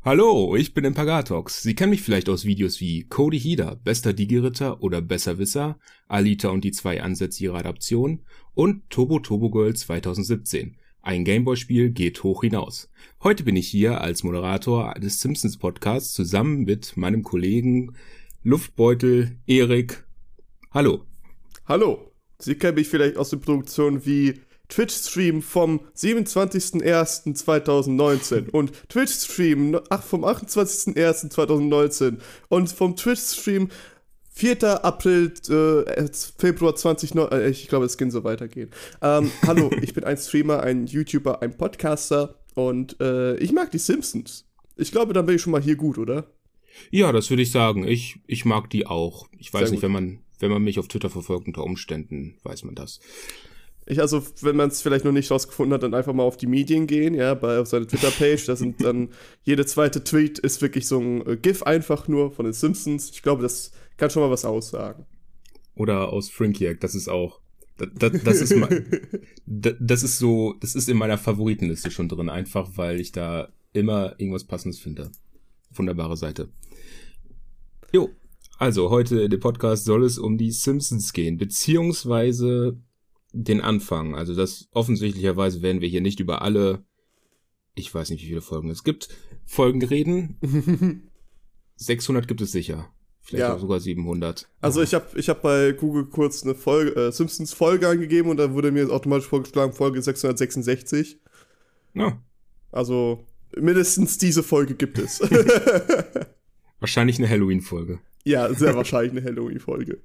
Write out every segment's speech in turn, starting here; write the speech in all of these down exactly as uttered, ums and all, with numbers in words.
Hallo, ich bin Impagatox. Sie kennen mich vielleicht aus Videos wie Cody Hida, bester Digi-Ritter oder Besserwisser, Alita und die zwei Ansätze ihrer Adaption und Turbo Turbo Girl zwanzig siebzehn. Ein Gameboy-Spiel geht hoch hinaus. Heute bin ich hier als Moderator des Simpsons Podcasts zusammen mit meinem Kollegen Luftbeutel Erik. Hallo. Hallo. Sie kennen mich vielleicht aus den Produktionen wie Twitch-Stream vom siebenundzwanzigsten ersten zweitausendneunzehn und Twitch-Stream vom achtundzwanzigsten ersten zweitausendneunzehn und vom Twitch-Stream vierter April, äh, Februar zwanzig neunzehn, äh, ich glaube, es kann so weitergehen. Ähm, hallo, ich bin ein Streamer, ein YouTuber, ein Podcaster und äh, ich mag die Simpsons. Ich glaube, dann bin ich schon mal hier gut, oder? Ja, das würde ich sagen. Ich, ich mag die auch. Ich weiß Sehr nicht, gut. wenn man, wenn man mich auf Twitter verfolgt, unter Umständen weiß man das. Ich also, wenn man es vielleicht noch nicht rausgefunden hat, dann einfach mal auf die Medien gehen, ja, bei auf seine Twitter-Page. Da sind dann, jede zweite Tweet ist wirklich so ein äh, GIF einfach nur von den Simpsons. Ich glaube, das kann schon mal was aussagen. Oder aus Frinkiac, das ist auch, das, das, das ist mein, das, das ist so, das ist in meiner Favoritenliste schon drin, einfach weil ich da immer irgendwas Passendes finde. Wunderbare Seite. Jo, also heute in dem Podcast soll es um die Simpsons gehen, beziehungsweise den Anfang. Also das offensichtlicherweise werden wir hier nicht über alle, ich weiß nicht, wie viele Folgen es gibt, Folgen reden. sechshundert gibt es sicher. Vielleicht Ja. auch sogar siebenhundert. Also ich habe ich hab bei Google kurz eine Folge, äh, Simpsons-Folge eingegeben und da wurde mir automatisch vorgeschlagen, Folge sechshundertsechsundsechzig. Ja. Also mindestens diese Folge gibt es. Wahrscheinlich eine Halloween-Folge. Ja, sehr wahrscheinlich eine Halloween-Folge.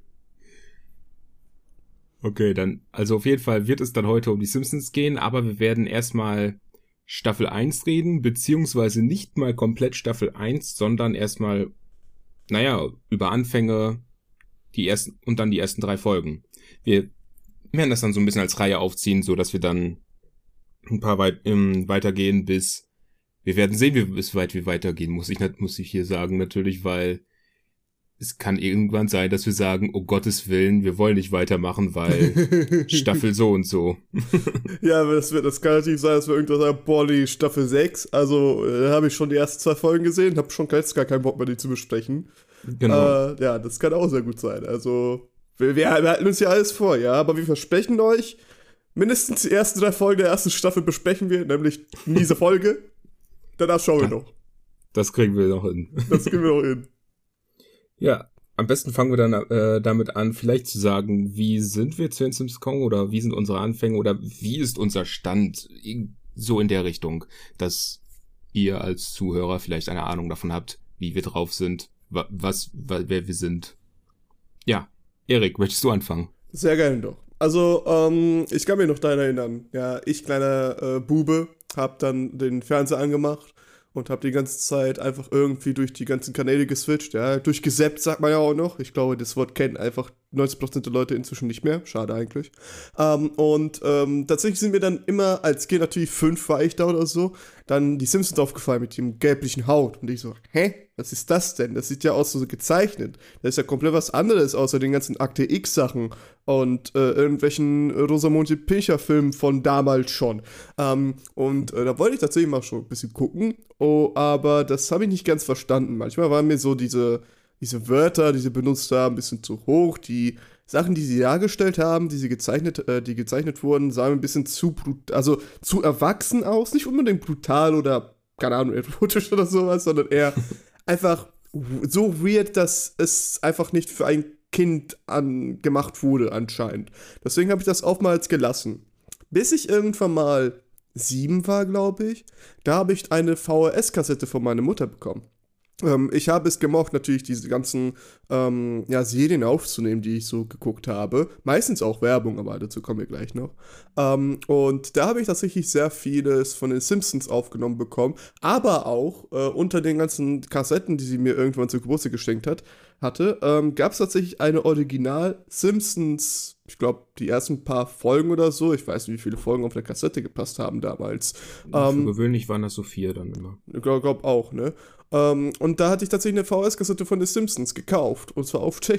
Okay, dann, also auf jeden Fall wird es dann heute um die Simpsons gehen, aber wir werden erstmal Staffel eins reden, beziehungsweise nicht mal komplett Staffel eins, sondern erstmal, naja, über Anfänge, die ersten, und dann die ersten drei Folgen. Wir werden das dann so ein bisschen als Reihe aufziehen, so dass wir dann ein paar weit, ähm, weitergehen bis, wir werden sehen, wie bis weit wir weitergehen, muss ich, muss ich hier sagen, natürlich, weil es kann irgendwann sein, dass wir sagen, oh Gottes Willen, wir wollen nicht weitermachen, weil Staffel so und so. Ja, aber das, wird, das kann natürlich sein, dass wir irgendwas sagen, boah, die Staffel sechs, also da äh, habe ich schon die ersten zwei Folgen gesehen, habe schon jetzt gar keinen Bock mehr, die zu besprechen. Genau. Äh, ja, das kann auch sehr gut sein. Also, wir, wir, wir halten uns ja alles vor, ja, aber wir versprechen euch, mindestens die ersten drei Folgen der ersten Staffel besprechen wir, nämlich in dieser Folge. Danach schauen wir noch. Das kriegen wir noch hin. Das kriegen wir noch hin. Ja, am besten fangen wir dann äh, damit an, vielleicht zu sagen, wie sind wir zu den Simpsons gekommen oder wie sind unsere Anfänge oder wie ist unser Stand, so in der Richtung, dass ihr als Zuhörer vielleicht eine Ahnung davon habt, wie wir drauf sind, wa- was, wa- wer wir sind. Ja, Erik, möchtest du anfangen? Sehr gerne doch. Also, ähm, ich kann mich noch daran erinnern. Ja, ich, kleiner äh, Bube, hab dann den Fernseher angemacht und hab die ganze Zeit einfach irgendwie durch die ganzen Kanäle geswitcht, ja, durchgesappt, sagt man ja auch noch. Ich glaube, das Wort kennen einfach neunzig Prozent der Leute inzwischen nicht mehr. Schade eigentlich. Ähm, und ähm, tatsächlich sind mir dann immer, als Kind natürlich fünf war ich da oder so, dann die Simpsons aufgefallen mit dem gelblichen Haut. Und ich so, hä? Was ist das denn? Das sieht ja aus so gezeichnet. Das ist ja komplett was anderes, außer den ganzen Akte X-Sachen und äh, irgendwelchen Rosamunde Pilcher-Filmen von damals schon. Ähm, und äh, da wollte ich tatsächlich mal schon ein bisschen gucken, oh, aber das habe ich nicht ganz verstanden. Manchmal waren mir so diese, diese Wörter, die sie benutzt haben, ein bisschen zu hoch. Die Sachen, die sie dargestellt haben, die sie gezeichnet, äh, die gezeichnet wurden, sahen ein bisschen zu brut- also zu erwachsen aus. Nicht unbedingt brutal oder, keine Ahnung, erotisch oder sowas, sondern eher einfach so weird, dass es einfach nicht für ein Kind an, gemacht wurde anscheinend. Deswegen habe ich das oftmals gelassen. Bis ich irgendwann mal sieben war, glaube ich, da habe ich eine V H S-Kassette von meiner Mutter bekommen. Ähm, ich habe es gemocht, natürlich diese ganzen ähm, ja, Serien aufzunehmen, die ich so geguckt habe. Meistens auch Werbung, aber dazu kommen wir gleich noch. Ähm, und da habe ich tatsächlich sehr vieles von den Simpsons aufgenommen bekommen. Aber auch äh, unter den ganzen Kassetten, die sie mir irgendwann zur Geburtstag geschenkt hat, hatte, ähm, gab es tatsächlich eine Original-Simpsons, ich glaube, die ersten paar Folgen oder so. Ich weiß nicht, wie viele Folgen auf der Kassette gepasst haben damals. Für Ähm, gewöhnlich waren das so vier dann immer. ich glaube glaub auch, ne? Ähm, und da hatte ich tatsächlich eine V H S-Kassette von The Simpsons gekauft. Und zwar auf Tschechisch.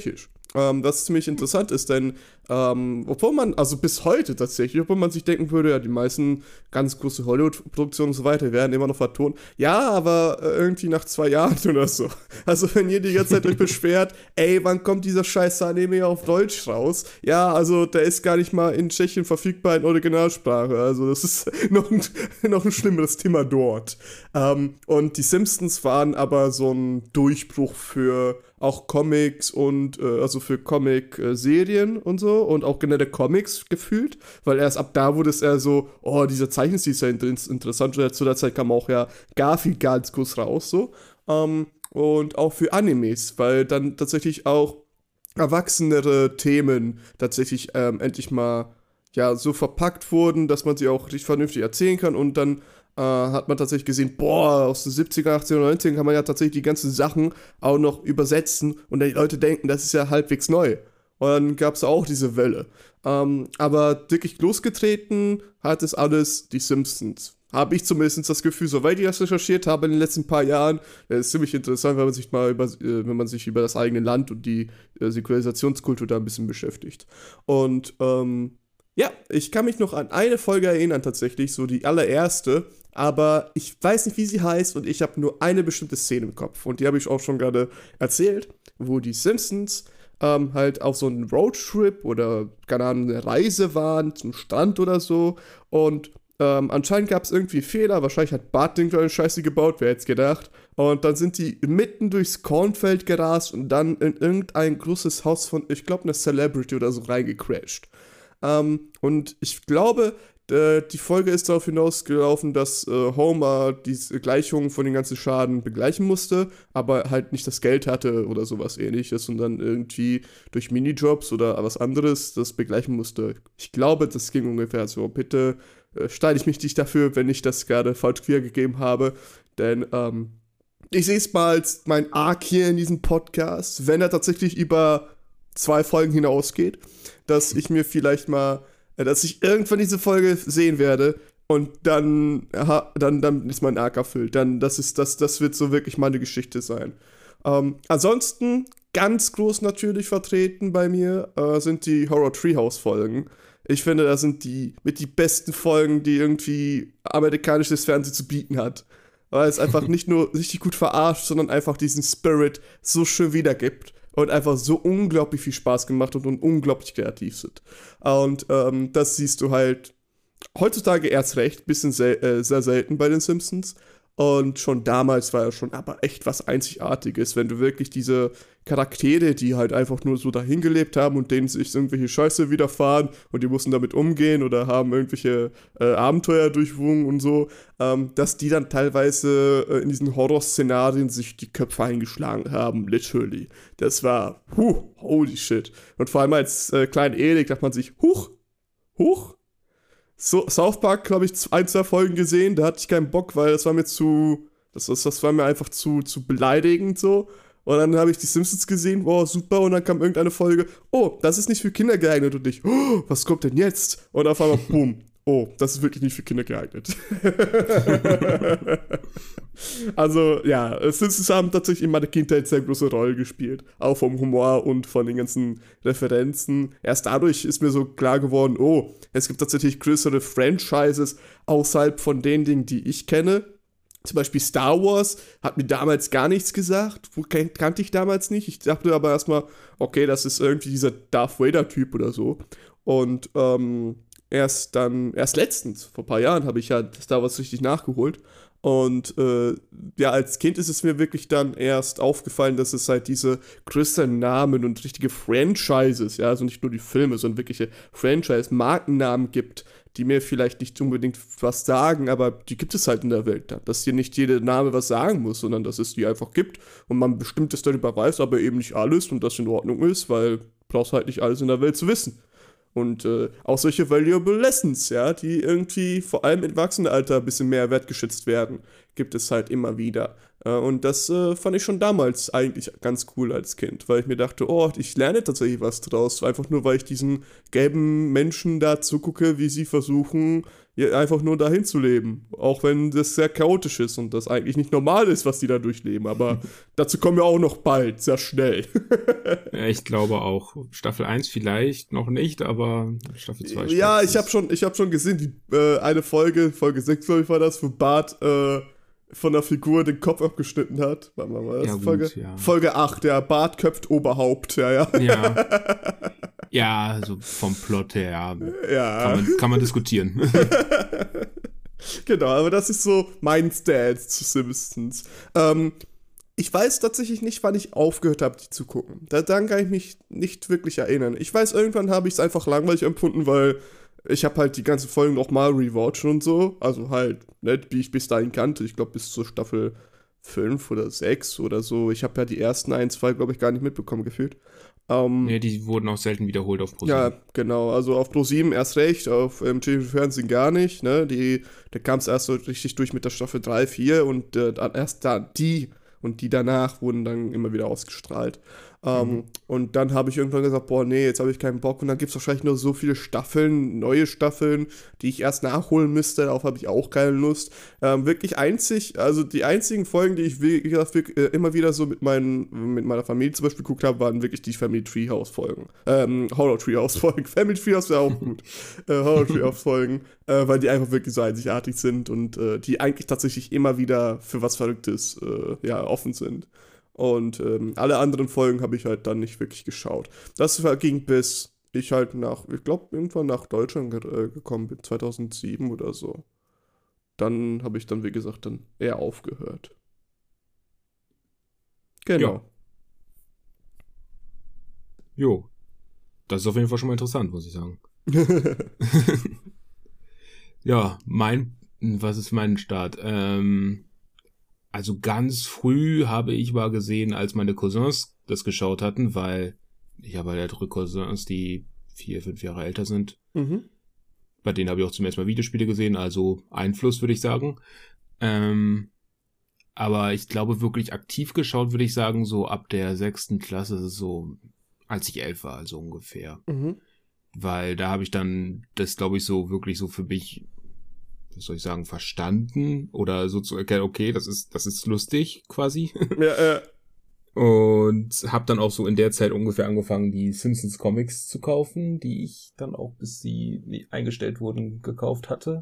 Ähm, was ziemlich interessant ist, denn ähm, obwohl man, also bis heute tatsächlich, obwohl man sich denken würde, ja, die meisten ganz große Hollywood-Produktionen und so weiter werden immer noch vertont. Ja, aber äh, irgendwie nach zwei Jahren oder so. Also wenn ihr die ganze Zeit euch beschwert, ey, wann kommt dieser scheiß Anime auf Deutsch raus? Ja, also der ist gar nicht mal in Tschechien verfügbar in Originalsprache. Also das ist noch ein, noch ein schlimmeres Thema dort. Ähm, und die Simpsons waren aber so ein Durchbruch für auch Comics und, äh, also für Comic-Serien und so und auch generell Comics gefühlt, weil erst ab da wurde es eher so, oh, dieser Zeichenstil ist ja inter interessant. Zu der Zeit kam auch ja Garfield ganz kurz raus, so. Ähm, und auch für Animes, weil dann tatsächlich auch erwachsenere Themen tatsächlich ähm, endlich mal ja so verpackt wurden, dass man sie auch richtig vernünftig erzählen kann und dann äh, hat man tatsächlich gesehen, boah, aus den siebziger, achtziger, neunziger kann man ja tatsächlich die ganzen Sachen auch noch übersetzen und die Leute denken, das ist ja halbwegs neu. Und dann gab es auch diese Welle. Ähm, aber wirklich losgetreten hat es alles die Simpsons. Habe ich zumindest das Gefühl, soweit ich das recherchiert habe in den letzten paar Jahren. Das ist ziemlich interessant, wenn man sich mal über, äh, wenn man sich über das eigene Land und die äh, Synchronisationskultur da ein bisschen beschäftigt. Und ähm, ja, ich kann mich noch an eine Folge erinnern tatsächlich, so die allererste, aber ich weiß nicht, wie sie heißt und ich habe nur eine bestimmte Szene im Kopf und die habe ich auch schon gerade erzählt, wo die Simpsons ähm, halt auf so einen Roadtrip oder, keine Ahnung, eine Reise waren zum Strand oder so und ähm, anscheinend gab es irgendwie Fehler, wahrscheinlich hat Bart irgendeine Scheiße gebaut, wer hätte es gedacht. Und dann sind die mitten durchs Kornfeld gerast und dann in irgendein großes Haus von, ich glaube, einer Celebrity oder so reingecrashed. Ähm, und ich glaube, äh, die Folge ist darauf hinausgelaufen, dass äh, Homer diese Gleichung von den ganzen Schaden begleichen musste, aber halt nicht das Geld hatte oder sowas ähnliches und dann irgendwie durch Minijobs oder was anderes das begleichen musste. Ich glaube, das ging ungefähr so. Bitte äh, steine ich mich nicht dafür, wenn ich das gerade falsch wiedergegeben habe, denn ähm, ich sehe es mal als mein Arc hier in diesem Podcast, wenn er tatsächlich über zwei Folgen hinausgeht, dass ich mir vielleicht mal, äh, dass ich irgendwann diese Folge sehen werde und dann, aha, dann, dann ist mein Arc erfüllt. Dann, das ist, das, das wird so wirklich meine Geschichte sein. Ähm, ansonsten, ganz groß natürlich vertreten bei mir, äh, sind die Horror Treehouse Folgen. Ich finde, das sind die mit die besten Folgen, die irgendwie amerikanisches Fernsehen zu bieten hat. Weil es einfach nicht nur richtig gut verarscht, sondern einfach diesen Spirit so schön wiedergibt. Und einfach so unglaublich viel Spaß gemacht und, und unglaublich kreativ sind. Und ähm, das siehst du halt heutzutage erst recht, bisschen sel äh, sehr selten bei den Simpsons. Und schon damals war ja schon aber echt was Einzigartiges, wenn du wirklich diese Charaktere, die halt einfach nur so dahin gelebt haben und denen sich irgendwelche Scheiße widerfahren und die mussten damit umgehen oder haben irgendwelche äh, Abenteuer durchwungen und so, ähm, dass die dann teilweise äh, in diesen Horrorszenarien sich die Köpfe eingeschlagen haben, literally. Das war, huh, holy shit. Und vor allem als äh, kleiner Erik dachte man sich, huch, huch, so, South Park habe ich ein, zwei Folgen gesehen, da hatte ich keinen Bock, weil das war mir zu, das, das, das war mir einfach zu, zu beleidigend so. Und dann habe ich die Simpsons gesehen, wow, super, und dann kam irgendeine Folge, oh, das ist nicht für Kinder geeignet und ich, oh, was kommt denn jetzt? Und auf einmal, boom, oh, das ist wirklich nicht für Kinder geeignet. Also, ja, Simpsons haben tatsächlich in meiner Kindheit sehr große Rolle gespielt. Auch vom Humor und von den ganzen Referenzen. Erst dadurch ist mir so klar geworden, oh, es gibt tatsächlich größere Franchises außerhalb von den Dingen, die ich kenne. Zum Beispiel Star Wars hat mir damals gar nichts gesagt. Kan kannte ich damals nicht. Ich dachte aber erstmal, okay, das ist irgendwie dieser Darth Vader-Typ oder so. Und ähm, erst dann, erst letztens, vor ein paar Jahren, habe ich ja Star Wars richtig nachgeholt. Und äh, ja, als Kind ist es mir wirklich dann erst aufgefallen, dass es halt diese größeren Namen und richtige Franchises, ja, also nicht nur die Filme, sondern wirkliche Franchise-Markennamen gibt, die mir vielleicht nicht unbedingt was sagen, aber die gibt es halt in der Welt dann. Dass dir nicht jeder Name was sagen muss, sondern dass es die einfach gibt und man bestimmtes darüber weiß, aber eben nicht alles und das in Ordnung ist, weil du brauchst halt nicht alles in der Welt zu wissen. Und äh, auch solche Valuable Lessons, ja, die irgendwie vor allem im Erwachsenenalter ein bisschen mehr wertgeschätzt werden, gibt es halt immer wieder. Äh, und das äh, fand ich schon damals eigentlich ganz cool als Kind, weil ich mir dachte, oh, ich lerne tatsächlich was draus, einfach nur, weil ich diesen gelben Menschen da zugucke, wie sie versuchen, ja, einfach nur dahin zu leben. Auch wenn das sehr chaotisch ist und das eigentlich nicht normal ist, was die da durchleben. Aber dazu kommen wir auch noch bald, sehr schnell. Ja, ich glaube auch. Staffel eins vielleicht noch nicht, aber Staffel zwei. Ja, ich habe schon, ich hab schon gesehen, die äh, eine Folge, Folge sechs, glaube ich, war das, wo Bart äh, von der Figur den Kopf abgeschnitten hat. Warte mal, war das Ja, gut, Folge? ja. Folge acht, ja, Bart köpft Oberhaupt, ja, ja. Ja. Ja, also vom Plot her, ja. Ja. Kann man, kann man diskutieren. Genau, aber das ist so mein Stance zu Simpsons. Ähm, ich weiß tatsächlich nicht, wann ich aufgehört habe, die zu gucken. Da, daran kann ich mich nicht wirklich erinnern. Ich weiß, irgendwann habe ich es einfach langweilig empfunden, weil ich habe halt die ganzen Folgen noch mal rewatcht und so. Also halt, ne, wie ich bis dahin kannte. Ich glaube, bis zur Staffel fünf oder sechs oder so. Ich habe ja die ersten ein, zwei, glaube ich, gar nicht mitbekommen gefühlt. Ähm, Ja, die wurden auch selten wiederholt auf ProSieben. Ja, genau. Also auf ProSieben erst recht, auf im tschechischen Fernsehen gar nicht. Ne? Die, da kam es erst so richtig durch mit der Staffel drei, vier und äh, dann erst da die und die danach wurden dann immer wieder ausgestrahlt. Ähm, Mhm. Und dann habe ich irgendwann gesagt, boah, nee, jetzt habe ich keinen Bock. Und dann gibt es wahrscheinlich nur so viele Staffeln, neue Staffeln, die ich erst nachholen müsste. Darauf habe ich auch keine Lust. Ähm, wirklich einzig, also die einzigen Folgen, die ich wie gesagt, wirklich, äh, immer wieder so mit, meinen, mit meiner Familie zum Beispiel geguckt habe, waren wirklich die Family Treehouse-Folgen. Ähm, Horror Treehouse-Folgen. Family Treehouse wäre auch gut. äh, Horror Treehouse-Folgen, äh, weil die einfach wirklich so einzigartig sind und äh, die eigentlich tatsächlich immer wieder für was Verrücktes äh, ja, offen sind. Und ähm, alle anderen Folgen habe ich halt dann nicht wirklich geschaut. Das war, ging bis ich halt nach, ich glaube, irgendwann nach Deutschland ge äh, gekommen bin, zweitausendsieben oder so. Dann habe ich dann, wie gesagt, dann eher aufgehört. Genau. Jo. Das ist auf jeden Fall schon mal interessant, muss ich sagen. Ja, mein, was ist mein Start? Ähm, also ganz früh habe ich mal gesehen, als meine Cousins das geschaut hatten, weil ich habe halt drei Cousins, die vier, fünf Jahre älter sind. Mhm. Bei denen habe ich auch zum ersten Mal Videospiele gesehen, also Einfluss, würde ich sagen. Ähm, aber ich glaube, wirklich aktiv geschaut, würde ich sagen, so ab der sechsten Klasse, so als ich elf war, also ungefähr. Mhm. Weil da habe ich dann das, glaube ich, so wirklich so für mich, was soll ich sagen, verstanden oder so zu erkennen, okay, das ist, das ist lustig quasi. Ja, äh, Und habe dann auch so in der Zeit ungefähr angefangen, die Simpsons Comics zu kaufen, die ich dann auch, bis sie eingestellt wurden, gekauft hatte.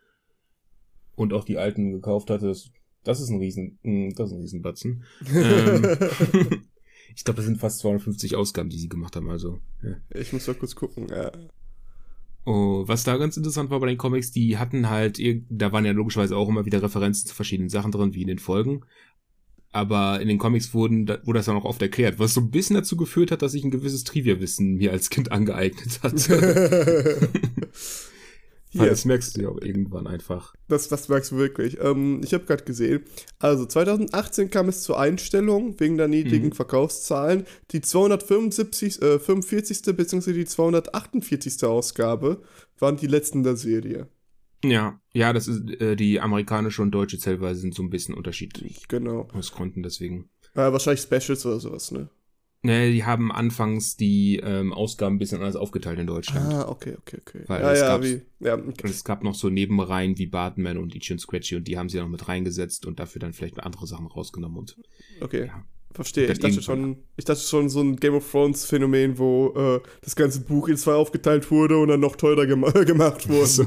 Und auch die alten gekauft hatte. Das, das ist ein Riesen, das ist ein Riesenbatzen. ähm, ich glaube, das sind fast zweihundertfünfzig Ausgaben, die sie gemacht haben, also. Ja. ich muss mal kurz gucken. Ja. Oh, was da ganz interessant war bei den Comics, die hatten halt, irg- da waren ja logischerweise auch immer wieder Referenzen zu verschiedenen Sachen drin, wie in den Folgen. Aber in den Comics wurden, da- wurde das dann auch oft erklärt, was so ein bisschen dazu geführt hat, dass ich ein gewisses Trivia-Wissen mir als Kind angeeignet hatte. Weil Hier. das merkst du ja auch irgendwann einfach. Das, das merkst du wirklich. Ähm, ich habe gerade gesehen, also zweitausendachtzehn kam es zur Einstellung wegen der niedrigen Mhm. Verkaufszahlen. Die zweihundertfünfundsiebzig, äh, fünfundvierzigste bzw. die zweihundertachtundvierzigste Ausgabe waren die letzten der Serie. Ja, ja, das ist, äh, die amerikanische und deutsche Zählweise sind so ein bisschen unterschiedlich. Genau. Aus Gründen deswegen. Äh, wahrscheinlich Specials oder sowas, ne? Ne, die haben anfangs die ähm, Ausgaben ein bisschen anders aufgeteilt in Deutschland. Ah, okay, okay, okay. Weil ja, es ja, gab's- wie, ja, Und es gab noch so Nebenreihen wie Bartman und Itchy und Scratchy und die haben sie noch mit reingesetzt und dafür dann vielleicht andere Sachen rausgenommen und okay. ja. Verstehe. Dann Ich dachte irgendwann. schon, ich dachte schon so ein Game of Thrones Phänomen, wo äh, das ganze Buch in zwei aufgeteilt wurde und dann noch teurer gema gemacht wurde. So.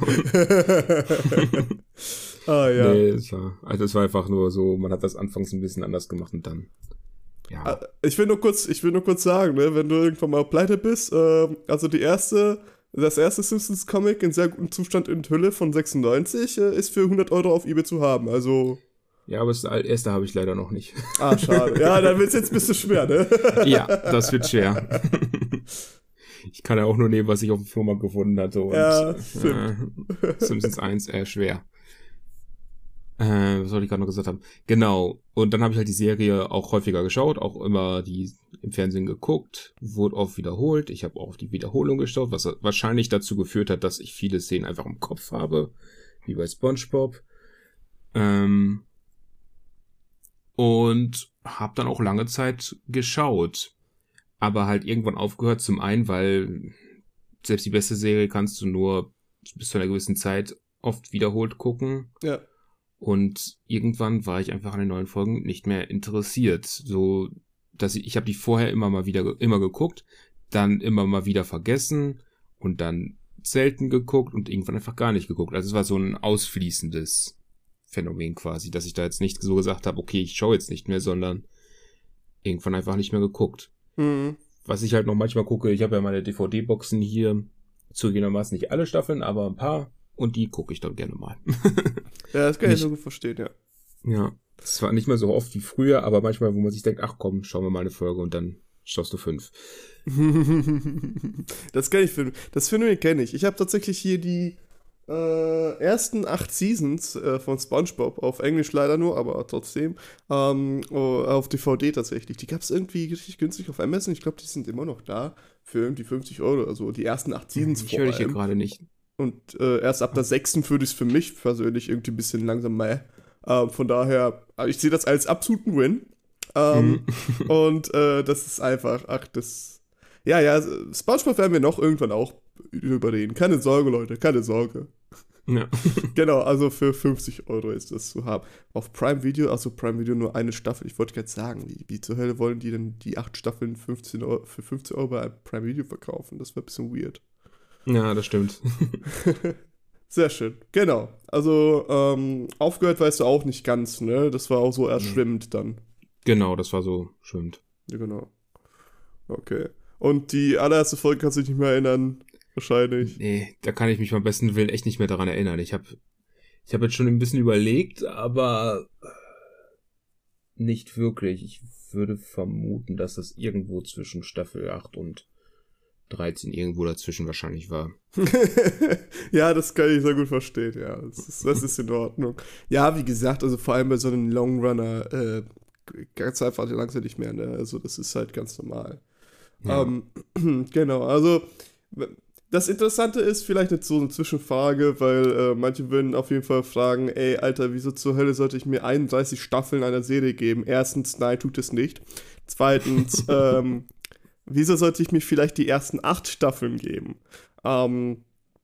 ah ja. Nee, es war, also es war einfach nur so, man hat das anfangs ein bisschen anders gemacht und dann, ja. Ah, Ich will nur kurz, ich will nur kurz sagen, ne, wenn du irgendwann mal pleite bist, äh, also die erste, das erste Simpsons Comic in sehr gutem Zustand in Hülle von sechsundneunzig äh, ist für hundert Euro auf eBay zu haben. Also, Ja, aber das erste habe ich leider noch nicht. ah schade. Ja, dann wird's jetzt ein bisschen schwer, ne? Ja, das wird schwer. Ich kann ja auch nur nehmen, was ich auf dem Flohmarkt gefunden hatte. Und, Ja, äh, Simpsons eins, eher schwer. Äh, was soll ich gerade noch gesagt haben? Genau. Und dann habe ich halt die Serie auch häufiger geschaut, auch immer die im Fernsehen geguckt, wurde oft wiederholt. Ich habe auch auf die Wiederholung geschaut, was wahrscheinlich dazu geführt hat, dass ich viele Szenen einfach im Kopf habe, wie bei SpongeBob. Ähm, und habe dann auch lange Zeit geschaut, aber halt irgendwann aufgehört. Zum einen, weil selbst die beste Serie kannst du nur bis zu einer gewissen Zeit oft wiederholt gucken. Ja. Und irgendwann war ich einfach an den neuen Folgen nicht mehr interessiert. So, dass ich, ich habe die vorher immer mal wieder, immer geguckt, dann immer mal wieder vergessen und dann selten geguckt und irgendwann einfach gar nicht geguckt. Also es war so ein ausfließendes Phänomen quasi, dass ich da jetzt nicht so gesagt habe, okay, ich schaue jetzt nicht mehr, sondern irgendwann einfach nicht mehr geguckt. Mhm. Was ich halt noch manchmal gucke, ich habe ja meine D V D-Boxen hier, zugegebenermaßen nicht alle Staffeln, aber ein paar und die gucke ich dann gerne mal. Ja, das kann nicht, ich so gut verstehen, ja. Ja, das war nicht mehr so oft wie früher, aber manchmal, wo man sich denkt, ach komm, schauen wir mal eine Folge und dann schaust du fünf. Das kann ich finden. Das Phänomen kenne ich. Ich habe tatsächlich hier die äh, ersten acht Seasons äh, von SpongeBob, auf Englisch leider nur, aber trotzdem, ähm, oh, auf D V D tatsächlich. Die gab es irgendwie richtig günstig auf Amazon. Ich glaube, die sind immer noch da für irgendwie fünfzig Euro. Also die ersten acht Seasons Ich höre dich hier gerade nicht. Und äh, erst ab der sechsten würde ich es für mich persönlich irgendwie ein bisschen langsam mehr. Ähm, von daher, also ich sehe das als absoluten Win. Ähm, Mhm. und äh, das ist einfach, ach, das. Ja, ja, SpongeBob werden wir noch irgendwann auch überreden. Keine Sorge, Leute, keine Sorge. Ja. Genau, also für fünfzig Euro ist das zu haben. Auf Prime Video, also Prime Video nur eine Staffel. Ich wollte gerade sagen, wie, wie zur Hölle wollen die denn die acht Staffeln fünfzehn Euro, für fünfzehn Euro bei Prime Video verkaufen? Das wäre ein bisschen weird. Ja, das stimmt. Sehr schön, genau. Also, ähm, aufgehört weißt du auch nicht ganz, ne? Das war auch so eher schwimmend dann. Genau, das war so schwimmend. Ja, genau. Okay. Und die allererste Folge kannst du dich nicht mehr erinnern, wahrscheinlich. Nee, da kann ich mich beim besten Willen echt nicht mehr daran erinnern. Ich habe ich hab jetzt schon ein bisschen überlegt, aber nicht wirklich. Ich würde vermuten, dass das irgendwo zwischen Staffel acht und dreizehn irgendwo dazwischen wahrscheinlich war. Ja, das kann ich sehr gut verstehen, ja. Das ist, das ist in Ordnung. Ja, wie gesagt, also vor allem bei so einem Longrunner äh, ganz einfach langsam nicht mehr, ne? Also das ist halt ganz normal. Ja. Ähm, genau, also das Interessante ist vielleicht jetzt so eine Zwischenfrage, weil äh, manche würden auf jeden Fall fragen, ey, Alter, wieso zur Hölle sollte ich mir einunddreißig Staffeln einer Serie geben? Erstens, nein, tut es nicht. Zweitens, ähm, wieso sollte ich mir vielleicht die ersten acht Staffeln geben? Ähm,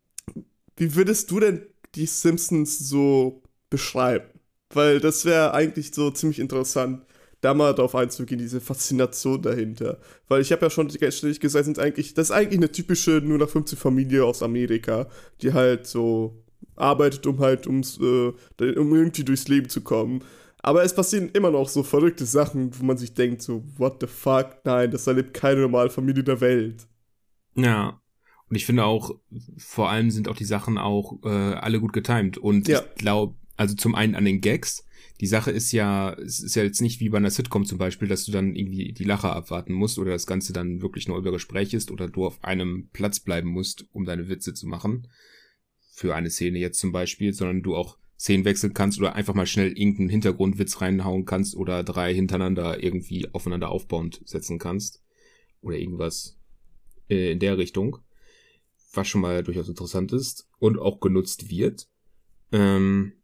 wie würdest du denn die Simpsons so beschreiben? Weil das wäre eigentlich so ziemlich interessant, da mal drauf einzugehen, diese Faszination dahinter. Weil ich habe ja schon ständig gesagt, sind eigentlich, das ist eigentlich eine typische null acht fünfzehn Familie aus Amerika, die halt so arbeitet, um halt ums, äh, um irgendwie durchs Leben zu kommen. Aber es passieren immer noch so verrückte Sachen, wo man sich denkt, so, what the fuck? Nein, das erlebt keine normale Familie der Welt. Ja. Und ich finde auch, vor allem sind auch die Sachen auch äh, alle gut getimed. Und Ja. ich glaube, also zum einen an den Gags. Die Sache ist ja, es ist ja jetzt nicht wie bei einer Sitcom zum Beispiel, dass du dann irgendwie die Lacher abwarten musst oder das Ganze dann wirklich nur über Gespräch ist oder du auf einem Platz bleiben musst, um deine Witze zu machen. Für eine Szene jetzt zum Beispiel, sondern du auch Szenen wechseln kannst oder einfach mal schnell irgendeinen Hintergrundwitz reinhauen kannst oder drei hintereinander irgendwie aufeinander aufbauend setzen kannst. Oder irgendwas äh, in der Richtung. Was schon mal durchaus interessant ist und auch genutzt wird. Ähm,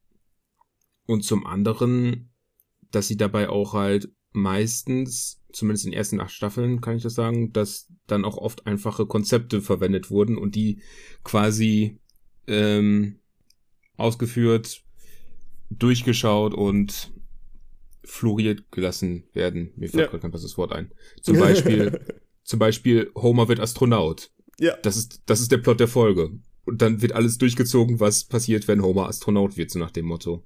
und zum anderen, dass sie dabei auch halt meistens, zumindest in den ersten acht Staffeln kann ich das sagen, dass dann auch oft einfache Konzepte verwendet wurden und die quasi ähm, ausgeführt, durchgeschaut und floriert gelassen werden. Mir fällt Ja. gerade kein passendes Wort ein. Zum Beispiel, zum Beispiel Homer wird Astronaut. Ja. Das ist, das ist der Plot der Folge. Und dann wird alles durchgezogen, was passiert, wenn Homer Astronaut wird, so nach dem Motto.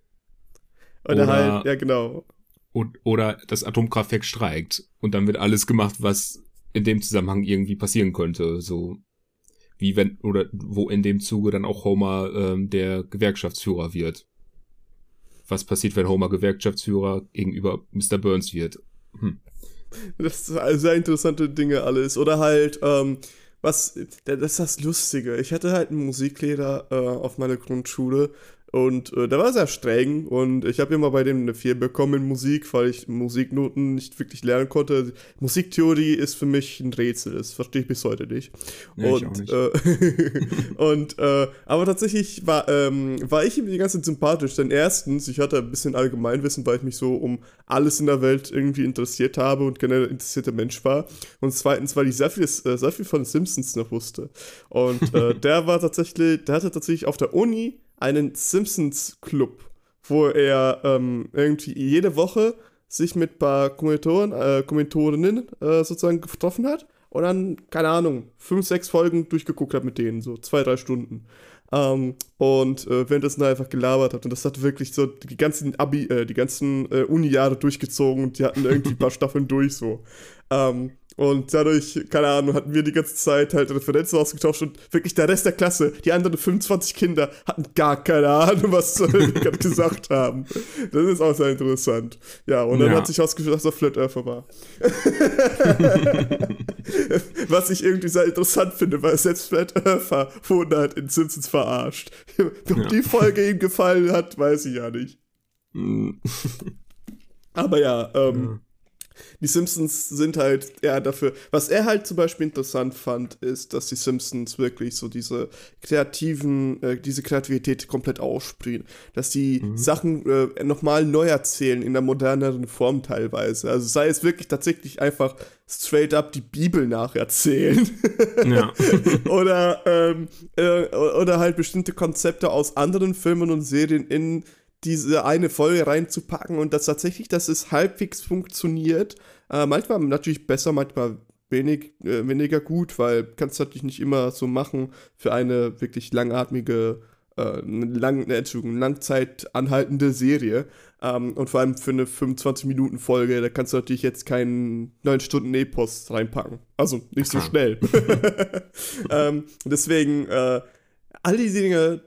Oder, Oder- halt, ja genau. Und, oder das Atomkraftwerk streikt. Und dann wird alles gemacht, was in dem Zusammenhang irgendwie passieren könnte. So wie wenn, oder wo in dem Zuge dann auch Homer ähm, der Gewerkschaftsführer wird. Was passiert, wenn Homer Gewerkschaftsführer gegenüber Mister Burns wird? Hm. Das sind sehr interessante Dinge alles. Oder halt, ähm, was, das ist das Lustige. Ich hatte halt einen Musiklehrer äh, auf meiner Grundschule und äh, der war sehr streng und ich habe immer bei dem eine vier bekommen in Musik, weil ich Musiknoten nicht wirklich lernen konnte. Musiktheorie ist für mich ein Rätsel, das verstehe ich bis heute nicht. Ja, ich und, auch nicht. Äh, und äh, aber tatsächlich war, ähm, war ich ihm die ganze Zeit sympathisch, denn erstens, ich hatte ein bisschen Allgemeinwissen, weil ich mich so um alles in der Welt irgendwie interessiert habe und generell interessierter Mensch war. Und zweitens, weil ich sehr viel, äh, sehr viel von Simpsons noch wusste. Und äh, der war tatsächlich, der hatte tatsächlich auf der Uni einen Simpsons-Club, wo er ähm, irgendwie jede Woche sich mit ein paar Kommentatoren, äh, Kommentatorinnen äh, sozusagen getroffen hat und dann, keine Ahnung, fünf, sechs Folgen durchgeguckt hat mit denen, so zwei, drei Stunden. Ähm, und äh, währenddessen einfach gelabert hat. Und das hat wirklich so die ganzen Abi, äh, die ganzen äh, Uni-Jahre durchgezogen und die hatten irgendwie ein paar Staffeln durch so. Ähm, und dadurch, keine Ahnung, hatten wir die ganze Zeit halt Referenzen ausgetauscht und wirklich der Rest der Klasse, die anderen fünfundzwanzig Kinder, hatten gar keine Ahnung, was wir gerade gesagt haben. Das ist auch sehr interessant. Ja, und dann Ja. hat sich herausgestellt, dass er Flat Earther war. Was ich irgendwie sehr interessant finde, weil selbst Flat Earther wurden halt in Simpsons verarscht. Ob Ja. die Folge ihm gefallen hat, weiß ich ja nicht. Mm. Aber ja, ähm, Ja. die Simpsons sind halt eher dafür. Was er halt zum Beispiel interessant fand, ist, dass die Simpsons wirklich so diese kreativen, äh, diese Kreativität komplett aussprühen. Dass die Mhm. Sachen äh, nochmal neu erzählen in einer moderneren Form teilweise. Also sei es wirklich tatsächlich einfach straight up die Bibel nacherzählen. Ja. oder, ähm, äh, oder halt bestimmte Konzepte aus anderen Filmen und Serien in diese eine Folge reinzupacken und das tatsächlich, dass es halbwegs funktioniert. Äh, manchmal natürlich besser, manchmal wenig, äh, weniger gut, weil kannst du natürlich nicht immer so machen für eine wirklich langatmige, äh, lang, äh, Entschuldigung, langzeit anhaltende Serie. Ähm, und vor allem für eine fünfundzwanzig-Minuten-Folge, da kannst du natürlich jetzt keinen neun Stunden Epos reinpacken. Also nicht so Klar. schnell. ähm, deswegen, äh, all die Dinge,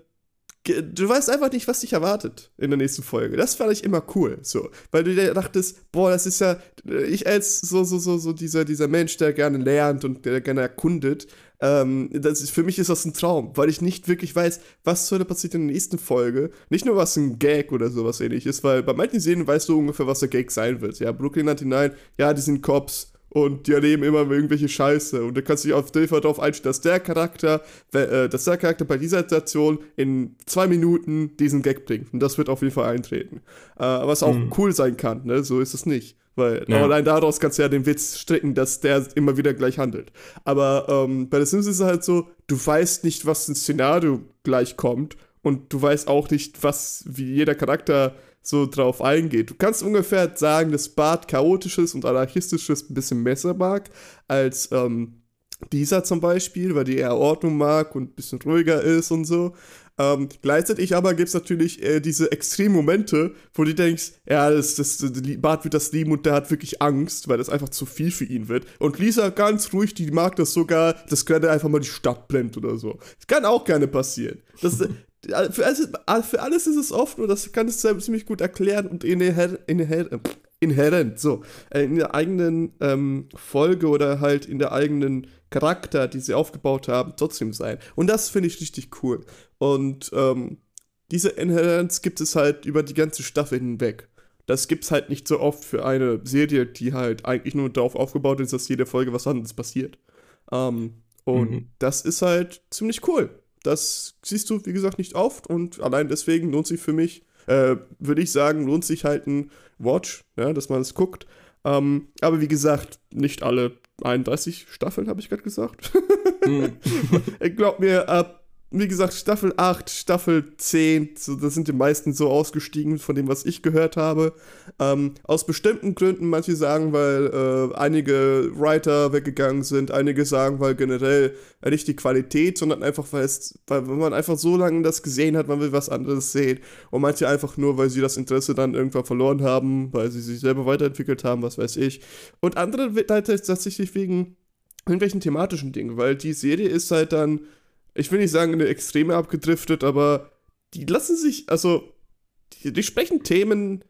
du weißt einfach nicht, was dich erwartet in der nächsten Folge. Das fand ich immer cool, so. Weil du dir dachtest, boah, das ist ja, ich als so, so, so, so dieser, dieser Mensch, der gerne lernt und der gerne erkundet, ähm, das ist, für mich ist das ein Traum, weil ich nicht wirklich weiß, was soll da passiert in der nächsten Folge. Nicht nur, was ein Gag oder sowas ähnliches, weil bei manchen Serien weißt du ungefähr, was der Gag sein wird. Ja, Brooklyn neunundneunzig, ja, die sind Cops. Und die erleben immer irgendwelche Scheiße. Und du kannst dich auf Default darauf einstellen, dass der Charakter, äh, dass der Charakter bei dieser Situation in zwei Minuten diesen Gag bringt. Und das wird auf jeden Fall eintreten. Äh, was auch Mhm. cool sein kann, ne? So ist es nicht. Weil Ja. allein daraus kannst du ja den Witz stricken, dass der immer wieder gleich handelt. Aber ähm, bei The Simpsons ist es halt so, du weißt nicht, was ein Szenario gleich kommt. Und du weißt auch nicht, was, wie jeder Charakter so drauf eingeht. Du kannst ungefähr sagen, dass Bart chaotisches und anarchistisches ein bisschen besser mag als ähm, dieser zum Beispiel, weil die eher Ordnung mag und ein bisschen ruhiger ist und so. Ähm, gleichzeitig aber gibt es natürlich äh, diese extremen Momente, wo du denkst, ja, das, das, das, Bart wird das lieben und der hat wirklich Angst, weil das einfach zu viel für ihn wird. Und Lisa ganz ruhig, die mag das sogar, dass gerade einfach mal die Stadt blendet oder so. Das kann auch gerne passieren. Das, für, alles, für alles ist es oft, und das kann es ziemlich gut erklären und inhär, inhär, inhärent, so, in der eigenen ähm, Folge oder halt in der eigenen Charakter, die sie aufgebaut haben, trotzdem sein. Und das finde ich richtig cool. Und ähm, diese Inhärenz gibt es halt über die ganze Staffel hinweg. Das gibt es halt nicht so oft für eine Serie, die halt eigentlich nur darauf aufgebaut ist, dass jede Folge was anderes passiert. Ähm, und Mhm. das ist halt ziemlich cool. Das siehst du, wie gesagt, nicht oft und allein deswegen lohnt sich für mich, äh, würde ich sagen, lohnt sich halt ein Watch, ja, dass man es guckt. Ähm, aber wie gesagt, nicht alle einunddreißig Staffeln, habe ich gerade gesagt. Mhm. Glaub mir, ab, wie gesagt, Staffel acht, Staffel zehn, so, das sind die meisten so ausgestiegen von dem, was ich gehört habe. Ähm, aus bestimmten Gründen, manche sagen, weil äh, einige Writer weggegangen sind, einige sagen, weil generell äh, nicht die Qualität, sondern einfach, weil, es, weil man einfach so lange das gesehen hat, man will was anderes sehen. Und manche einfach nur, weil sie das Interesse dann irgendwann verloren haben, weil sie sich selber weiterentwickelt haben, was weiß ich. Und andere halt tatsächlich wegen irgendwelchen thematischen Dingen, weil die Serie ist halt dann, ich will nicht sagen, in eine Extreme abgedriftet, aber die lassen sich, also, die, die sprechen Themen,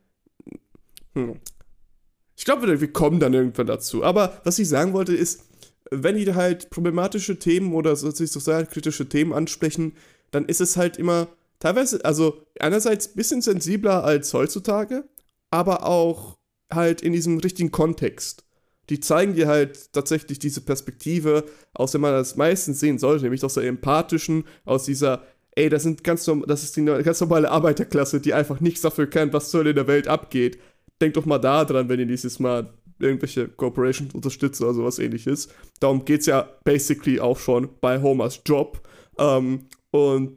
hm. Ich glaube, wir kommen dann irgendwann dazu. Aber was ich sagen wollte ist, wenn die halt problematische Themen oder sozialkritische Themen ansprechen, dann ist es halt immer teilweise, also einerseits ein bisschen sensibler als heutzutage, aber auch halt in diesem richtigen Kontext. Die zeigen dir halt tatsächlich diese Perspektive, aus der man das meistens sehen sollte, nämlich aus der empathischen, aus dieser, ey, das sind ganz norm- das ist die ganz normale Arbeiterklasse, die einfach nichts dafür kann, was soll in der Welt abgeht. Denkt doch mal da dran, wenn ihr dieses Mal irgendwelche Corporations unterstützt oder sowas ähnliches. Darum geht's ja basically auch schon bei Homers Job. Ähm, und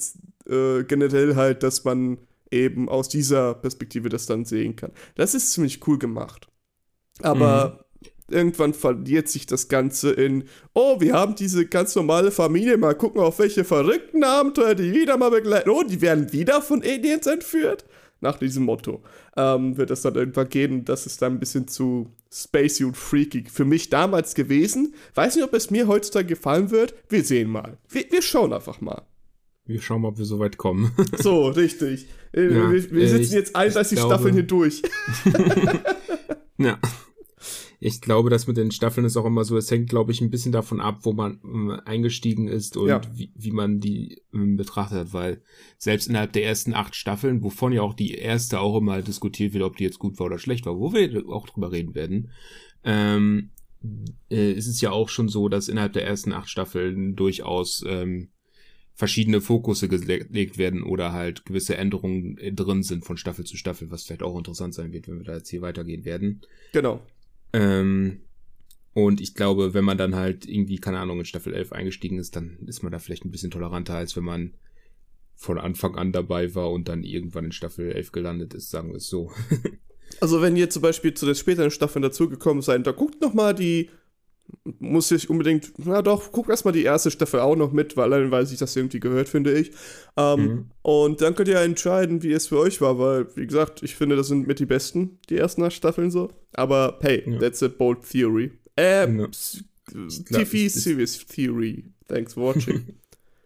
äh, generell halt, dass man eben aus dieser Perspektive das dann sehen kann. Das ist ziemlich cool gemacht. Aber mhm. irgendwann verliert sich das Ganze in, oh, wir haben diese ganz normale Familie, mal gucken, auf welche verrückten Abenteuer die wieder mal begleiten. Oh, die werden wieder von Aliens entführt. Nach diesem Motto ähm, wird es dann irgendwann gehen. Das ist dann ein bisschen zu spacey und freaky für mich damals gewesen. Weiß nicht, ob es mir heutzutage gefallen wird. Wir sehen mal. Wir, wir schauen einfach mal. Wir schauen mal, ob wir so weit kommen. So, richtig. Ja, wir, wir sitzen ich, jetzt einunddreißig Staffeln hier durch. Ja. Ich glaube, das mit den Staffeln ist auch immer so, es hängt, glaube ich, ein bisschen davon ab, wo man ähm, eingestiegen ist und ja. wie, wie man die ähm, betrachtet hat, weil selbst innerhalb der ersten acht Staffeln, wovon ja auch die erste auch immer diskutiert wird, ob die jetzt gut war oder schlecht war, wo wir auch drüber reden werden, ähm, äh, ist es ja auch schon so, dass innerhalb der ersten acht Staffeln durchaus ähm, verschiedene Fokusse gelegt werden oder halt gewisse Änderungen drin sind von Staffel zu Staffel, was vielleicht auch interessant sein wird, wenn wir da jetzt hier weitergehen werden. Genau. Ähm, und ich glaube, wenn man dann halt irgendwie, keine Ahnung, in Staffel elf eingestiegen ist, dann ist man da vielleicht ein bisschen toleranter, als wenn man von Anfang an dabei war und dann irgendwann in Staffel elf gelandet ist, sagen wir es so. Also wenn ihr zum Beispiel zu den späteren Staffeln dazugekommen seid, da guckt noch mal die, muss ich unbedingt, na doch, guck erstmal die erste Staffel auch noch mit, weil allein weil sich das irgendwie gehört, finde ich. Ähm, mhm. Und dann könnt ihr entscheiden, wie es für euch war, weil, wie gesagt, ich finde, das sind mit die besten, die ersten acht Staffeln so. Aber hey, ja. That's a bold theory. Ähm, ja. T V-Series Theory. Thanks for watching.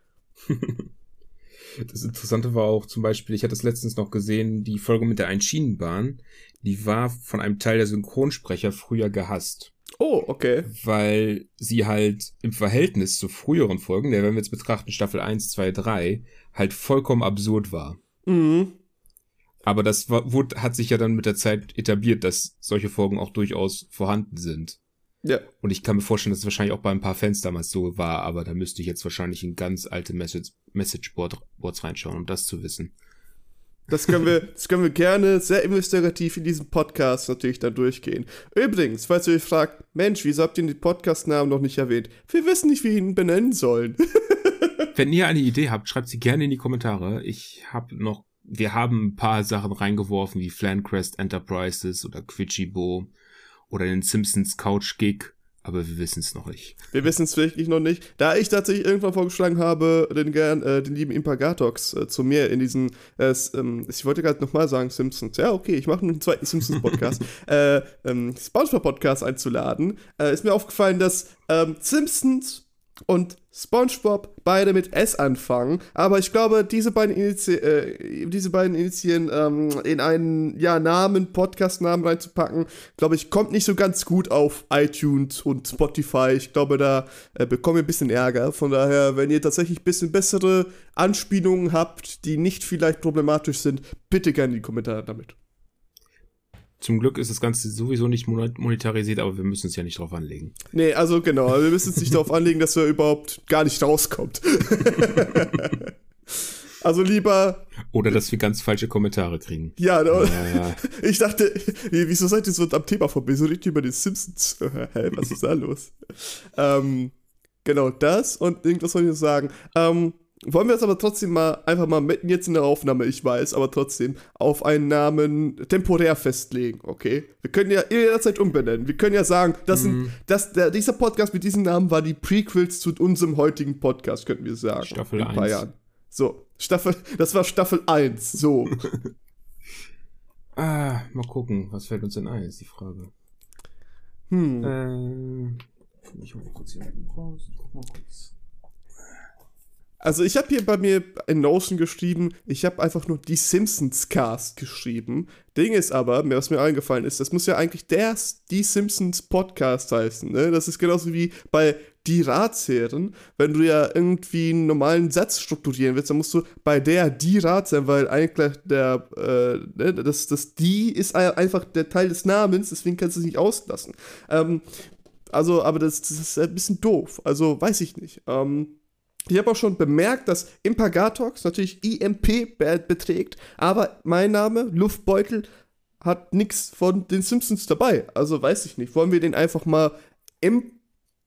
Das Interessante war auch zum Beispiel, ich hatte es letztens noch gesehen, die Folge mit der Einschienenbahn, die war von einem Teil der Synchronsprecher früher gehasst. Oh, okay. Weil sie halt im Verhältnis zu früheren Folgen, der, wenn wir jetzt betrachten, Staffel eins, zwei, drei, halt vollkommen absurd war. Mhm. Aber das war, wurde, hat sich ja dann mit der Zeit etabliert, dass solche Folgen auch durchaus vorhanden sind. Ja. Und ich kann mir vorstellen, dass es wahrscheinlich auch bei ein paar Fans damals so war, aber da müsste ich jetzt wahrscheinlich in ganz alte Message, Messageboards reinschauen, um das zu wissen. Das können wir, das können wir gerne sehr investigativ in diesem Podcast natürlich dann durchgehen. Übrigens, falls ihr euch fragt, Mensch, wieso habt ihr den Podcast-Namen noch nicht erwähnt? Wir wissen nicht, wie wir ihn benennen sollen. Wenn ihr eine Idee habt, schreibt sie gerne in die Kommentare. Ich habe noch, wir haben ein paar Sachen reingeworfen, wie Flancrest Enterprises oder Quitchibo oder den Simpsons Couch Gig. Aber wir wissen es noch nicht. Wir wissen es wirklich noch nicht. Da ich tatsächlich irgendwann vorgeschlagen habe, den, gern, äh, den lieben Impagatox äh, zu mir in diesen, äh, ähm, ich wollte gerade nochmal sagen, Simpsons. Ja, okay, ich mache einen zweiten Simpsons-Podcast. äh, ähm, SpongeBob-Podcast einzuladen. Äh, ist mir aufgefallen, dass ähm, Simpsons und SpongeBob beide mit S anfangen, aber ich glaube, diese beiden, Inizi äh, diese beiden Initiien ähm, in einen ja, Namen, Podcast-Namen reinzupacken, glaube ich, kommt nicht so ganz gut auf iTunes und Spotify. Ich glaube, da äh, bekommen wir ein bisschen Ärger. Von daher, wenn ihr tatsächlich ein bisschen bessere Anspielungen habt, die nicht vielleicht problematisch sind, bitte gerne in die Kommentare damit. Zum Glück ist das Ganze sowieso nicht monetarisiert, aber wir müssen es ja nicht drauf anlegen. Nee, also genau, wir müssen es nicht darauf anlegen, dass er überhaupt gar nicht rauskommt. Also lieber... Oder dass wir ganz falsche Kommentare kriegen. Ja, no, ja. Ich dachte, wieso seid ihr so am Thema vorbei? So richtig über die Simpsons. Hä, was ist da los? ähm, genau, das und irgendwas soll ich noch sagen. Ähm, wollen wir jetzt aber trotzdem mal, einfach mal mitten jetzt in der Aufnahme, ich weiß, aber trotzdem, auf einen Namen temporär festlegen, okay? Wir können ja jederzeit umbenennen. Wir können ja sagen, das sind, mm. das, der, dieser Podcast mit diesem Namen war die Prequels zu unserem heutigen Podcast, könnten wir sagen. Staffel in ein paar eins. Jahren. So, Staffel, das war Staffel eins, so. ah, mal gucken, was fällt uns denn ein, ist die Frage. Hm. Äh, ich hol mal kurz hier raus, guck mal kurz. Also ich habe hier bei mir in Notion geschrieben, ich habe einfach nur die Simpsons Cast geschrieben. Ding ist aber, mir was mir eingefallen ist, das muss ja eigentlich der die Simpsons Podcast heißen, ne? Das ist genauso wie bei die Ratsherren. Wenn du ja irgendwie einen normalen Satz strukturieren willst, dann musst du bei der die Ratsherren, weil eigentlich der, äh, ne, das, das die ist einfach der Teil des Namens, deswegen kannst du es nicht auslassen. Ähm, also, aber das, das ist ein bisschen doof, also weiß ich nicht. Ähm, Ich habe auch schon bemerkt, dass Impagatox natürlich I M P beträgt, aber mein Name, Luftbeutel, hat nichts von den Simpsons dabei. Also weiß ich nicht. Wollen wir den einfach mal Imp,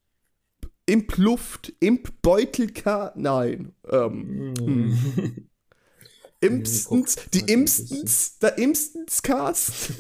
Imp Luft, Imp Beutel K? Nein. Ähm, hm. Impstens, die Impstens, der Impstens-Cast.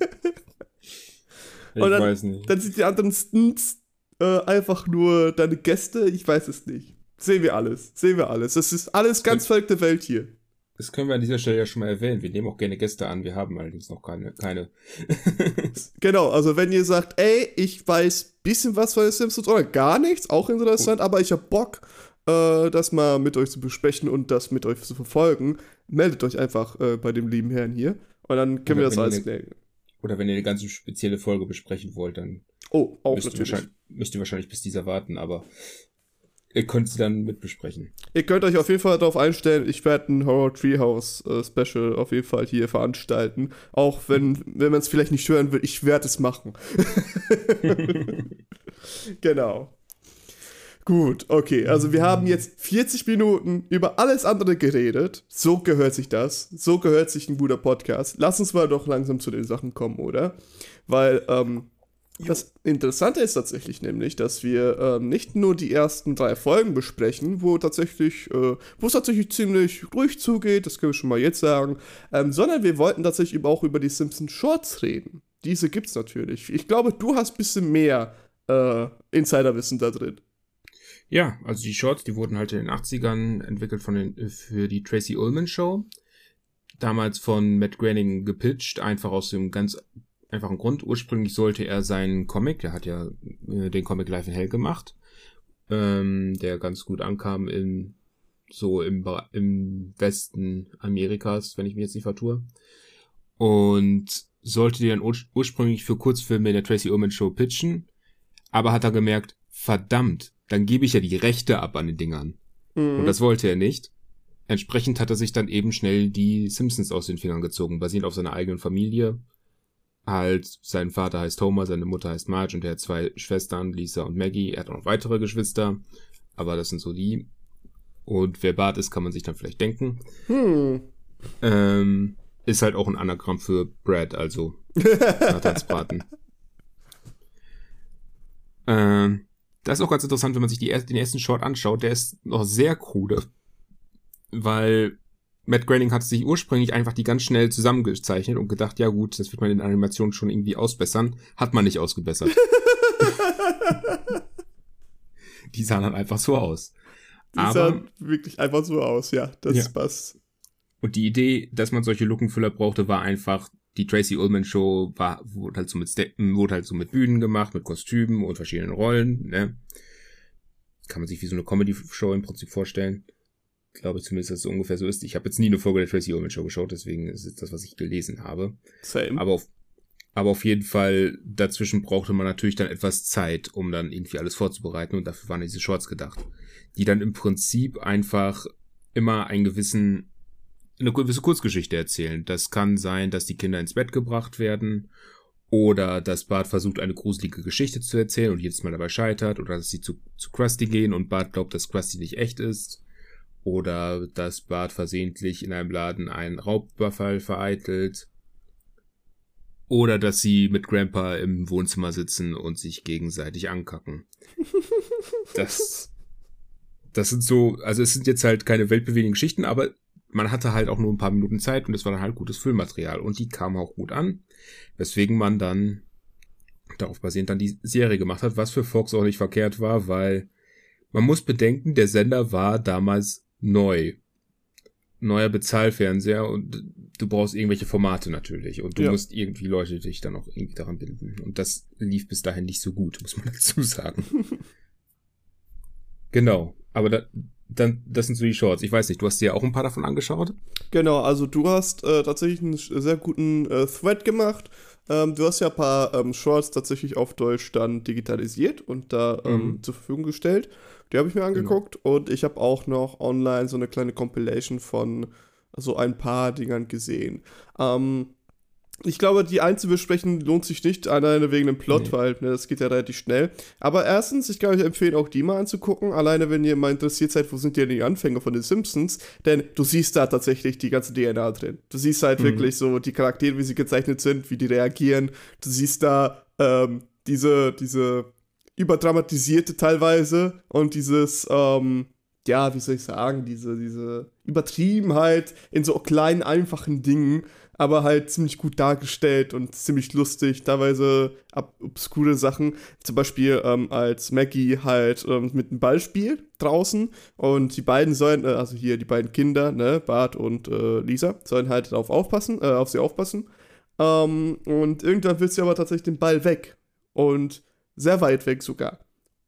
Ich Und dann, weiß nicht. dann sind die anderen Stunts äh, einfach nur deine Gäste, ich weiß es nicht. Sehen wir alles, sehen wir alles. Das ist alles ganz verrückte Welt hier. Das können wir an dieser Stelle ja schon mal erwähnen. Wir nehmen auch gerne Gäste an, wir haben allerdings noch keine. keine. Genau, also wenn ihr sagt, ey, ich weiß ein bisschen was von den Simpsons oder gar nichts, auch interessant, oh. aber ich hab Bock, äh, das mal mit euch zu besprechen und das mit euch zu verfolgen, meldet euch einfach äh, bei dem lieben Herrn hier und dann können oder wir das alles klären. Oder wenn ihr eine ganz spezielle Folge besprechen wollt, dann oh, auch müsst, ihr wahrscheinlich, müsst ihr wahrscheinlich bis dieser warten, aber ihr könnt sie dann mit besprechen. Ihr könnt euch auf jeden Fall darauf einstellen, ich werde ein Horror Treehouse äh, Special auf jeden Fall hier veranstalten. Auch wenn, wenn man es vielleicht nicht hören will, ich werde es machen. Genau. Gut, okay. Also wir haben jetzt vierzig Minuten über alles andere geredet. So gehört sich das. So gehört sich ein guter Podcast. Lass uns mal doch langsam zu den Sachen kommen, oder? Weil, ähm, das Interessante ist tatsächlich nämlich, dass wir ähm, nicht nur die ersten drei Folgen besprechen, wo tatsächlich, äh, wo es tatsächlich ziemlich ruhig zugeht, das können wir schon mal jetzt sagen, ähm, sondern wir wollten tatsächlich auch über die Simpsons Shorts reden. Diese gibt's natürlich. Ich glaube, du hast ein bisschen mehr äh, Insiderwissen da drin. Ja, also die Shorts, die wurden halt in den achtzigern entwickelt von den, für die Tracy Ullman Show. Damals von Matt Groening gepitcht, einfach aus dem ganz einfachen Grund. Ursprünglich sollte er seinen Comic, der hat ja äh, den Comic Live in Hell gemacht, ähm, der ganz gut ankam in so im, im Westen Amerikas, wenn ich mich jetzt nicht vertue. Und sollte den dann ur- ursprünglich für Kurzfilme in der Tracy Ullman Show pitchen, aber hat er gemerkt, verdammt, dann gebe ich ja die Rechte ab an den Dingern. Mhm. Und das wollte er nicht. Entsprechend hat er sich dann eben schnell die Simpsons aus den Fingern gezogen, basierend auf seiner eigenen Familie. Halt, sein Vater heißt Homer, seine Mutter heißt Marge und er hat zwei Schwestern, Lisa und Maggie. Er hat auch noch weitere Geschwister, aber das sind so die. Und wer Bart ist, kann man sich dann vielleicht denken. Hm. Ähm, ist halt auch ein Anagramm für Brad, also Nathans Braten. Ähm, das ist auch ganz interessant, wenn man sich die er- den ersten Short anschaut. Der ist noch sehr krude, weil Matt Groening hat sich ursprünglich einfach die ganz schnell zusammengezeichnet und gedacht, ja gut, das wird man in der Animation schon irgendwie ausbessern. Hat man nicht ausgebessert. Die sahen dann einfach so aus. Die Aber, sahen wirklich einfach so aus, ja, das ja. passt. Und die Idee, dass man solche Lückenfüller brauchte, war einfach, die Tracy Ullman Show war, wurde halt so mit Steppen, wurde halt so mit Bühnen gemacht, mit Kostümen und verschiedenen Rollen, ne? Kann man sich wie so eine Comedy-Show im Prinzip vorstellen. Glaube ich zumindest, dass es ungefähr so ist. Ich habe jetzt nie eine Folge der Tracy Ullman Show geschaut, deswegen ist es das, was ich gelesen habe. Same. Aber auf, aber auf jeden Fall, dazwischen brauchte man natürlich dann etwas Zeit, um dann irgendwie alles vorzubereiten und dafür waren diese Shorts gedacht. Die dann im Prinzip einfach immer einen gewissen, eine gewisse Kurzgeschichte erzählen. Das kann sein, dass die Kinder ins Bett gebracht werden oder dass Bart versucht, eine gruselige Geschichte zu erzählen und jedes Mal dabei scheitert oder dass sie zu, zu Krusty gehen und Bart glaubt, dass Krusty nicht echt ist. Oder dass Bart versehentlich in einem Laden einen Raubüberfall vereitelt. Oder dass sie mit Grandpa im Wohnzimmer sitzen und sich gegenseitig ankacken. Das, das sind so, also es sind jetzt halt keine weltbewegenden Geschichten, aber man hatte halt auch nur ein paar Minuten Zeit und es war dann halt gutes Füllmaterial. Und die kamen auch gut an, weswegen man dann darauf basierend dann die Serie gemacht hat, was für Fox auch nicht verkehrt war, weil man muss bedenken, der Sender war damals neu. Neuer Bezahlfernseher und du brauchst irgendwelche Formate natürlich und du ja. musst irgendwie Leute dich dann auch irgendwie daran binden. Und das lief bis dahin nicht so gut, muss man dazu sagen. Genau, aber da, dann, das sind so die Shorts. Ich weiß nicht, du hast dir ja auch ein paar davon angeschaut? Genau, also du hast äh, tatsächlich einen sehr guten äh, Thread gemacht. Ähm, du hast ja ein paar ähm, Shorts tatsächlich auf Deutsch dann digitalisiert und da ähm, mhm. zur Verfügung gestellt. Die habe ich mir angeguckt genau. Und ich habe auch noch online so eine kleine Compilation von so ein paar Dingern gesehen. Ähm, ich glaube, die einzubesprechen lohnt sich nicht, alleine wegen dem Plot, nee. weil ne, das geht ja relativ schnell. Aber erstens, ich kann euch empfehlen, auch die mal anzugucken, alleine wenn ihr mal interessiert seid, wo sind denn die Anfänge von den Simpsons, denn du siehst da tatsächlich die ganze D N A drin. Du siehst halt mhm. wirklich so die Charaktere, wie sie gezeichnet sind, wie die reagieren. Du siehst da ähm, diese, diese überdramatisierte teilweise und dieses, ähm, ja, wie soll ich sagen, diese, diese Übertriebenheit in so kleinen, einfachen Dingen, aber halt ziemlich gut dargestellt und ziemlich lustig, teilweise ab obskure Sachen. Zum Beispiel, ähm, als Maggie halt ähm, mit dem Ball spielt draußen und die beiden sollen, äh, also hier die beiden Kinder, ne, Bart und äh, Lisa, sollen halt darauf aufpassen, äh, auf sie aufpassen. Ähm, und irgendwann will sie aber tatsächlich den Ball weg. Und sehr weit weg sogar.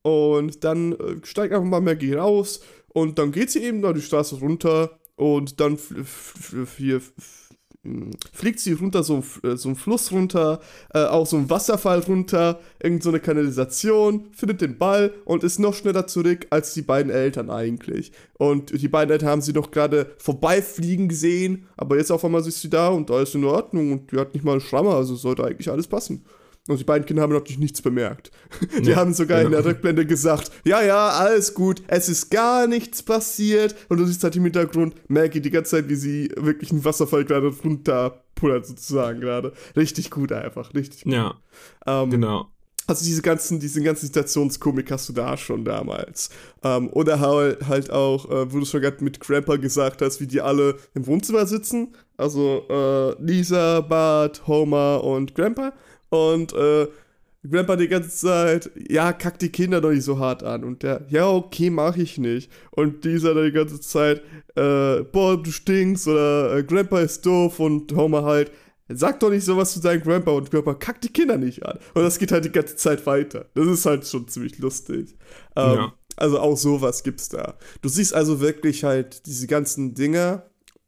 Und dann äh, steigt einfach mal Maggie raus und dann geht sie eben da die Straße runter und dann f- f- f- hier f- f- fliegt sie runter, so, äh, so einen Fluss runter, äh, auch so einen Wasserfall runter, irgend so eine Kanalisation, findet den Ball und ist noch schneller zurück als die beiden Eltern eigentlich. Und die beiden Eltern haben sie noch gerade vorbeifliegen gesehen, aber jetzt auf einmal ist sie da und da ist in Ordnung und die hat nicht mal einen Schrammer, also sollte eigentlich alles passen. Und die beiden Kinder haben natürlich nichts bemerkt. Die ja, haben sogar genau. in der Rückblende gesagt, ja, ja, alles gut, es ist gar nichts passiert. Und du siehst halt im Hintergrund Maggie die ganze Zeit, wie sie wirklich einen Wasserfall gerade runterpullert sozusagen gerade. Richtig gut einfach, richtig gut. Ja, ähm, genau. Also diese ganzen, diesen ganzen Situationskomik hast du da schon damals. Ähm, oder halt, halt auch, äh, wo du schon gerade mit Grandpa gesagt hast, wie die alle im Wohnzimmer sitzen. Also äh, Lisa, Bart, Homer und Grandpa. Und äh, Grandpa die ganze Zeit, ja, kack die Kinder doch nicht so hart an. Und der, ja, okay, mach ich nicht. Und dieser dann die ganze Zeit, äh, boah, du stinkst oder äh, Grandpa ist doof und Homer halt, sag doch nicht sowas zu deinem Grandpa und Grandpa kack die Kinder nicht an. Und das geht halt die ganze Zeit weiter. Das ist halt schon ziemlich lustig. Ähm, ja. Also auch sowas gibt's da. Du siehst also wirklich halt diese ganzen Dinger,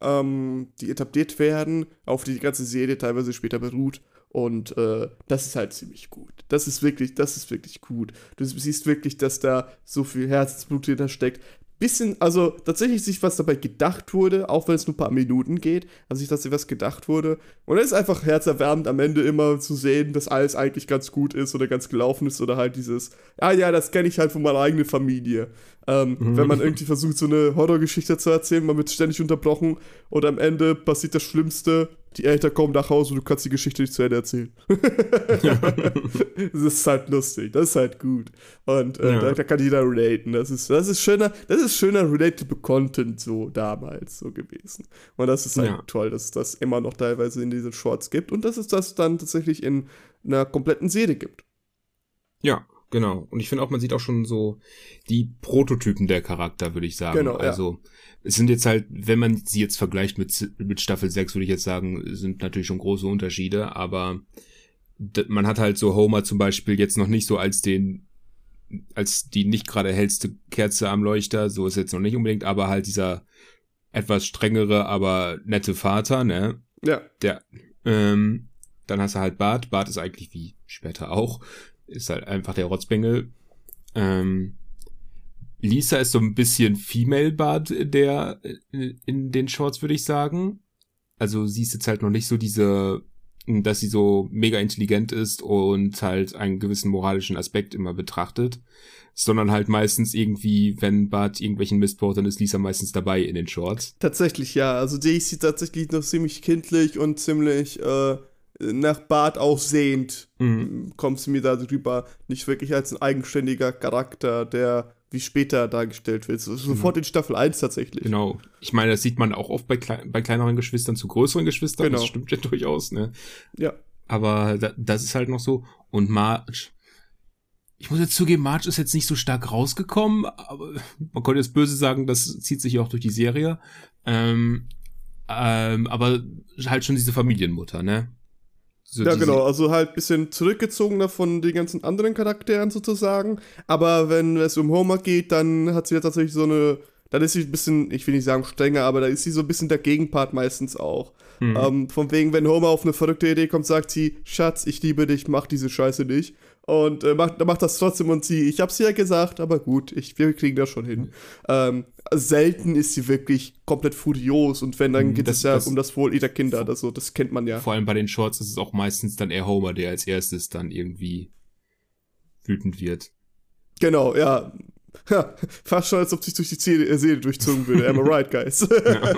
ähm, die etabliert werden, auf die die ganze Serie teilweise später beruht. Und äh, das ist halt ziemlich gut. Das ist wirklich, das ist wirklich gut. Du siehst wirklich, dass da so viel Herzblut hinter steckt. Bisschen, also tatsächlich sich was dabei gedacht wurde, auch wenn es nur ein paar Minuten geht, also sich tatsächlich was gedacht wurde. Und es ist einfach herzerwärmend am Ende immer zu sehen, dass alles eigentlich ganz gut ist oder ganz gelaufen ist oder halt dieses, ah ja, das kenne ich halt von meiner eigenen Familie. Ähm, mhm. Wenn man irgendwie versucht, so eine Horrorgeschichte zu erzählen, man wird ständig unterbrochen und am Ende passiert das Schlimmste, die Eltern kommen nach Hause und du kannst die Geschichte nicht zu Ende erzählen. Das ist halt lustig, das ist halt gut. Und äh, ja. da, da kann jeder relaten. Das ist, das ist schöner, das ist schöner relatable Content so damals so gewesen. Und das ist halt ja. toll, dass es das immer noch teilweise in diesen Shorts gibt und dass es das dann tatsächlich in einer kompletten Serie gibt. Ja, genau. Und ich finde auch, man sieht auch schon so die Prototypen der Charakter, würde ich sagen. Genau, also ja. es sind jetzt halt, wenn man sie jetzt vergleicht mit, mit Staffel sechs, würde ich jetzt sagen, sind natürlich schon große Unterschiede, aber d- man hat halt so Homer zum Beispiel jetzt noch nicht so als den, als die nicht gerade hellste Kerze am Leuchter, so ist jetzt noch nicht unbedingt, aber halt dieser etwas strengere, aber nette Vater, ne? Ja. Der, ähm, dann hast du halt Bart. Bart ist eigentlich wie später auch, ist halt einfach der Rotzbengel. Ähm, Lisa ist so ein bisschen Female-Bart der in den Shorts, würde ich sagen. Also sie ist jetzt halt noch nicht so diese, dass sie so mega intelligent ist und halt einen gewissen moralischen Aspekt immer betrachtet, sondern halt meistens irgendwie, wenn Bart irgendwelchen Mist baut, dann ist Lisa meistens dabei in den Shorts. Tatsächlich, ja. Also die ist tatsächlich noch ziemlich kindlich und ziemlich äh, nach Bart aussehend. Mhm. Kommt sie mir da drüber. Nicht wirklich als ein eigenständiger Charakter, der wie später dargestellt wird. So, sofort mhm. in Staffel eins tatsächlich. Genau. Ich meine, das sieht man auch oft bei, klei- bei kleineren Geschwistern zu größeren Geschwistern. Genau. Das stimmt ja durchaus, ne? Ja. Aber da, das ist halt noch so. Und Marge, ich muss jetzt zugeben, Marge ist jetzt nicht so stark rausgekommen, aber man könnte jetzt böse sagen, das zieht sich ja auch durch die Serie. Ähm, ähm, aber halt schon diese Familienmutter, ne? So ja, diese, genau, also halt ein bisschen zurückgezogener von den ganzen anderen Charakteren sozusagen. Aber wenn es um Homer geht, dann hat sie ja tatsächlich so eine, dann ist sie ein bisschen, ich will nicht sagen strenger, aber da ist sie so ein bisschen der Gegenpart meistens auch. Mhm. Ähm, von wegen, wenn Homer auf eine verrückte Idee kommt, sagt sie, Schatz, ich liebe dich, mach diese Scheiße nicht. Und äh, macht, macht das trotzdem und sie, ich hab's ja gesagt, aber gut, ich, wir kriegen das schon hin. Mhm. Ähm, selten ist sie wirklich komplett furios und wenn, dann geht das, es ja das, um das Wohl ihrer Kinder, das, so, das kennt man ja. Vor allem bei den Shorts ist es auch meistens dann eher Homer, der als erstes dann irgendwie wütend wird. Genau, ja. Ha, fast schon, als ob sich durch die Seele durchzogen würde. Am I right, guys? Ja.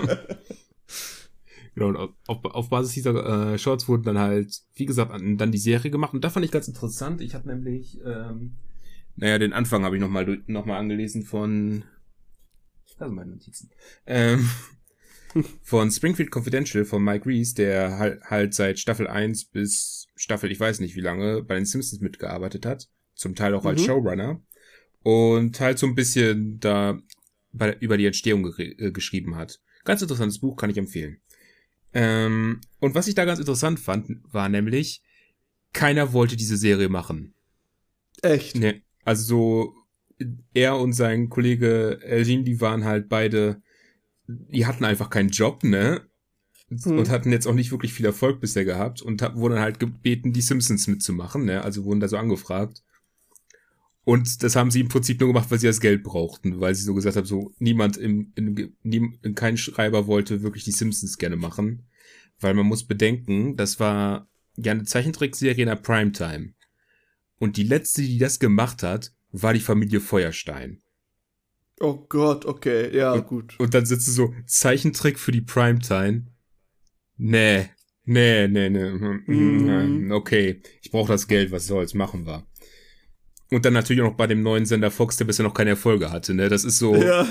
Genau, und auf, auf Basis dieser äh, Shorts wurden dann halt, wie gesagt, dann die Serie gemacht. Und da fand ich ganz interessant. Ich habe nämlich, ähm, naja, den Anfang habe ich nochmal noch mal angelesen von Das sind meine Notizen. Ähm, von Springfield Confidential von Mike Reiss, der halt, halt seit Staffel eins bis Staffel, ich weiß nicht wie lange, bei den Simpsons mitgearbeitet hat. Zum Teil auch als Mhm. Showrunner. Und halt so ein bisschen da bei, über die Entstehung ge- äh, geschrieben hat. Ganz interessantes Buch, kann ich empfehlen. Ähm, und was ich da ganz interessant fand, war nämlich, keiner wollte diese Serie machen. Echt? Ne, also so, er und sein Kollege Elgin, die waren halt beide, die hatten einfach keinen Job, ne? Hm. Und hatten jetzt auch nicht wirklich viel Erfolg bisher gehabt und hab, wurden halt gebeten, die Simpsons mitzumachen, ne? Also wurden da so angefragt. Und das haben sie im Prinzip nur gemacht, weil sie das Geld brauchten, weil sie so gesagt haben, so niemand im, in, in, in kein Schreiber wollte wirklich die Simpsons gerne machen. Weil man muss bedenken, das war ja eine Zeichentrickserie in der Primetime. Und die letzte, die das gemacht hat, war die Familie Feuerstein. Oh Gott, okay, ja, und, gut. Und dann sitzt du so, Zeichentrick für die Primetime? Nee, nee, nee, nee. Mhm. Okay, ich brauche das Geld, was soll's, machen wir. Und dann natürlich auch noch bei dem neuen Sender Fox, der bisher noch keine Erfolge hatte, ne? Das ist so... Ja.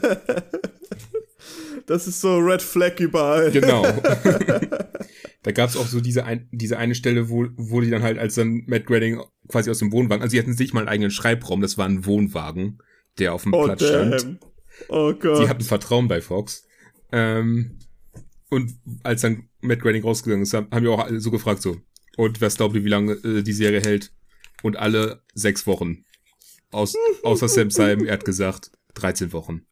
Das ist so Red Flag überall. Genau. Da gab's auch so diese, ein, diese eine Stelle, wo, wo die dann halt, als dann Matt Groening quasi aus dem Wohnwagen, also sie hatten sich mal einen eigenen Schreibraum, das war ein Wohnwagen, der auf dem Oh, Platz damn. stand. Oh Gott. Sie hatten Vertrauen bei Fox. Ähm, und als dann Matt Groening rausgegangen ist, haben wir auch alle so gefragt, so, und was glaubt ihr, wie lange äh, die Serie hält? Und alle sechs Wochen. Aus, außer Sam Simon, er hat gesagt, dreizehn Wochen.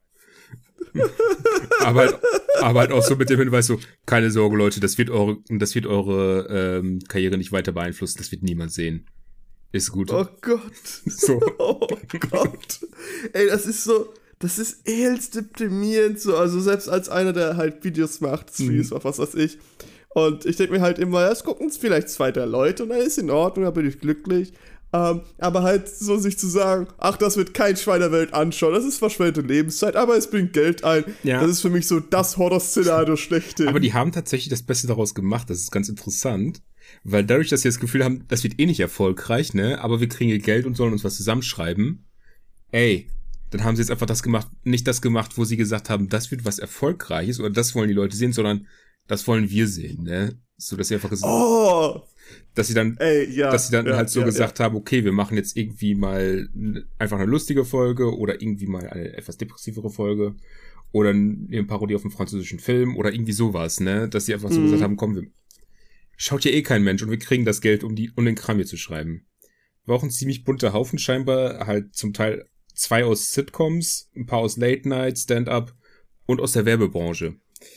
aber, halt, aber halt auch so mit dem Hinweis so, keine Sorge, Leute, das wird eure, das wird eure ähm, Karriere nicht weiter beeinflussen, das wird niemand sehen. Ist gut. Oh Gott. So. Oh Gott. Ey, das ist so, das ist ehrlich deprimierend so, also selbst als einer, der halt Videos macht, Streams, mhm. was weiß ich. Und ich denke mir halt immer, ja, es gucken es vielleicht zwei, drei Leute und dann ist in Ordnung, dann bin ich glücklich. Um, aber halt so sich zu sagen, ach, das wird kein Schwein der Welt anschauen, das ist verschwendete Lebenszeit, aber es bringt Geld ein. Ja. Das ist für mich so das Horror-Szenario schlechthin. Aber die haben tatsächlich das Beste daraus gemacht, das ist ganz interessant, weil dadurch, dass sie das Gefühl haben, das wird eh nicht erfolgreich, ne, aber wir kriegen hier Geld und sollen uns was zusammenschreiben, ey, dann haben sie jetzt einfach das gemacht, nicht das gemacht, wo sie gesagt haben, das wird was Erfolgreiches oder das wollen die Leute sehen, sondern das wollen wir sehen, ne, so dass sie einfach gesagt oh! dass sie dann, Ey, ja, dass sie dann ja, halt so ja, gesagt ja. haben, okay, wir machen jetzt irgendwie mal einfach eine lustige Folge oder irgendwie mal eine etwas depressivere Folge oder eine Parodie auf einen französischen Film oder irgendwie sowas, ne, dass sie einfach so mhm. gesagt haben, komm, wir, schaut ja eh kein Mensch und wir kriegen das Geld, um die, um den Kram hier zu schreiben. War auch ein ziemlich bunter Haufen scheinbar, halt zum Teil zwei aus Sitcoms, ein paar aus Late Night, Stand-Up und aus der Werbebranche.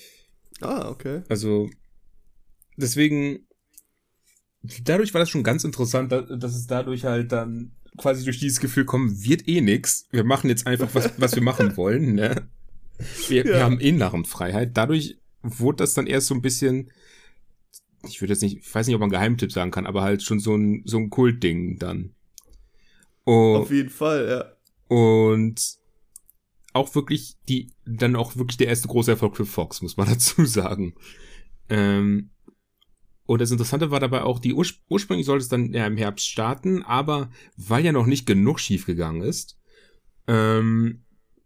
Ah, okay. Also, deswegen, dadurch war das schon ganz interessant, dass es dadurch halt dann quasi durch dieses Gefühl kommen, wird eh nix. Wir machen jetzt einfach, was, was wir machen wollen, ne? Wir, ja. wir haben eh Narrenfreiheit. Dadurch wurde das dann erst so ein bisschen, ich würde jetzt nicht, ich weiß nicht, ob man Geheimtipp sagen kann, aber halt schon so ein, so ein Kultding dann. Und, auf jeden Fall, ja. Und auch wirklich die, dann auch wirklich der erste große Erfolg für Fox, muss man dazu sagen. Ähm, Und das Interessante war dabei auch, die Urspr- ursprünglich sollte es dann ja im Herbst starten, aber weil ja noch nicht genug schiefgegangen ist, ähm,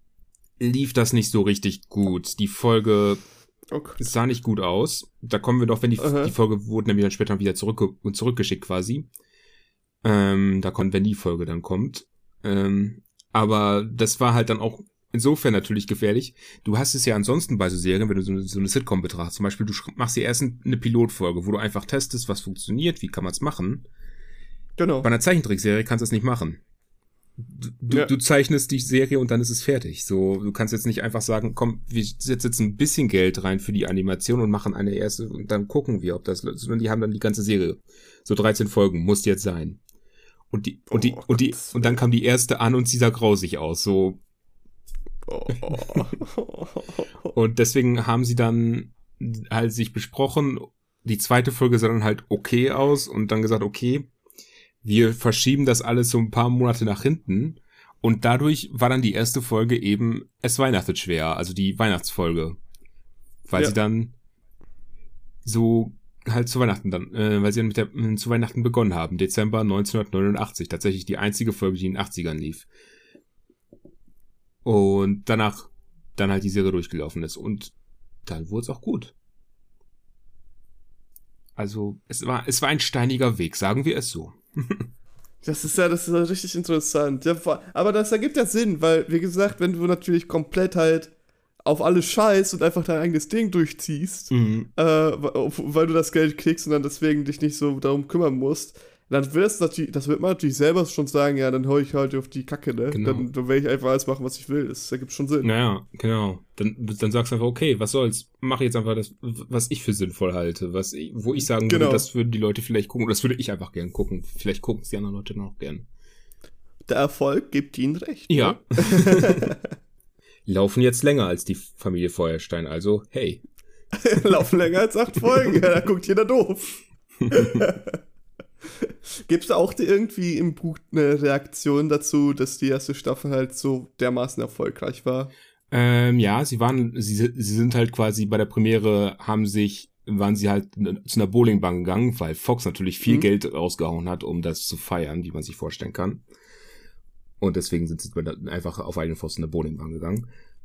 lief das nicht so richtig gut. Die Folge okay. sah nicht gut aus. Da kommen wir doch, wenn die, uh-huh. die Folge wurde nämlich dann später wieder zurück, zurückgeschickt quasi. Ähm, da kommt, wenn die Folge dann kommt. Ähm, aber das war halt dann auch insofern natürlich gefährlich. Du hast es ja ansonsten bei so Serien, wenn du so eine, so eine Sitcom betrachtest, zum Beispiel, du machst dir erst eine Pilotfolge, wo du einfach testest, was funktioniert, wie kann man es machen. Genau. Bei einer Zeichentrickserie kannst du es nicht machen. Du, ja. du zeichnest die Serie und dann ist es fertig. So, du kannst jetzt nicht einfach sagen, komm, wir setzen jetzt ein bisschen Geld rein für die Animation und machen eine erste und dann gucken wir, ob das, sondern die haben dann die ganze Serie. So dreizehn Folgen, muss jetzt sein. Und die, und die, oh, und die, und dann kam die erste an und sie sah grausig aus, so. Und deswegen haben sie dann halt sich besprochen, die zweite Folge sah dann halt okay aus und dann gesagt, okay, wir verschieben das alles so ein paar Monate nach hinten und dadurch war dann die erste Folge eben Es weihnachtet schwer, also die Weihnachtsfolge, weil ja. sie dann so halt zu Weihnachten dann, äh, weil sie dann mit der, äh, zu Weihnachten begonnen haben, Dezember neunzehnhundertneunundachtzig, tatsächlich die einzige Folge, die in den achtzigern lief. Und danach, dann halt die Serie durchgelaufen ist. Und dann wurde es auch gut. Also, es war, es war ein steiniger Weg, sagen wir es so. Das ist ja, das ist ja richtig interessant. Ja, aber das ergibt ja Sinn, weil, wie gesagt, wenn du natürlich komplett halt auf alles scheißt und einfach dein eigenes Ding durchziehst, mhm. äh, weil du das Geld kriegst und dann deswegen dich nicht so darum kümmern musst, dann wird es natürlich, das wird man natürlich selber schon sagen, ja, dann hau ich halt auf die Kacke, ne? Genau. Dann, dann werde ich einfach alles machen, was ich will. Das ergibt schon Sinn. Naja, genau. Dann, dann sagst du einfach, okay, was soll's? Mach jetzt einfach das, was ich für sinnvoll halte, was ich, wo ich sagen genau. würde, das würden die Leute vielleicht gucken, oder das würde ich einfach gern gucken. Vielleicht gucken es die anderen Leute noch gern. Der Erfolg gibt ihnen recht. Ja. Ne? Laufen jetzt länger als die Familie Feuerstein, also hey. Laufen länger als acht Folgen, ja, da guckt jeder doof. Gibt es da auch irgendwie im Buch eine Reaktion dazu, dass die erste Staffel halt so dermaßen erfolgreich war? Ähm, ja, sie waren, sie, sie sind halt quasi bei der Premiere, haben sich, waren sie halt zu einer Bowlingbahn gegangen, weil Fox natürlich viel mhm. Geld rausgehauen hat, um das zu feiern, wie man sich vorstellen kann. Und deswegen sind sie einfach auf eigenen Pfosten in eine Bowlingbahn gegangen.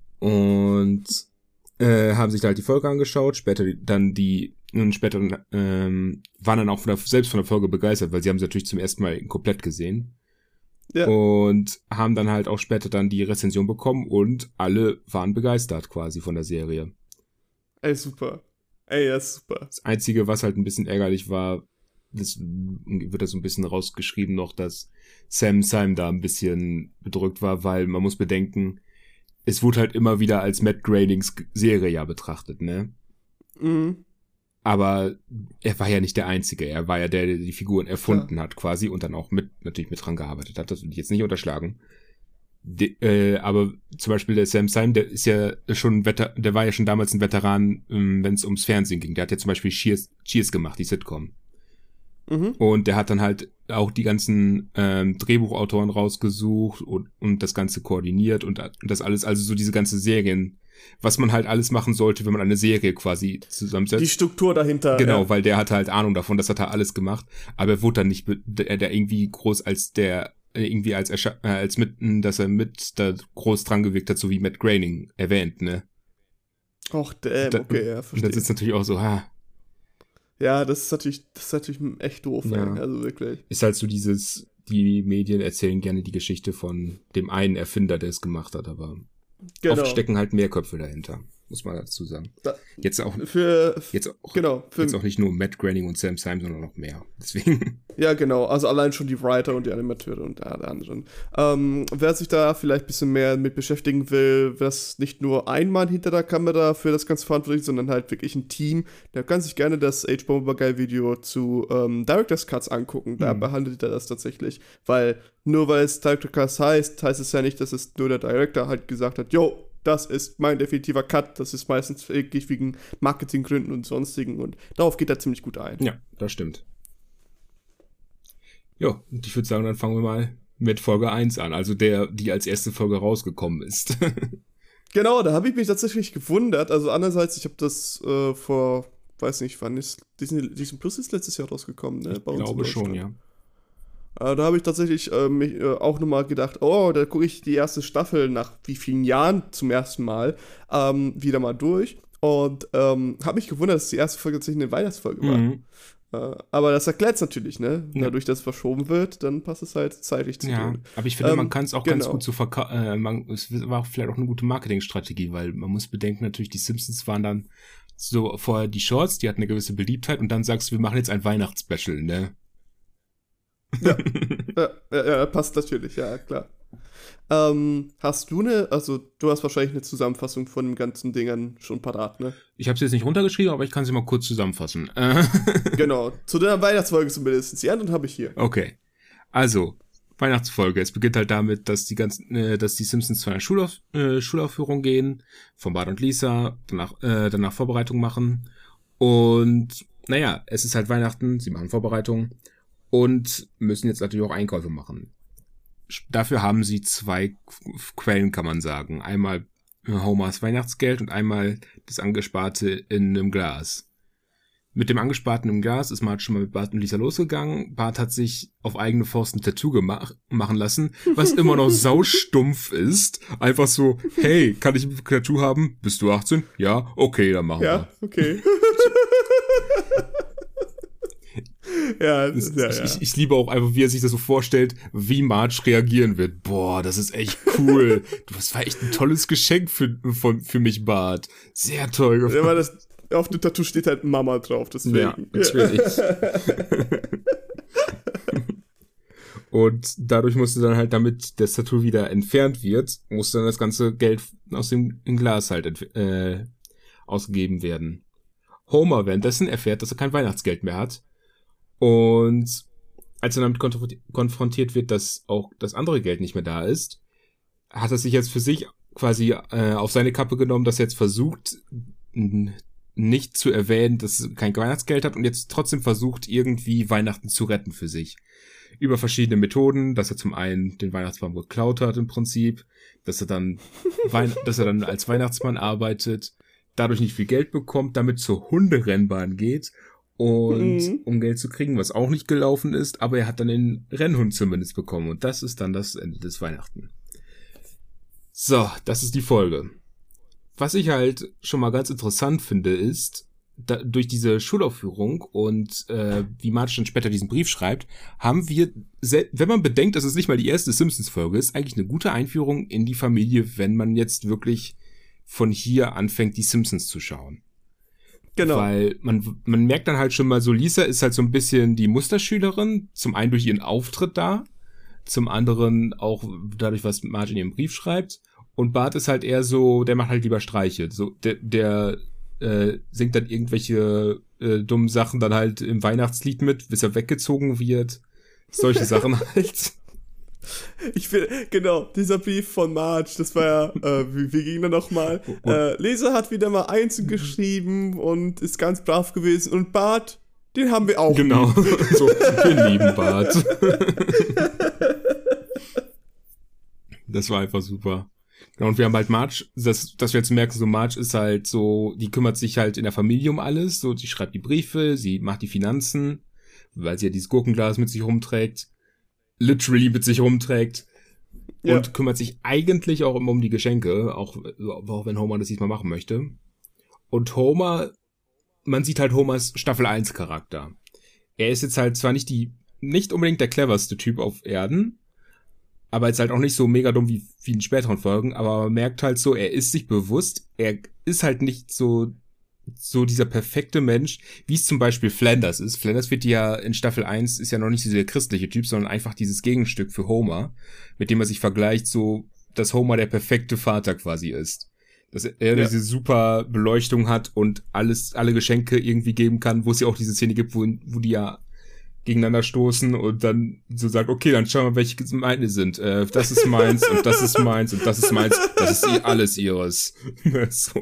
Und äh, haben sich da halt die Folge angeschaut, später dann die, und später ähm, waren dann auch von der, selbst von der Folge begeistert, weil sie haben sie natürlich zum ersten Mal komplett gesehen. Ja. Und haben dann halt auch später dann die Rezension bekommen und alle waren begeistert quasi von der Serie. Ey, super. Ey, ja, super. Das Einzige, was halt ein bisschen ärgerlich war, das wird da so ein bisschen rausgeschrieben noch, dass Sam Syme da ein bisschen bedrückt war, weil man muss bedenken, es wurde halt immer wieder als Matt Groenings Serie ja betrachtet, ne? Mhm. Aber er war ja nicht der Einzige, er war ja der, der die Figuren erfunden ja. hat quasi und dann auch mit natürlich mit dran gearbeitet hat, das will ich jetzt nicht unterschlagen. De, äh, aber zum Beispiel der Sam Syme, der ist ja schon, Veter- der war ja schon damals ein Veteran, ähm, wenn es ums Fernsehen ging. Der hat ja zum Beispiel Cheers, Cheers gemacht, die Sitcom. Mhm. Und der hat dann halt auch die ganzen ähm, Drehbuchautoren rausgesucht und, und das Ganze koordiniert und, und das alles, also so diese ganze Serien, was man halt alles machen sollte, wenn man eine Serie quasi zusammensetzt. Die Struktur dahinter. Genau, ja. weil der hatte halt Ahnung davon, das hat er alles gemacht, aber er wurde dann nicht, der, der irgendwie groß als der, irgendwie als, Erscha- äh, als mit, dass er mit da groß dran gewirkt hat, so wie Matt Groening erwähnt, ne? Och, damn, da, okay, ja, verstehe. Und das ist natürlich auch so, ha, ja, das ist natürlich, das ist natürlich echt doof, ja. ey. Also wirklich. Ist halt so dieses, die Medien erzählen gerne die Geschichte von dem einen Erfinder, der es gemacht hat, aber genau. Oft stecken halt mehr Köpfe dahinter, muss man dazu sagen. Da, jetzt auch für, jetzt auch, genau, für, jetzt auch nicht nur Matt Groening und Sam Syme, sondern noch mehr. Deswegen. Ja, genau. Also allein schon die Writer und die Animateure und alle anderen. Ähm, wer sich da vielleicht ein bisschen mehr mit beschäftigen will, was nicht nur ein Mann hinter der Kamera für das Ganze verantwortlich ist, sondern halt wirklich ein Team, der kann sich gerne das H-Bomber-Guy-Video zu ähm, Director's Cuts angucken. Da mhm. behandelt er das tatsächlich. Weil nur weil es Director's Cuts heißt, heißt es ja nicht, dass es nur der Director halt gesagt hat, yo, das ist mein definitiver Cut. Das ist meistens wirklich wegen Marketinggründen und sonstigen. Und darauf geht er ziemlich gut ein. Ja, das stimmt. Ja, und ich würde sagen, dann fangen wir mal mit Folge eins an, also der, die als erste Folge rausgekommen ist. Genau, da habe ich mich tatsächlich gewundert. Also andererseits, ich habe das äh, vor, weiß nicht, wann ist Disney, Disney Plus ist letztes Jahr rausgekommen, ne? Bei ich uns glaube schon, ja. Äh, da habe ich tatsächlich äh, mich äh, auch nochmal gedacht, oh, da gucke ich die erste Staffel nach wie vielen Jahren zum ersten Mal ähm, wieder mal durch. Und ähm, habe mich gewundert, dass die erste Folge tatsächlich eine Weihnachtsfolge war. Mhm. Aber das erklärt es natürlich, ne? Ja. Dadurch, dass es verschoben wird, dann passt es halt zeitlich zu ja, tun. Aber ich finde, ähm, man kann es auch genau. ganz gut so verkaufen. Äh, es war auch vielleicht auch eine gute Marketingstrategie, weil man muss bedenken, natürlich, die Simpsons waren dann so vorher die Shorts, die hatten eine gewisse Beliebtheit und dann sagst du, wir machen jetzt ein Weihnachtsspecial, ne? Ja, ja, ja, ja, passt natürlich, ja, klar. Ähm, hast du eine, also du hast wahrscheinlich eine Zusammenfassung von den ganzen Dingern schon parat, ne? Ich habe sie jetzt nicht runtergeschrieben, aber ich kann sie mal kurz zusammenfassen. Genau, zu der Weihnachtsfolge zumindest. Die anderen habe ich hier. Okay, also Weihnachtsfolge. Es beginnt halt damit, dass die ganzen, äh, dass die Simpsons zu einer Schulauf, äh, Schulaufführung gehen, von Bart und Lisa, danach, äh, danach Vorbereitung machen und naja, es ist halt Weihnachten, sie machen Vorbereitung und müssen jetzt natürlich auch Einkäufe machen. Dafür haben sie zwei Quellen, kann man sagen. Einmal Homers Weihnachtsgeld und einmal das Angesparte in einem Glas. mit dem Angesparten im Glas ist Marge schon mal mit Bart und Lisa losgegangen. Bart hat sich auf eigene Faust ein Tattoo gemach- machen lassen, was immer noch saustumpf ist. Einfach so, hey, kann ich ein Tattoo haben? Bist du achtzehn? Ja, okay, dann machen ja, wir. Okay. ja, das, ja, ich, ja. Ich, ich liebe auch einfach, wie er sich das so vorstellt, wie Marge reagieren wird. Boah, das ist echt cool. Das war echt ein tolles Geschenk für, für, für mich, Bart. Sehr toll gemacht. Ja, weil das auf dem Tattoo steht halt Mama drauf, deswegen. Ja, natürlich. Und dadurch musste dann halt, damit das Tattoo wieder entfernt wird, musste dann das ganze Geld aus dem im Glas halt entf- äh, ausgegeben werden. Homer währenddessen erfährt, dass er kein Weihnachtsgeld mehr hat. Und als er damit konf- konfrontiert wird, dass auch das andere Geld nicht mehr da ist, hat er sich jetzt für sich quasi äh, auf seine Kappe genommen, dass er jetzt versucht, n- nicht zu erwähnen, dass er kein Weihnachtsgeld hat und jetzt trotzdem versucht, irgendwie Weihnachten zu retten für sich. Über verschiedene Methoden, dass er zum einen den Weihnachtsbaum geklaut hat im Prinzip, dass er dann, Wein- dass er dann als Weihnachtsmann arbeitet, dadurch nicht viel Geld bekommt, damit zur Hunderennbahn geht und Mhm. um Geld zu kriegen, was auch nicht gelaufen ist, aber er hat dann den Rennhund zumindest bekommen und das ist dann das Ende des Weihnachten. So, das ist die Folge. Was ich halt schon mal ganz interessant finde, ist, da, durch diese Schulaufführung und äh, wie Marge dann später diesen Brief schreibt, haben wir, sel- wenn man bedenkt, dass es nicht mal die erste Simpsons-Folge ist, eigentlich eine gute Einführung in die Familie, wenn man jetzt wirklich von hier anfängt, die Simpsons zu schauen. Genau. Weil man, man merkt dann halt schon mal so, Lisa ist halt so ein bisschen die Musterschülerin, zum einen durch ihren Auftritt da, zum anderen auch dadurch, was Marge in ihrem Brief schreibt. Und Bart ist halt eher so, der macht halt lieber Streiche. So, der, der äh, singt dann irgendwelche äh, dummen Sachen dann halt im Weihnachtslied mit, bis er weggezogen wird. Solche Sachen halt. Ich will, genau, dieser Brief von Marge, das war ja, äh, wie, wie ging der nochmal? Äh, Lisa hat wieder mal einzeln geschrieben und ist ganz brav gewesen und Bart, den haben wir auch. Genau, so, wir lieben Bart. Das war einfach super. Ja, und wir haben halt Marge, das, dass wir jetzt merken, so Marge ist halt so, die kümmert sich halt in der Familie um alles, so, sie schreibt die Briefe, sie macht die Finanzen, weil sie ja dieses Gurkenglas mit sich rumträgt, literally mit sich rumträgt, Ja. und kümmert sich eigentlich auch immer um die Geschenke, auch, auch wenn Homer das diesmal machen möchte. Und Homer, man sieht halt Homers Staffel eins Charakter. Er ist jetzt halt zwar nicht die, nicht unbedingt der cleverste Typ auf Erden, aber jetzt halt auch nicht so mega dumm wie, wie in späteren Folgen, aber man merkt halt so, er ist sich bewusst, er ist halt nicht so, so dieser perfekte Mensch, wie es zum Beispiel Flanders ist. Flanders wird ja in Staffel eins, ist ja noch nicht so der christliche Typ, sondern einfach dieses Gegenstück für Homer, mit dem er sich vergleicht, so, dass Homer der perfekte Vater quasi ist. Dass er Ja. diese super Beleuchtung hat und alles, alle Geschenke irgendwie geben kann, wo es ja auch diese Szene gibt, wo, wo die ja gegeneinander stoßen und dann so sagt, okay, dann schauen wir, welche meine sind. Äh, das ist meins und das ist meins und das ist meins. Das ist eh alles ihres. So.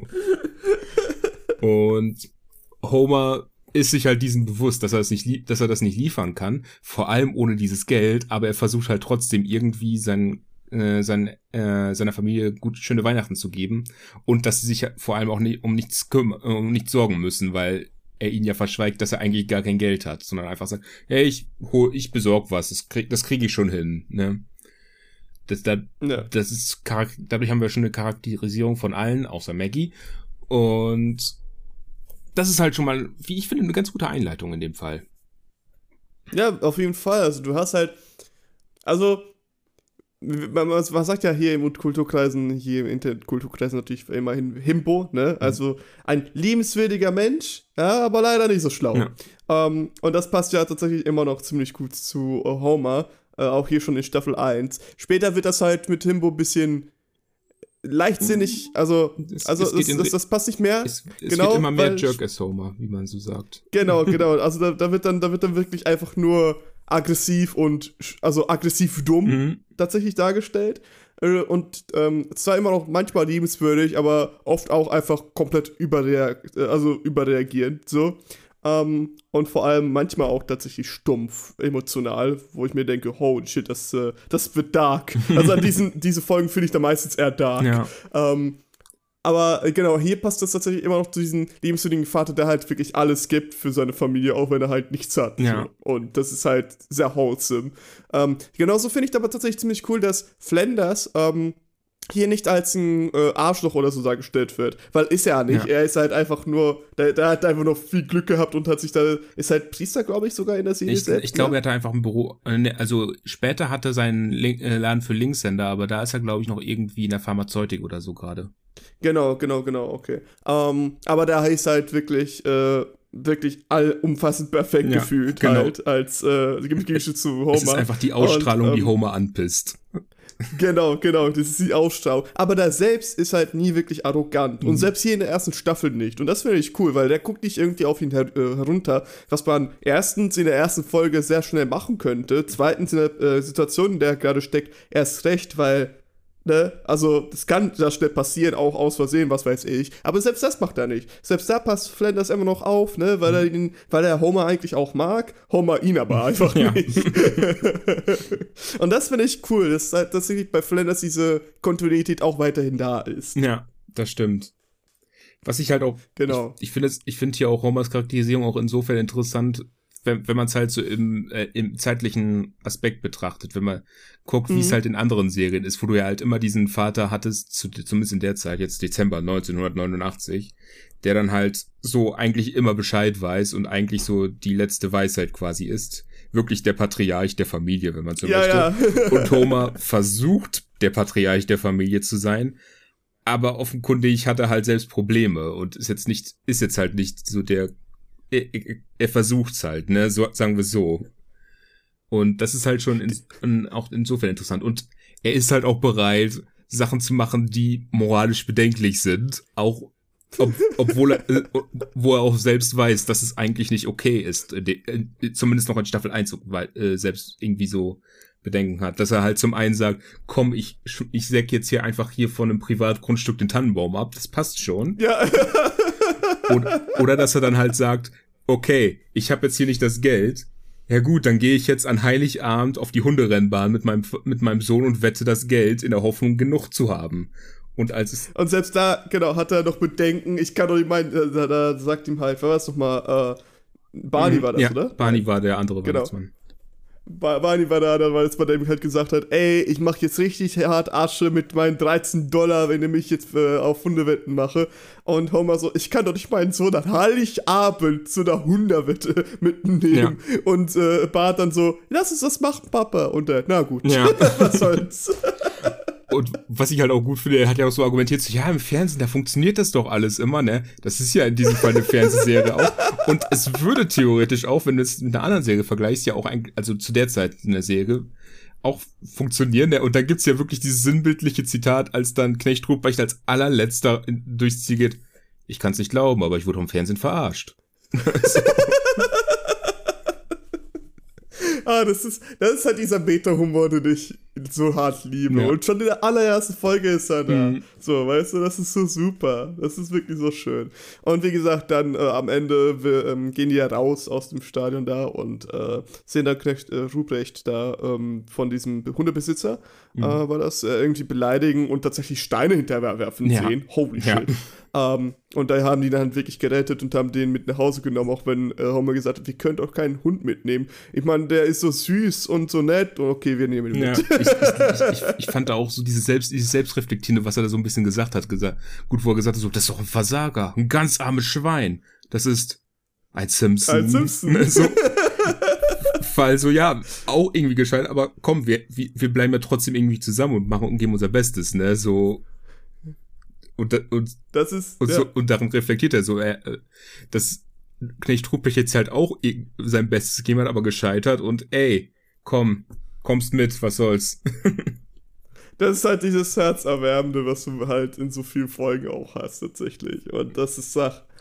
Und Homer ist sich halt diesen bewusst, dass er das nicht, lie- dass er das nicht liefern kann, vor allem ohne dieses Geld, aber er versucht halt trotzdem irgendwie sein, äh, sein, äh, seiner Familie gut schöne Weihnachten zu geben und dass sie sich vor allem auch nicht um nichts kümmern, um nichts sorgen müssen, weil er ihnen ja verschweigt, dass er eigentlich gar kein Geld hat, sondern einfach sagt, hey, ich hol, ich besorg was, das krieg, das kriege ich schon hin, ne? Das, da, Ja. das ist, charak- dadurch haben wir schon eine Charakterisierung von allen, außer Maggie. Und das ist halt schon mal, wie ich finde, eine ganz gute Einleitung in dem Fall. Ja, auf jeden Fall. Also du hast halt, also man, man man sagt ja hier im Kulturkreisen, hier im Internetkulturkreisen natürlich immerhin Himbo, ne? Also ein liebenswürdiger Mensch, ja, aber leider nicht so schlau. Ja. Ähm, und das passt ja tatsächlich immer noch ziemlich gut zu äh, Homer, äh, auch hier schon in Staffel eins. Später wird das halt mit Himbo ein bisschen leichtsinnig, also, Es- also es geht das, in das, Ri- das passt nicht mehr. Es, es Genau, wird immer mehr weil- Jerk as Homer, wie man so sagt. Genau, genau. Also da, da wird dann, da wird dann wirklich einfach nur aggressiv und sch- also aggressiv dumm Mhm. tatsächlich dargestellt. Äh, Und ähm, zwar immer noch manchmal liebenswürdig, aber oft auch einfach komplett überreag äh, also überreagierend. So. Ähm, und vor allem manchmal auch tatsächlich stumpf, emotional, wo ich mir denke, holy shit, das, äh, das wird dark. Also an diesen diese Folgen finde ich da meistens eher dark. Ja. Ähm, Aber äh, genau, hier passt das tatsächlich immer noch zu diesem liebenswürdigen Vater, der halt wirklich alles gibt für seine Familie, auch wenn er halt nichts hat. Ja. So. Und das ist halt sehr wholesome. Ähm, genauso finde ich aber tatsächlich ziemlich cool, dass Flanders ähm, hier nicht als ein äh, Arschloch oder so dargestellt wird. Weil ist er nicht. Ja. Er ist halt einfach nur, der, der hat einfach noch viel Glück gehabt und hat sich da, ist halt Priester, glaube ich, sogar in der Serie Ich, selbst. ich glaube, ne? er hatte einfach ein Büro, äh, ne, also später hatte er seinen Link, äh, Laden für Linkshänder, aber da ist er, glaube ich, noch irgendwie in der Pharmazeutik oder so gerade. Genau, genau, genau, okay. Ähm, aber da ist halt wirklich, äh, wirklich allumfassend perfekt Ja, gefühlt, genau. halt, als, äh, Gegenstück zu Homer. Es ist einfach die Ausstrahlung, Und, die ähm, Homer anpisst. Genau, genau, das ist die Ausstrahlung. Aber der selbst ist halt nie wirklich arrogant. Mhm. Und selbst hier in der ersten Staffel nicht. Und das finde ich cool, weil der guckt nicht irgendwie auf ihn her äh, herunter, was man erstens in der ersten Folge sehr schnell machen könnte. Zweitens in der äh, Situation, in der er gerade steckt, erst recht, weil, ne, also das kann da schnell passieren, auch aus Versehen, was weiß ich. Aber selbst das macht er nicht. Selbst da passt Flanders immer noch auf, ne, weil er ihn, weil er Homer eigentlich auch mag, Homer ihn aber einfach Ja. nicht. Und das finde ich cool, dass halt tatsächlich bei Flanders diese Kontinuität auch weiterhin da ist. Ja, das stimmt. Was ich halt auch, Genau. ich, ich finde es, ich finde hier auch Homers Charakterisierung auch insofern interessant, wenn, wenn man es halt so im, äh, im zeitlichen Aspekt betrachtet, wenn man guckt, wie es Mhm. halt in anderen Serien ist, wo du ja halt immer diesen Vater hattest, zu, zumindest in der Zeit, jetzt Dezember neunzehnhundertneunundachtzig, der dann halt so eigentlich immer Bescheid weiß und eigentlich so die letzte Weisheit quasi ist. Wirklich der Patriarch der Familie, wenn man so Ja, möchte. ja. Und Homer versucht, der Patriarch der Familie zu sein, aber offenkundig hat er halt selbst Probleme und ist jetzt nicht, ist jetzt halt nicht so der, er, er versucht's halt, ne, so, sagen wir es so. Und das ist halt schon in, in, auch insofern interessant. Und er ist halt auch bereit, Sachen zu machen, die moralisch bedenklich sind, auch ob, obwohl er, äh, wo er auch selbst weiß, dass es eigentlich nicht okay ist, äh, de, äh, zumindest noch in Staffel eins weil, äh, selbst irgendwie so Bedenken hat, dass er halt zum einen sagt, komm, ich ich säg jetzt hier einfach hier von einem Privatgrundstück den Tannenbaum ab, das passt schon. Ja. Oder, oder dass er dann halt sagt, okay, ich habe jetzt hier nicht das Geld, ja gut, dann gehe ich jetzt an Heiligabend auf die Hunderennbahn mit meinem mit meinem Sohn und wette das Geld in der Hoffnung, genug zu haben. Und als es Und selbst da, genau, hat er noch Bedenken. Ich kann doch nicht meinen, äh, da, da sagt ihm halt, wer war es nochmal, äh, Barney war das, ja, oder? Barney war der andere Genau. Weihnachtsmann. Ba- Barney war da, weil es bei dem halt gesagt hat, ey, ich mache jetzt richtig hart Asche mit meinen dreizehn Dollar, wenn ich mich jetzt äh, auf Hundewetten mache. Und Homer so, ich kann doch nicht meinen Sohn an Heiligabend zu einer Hundewette mitnehmen. Ja. Und äh, Bart dann so, lass uns das machen, Papa. Und er, na gut, Ja. was soll's. Und was ich halt auch gut finde, er hat ja auch so argumentiert, so, ja, im Fernsehen, da funktioniert das doch alles immer, ne? Das ist ja in diesem Fall eine Fernsehserie auch. Und es würde theoretisch auch, wenn du es mit einer anderen Serie vergleichst, ja auch, ein, also zu der Zeit in der Serie, auch funktionieren. Ne? Und da gibt's ja wirklich dieses sinnbildliche Zitat, als dann Knecht Ruprecht als allerletzter in, durchs Ziel geht, ich kann's nicht glauben, aber ich wurde vom Fernsehen verarscht. So. Ah, das ist, das ist halt dieser Beta-Humor, den ich so hart liebe. Ja. Und schon in der allerersten Folge ist er da. Mhm. So, weißt du, das ist so super. Das ist wirklich so schön. Und wie gesagt, dann äh, am Ende wir, ähm, gehen die ja raus aus dem Stadion da und äh, sehen dann Knecht äh, Ruprecht da ähm, von diesem Hundebesitzer, Mhm. äh, war das, äh, irgendwie beleidigen und tatsächlich Steine hinterwerfen Ja. sehen. Holy Ja. shit. Ähm, und da haben die dann wirklich gerettet und haben den mit nach Hause genommen, auch wenn äh, Homer gesagt hat, wir könnt auch keinen Hund mitnehmen. Ich meine, der ist so süß und so nett. Und okay, wir nehmen ihn Ja, mit. ich, ich, ich, ich fand da auch so dieses Selbst, dieses Selbstreflektierende, was er da so ein bisschen gesagt hat, gesagt, gut, wo er gesagt hat, so, das ist doch ein Versager, ein ganz armes Schwein. Das ist ein Simpson. Ein Simpson. So, Fall so, ja, auch irgendwie gescheit, aber komm, wir, wir wir bleiben ja trotzdem irgendwie zusammen und machen und geben unser Bestes, ne, so. Und, da- und, Das ist. und, ja. so, und darin reflektiert er so, er, äh, dass Knecht Ruprecht jetzt halt auch ir- sein Bestes gegeben hat, aber gescheitert und ey, komm, kommst mit, was soll's. Das ist halt dieses Herzerwärmende, was du halt in so vielen Folgen auch hast, tatsächlich. Und das ist Sach.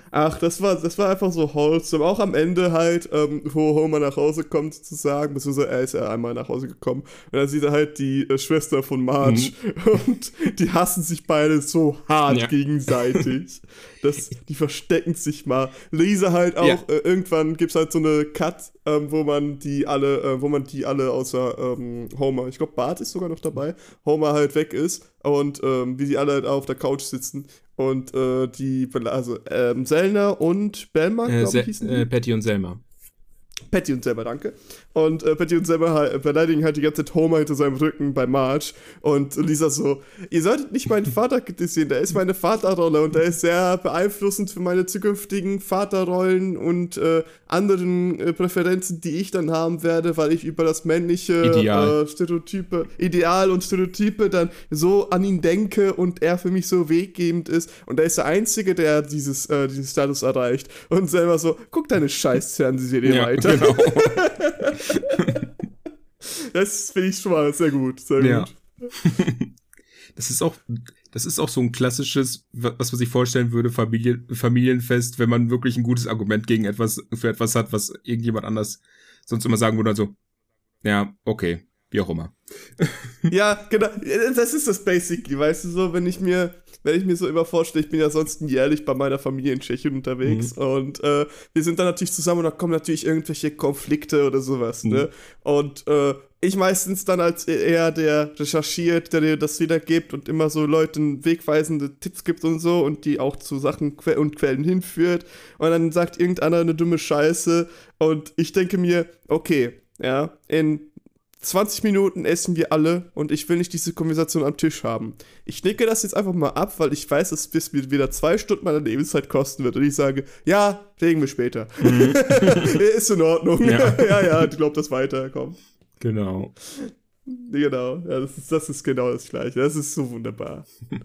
Ach, das war, das war einfach so wholesome. Auch am Ende halt, ähm, wo Homer nach Hause kommt, sozusagen, beziehungsweise er ist ja einmal nach Hause gekommen. Und dann sieht er halt die äh, Schwester von Marge mhm. und die hassen sich beide so hart ja. gegenseitig. Das, die verstecken sich mal. Lisa halt auch, ja. äh, irgendwann gibt's halt so eine Cut, ähm, wo man die alle, äh, wo man die alle außer ähm, Homer, ich glaube Bart ist sogar noch dabei, Homer halt weg ist und ähm, wie die alle halt auf der Couch sitzen und äh, die, also ähm, Selner und Belma, äh, glaube ich, hießen die. Äh, Patty und Selma. Patty und Selma, danke. Und äh, Patty und Selma halt, beleidigen halt die ganze Zeit Homer hinter seinem Rücken bei Marge. Und Lisa so, ihr solltet nicht meinen Vater kritisieren, der ist meine Vaterrolle und der ist sehr beeinflussend für meine zukünftigen Vaterrollen und äh, anderen äh, Präferenzen, die ich dann haben werde, weil ich über das männliche Ideal. Äh, Stereotype, Ideal und Stereotype dann so an ihn denke und er für mich so weggebend ist. Und er ist der Einzige, der dieses, äh, diesen Status erreicht. Und Selma so, guck deine scheiß Fernsehserie ja, weiter. Genau. Das finde ich schon mal sehr gut, sehr ja. gut. Das ist auch, das ist auch so ein klassisches, was man sich vorstellen würde, Familie, Familienfest, wenn man wirklich ein gutes Argument gegen etwas, für etwas hat, was irgendjemand anders sonst immer sagen würde, also, ja, okay, wie auch immer. Ja, genau, das ist das Basically, weißt du, so, wenn ich mir, wenn ich mir so immer vorstelle, ich bin ja sonst jährlich bei meiner Familie in Tschechien unterwegs mhm. und äh, wir sind dann natürlich zusammen und da kommen natürlich irgendwelche Konflikte oder sowas, mhm. ne, und äh, ich meistens dann als eher der recherchiert, der dir das wiedergibt und immer so Leuten wegweisende Tipps gibt und so und die auch zu Sachen und Quellen hinführt und dann sagt irgendeiner eine dumme Scheiße und ich denke mir, okay, ja, in zwanzig Minuten essen wir alle und ich will nicht diese Konversation am Tisch haben. Ich nicke das jetzt einfach mal ab, weil ich weiß, dass es mir wieder zwei Stunden meiner Lebenszeit kosten wird und ich sage, ja, reden wir später. Mhm. Ist in Ordnung. Ja, ja, ja, ich glaube, das weiterkommt. Genau. Genau, ja, das ist, das ist genau das Gleiche. Das ist so wunderbar.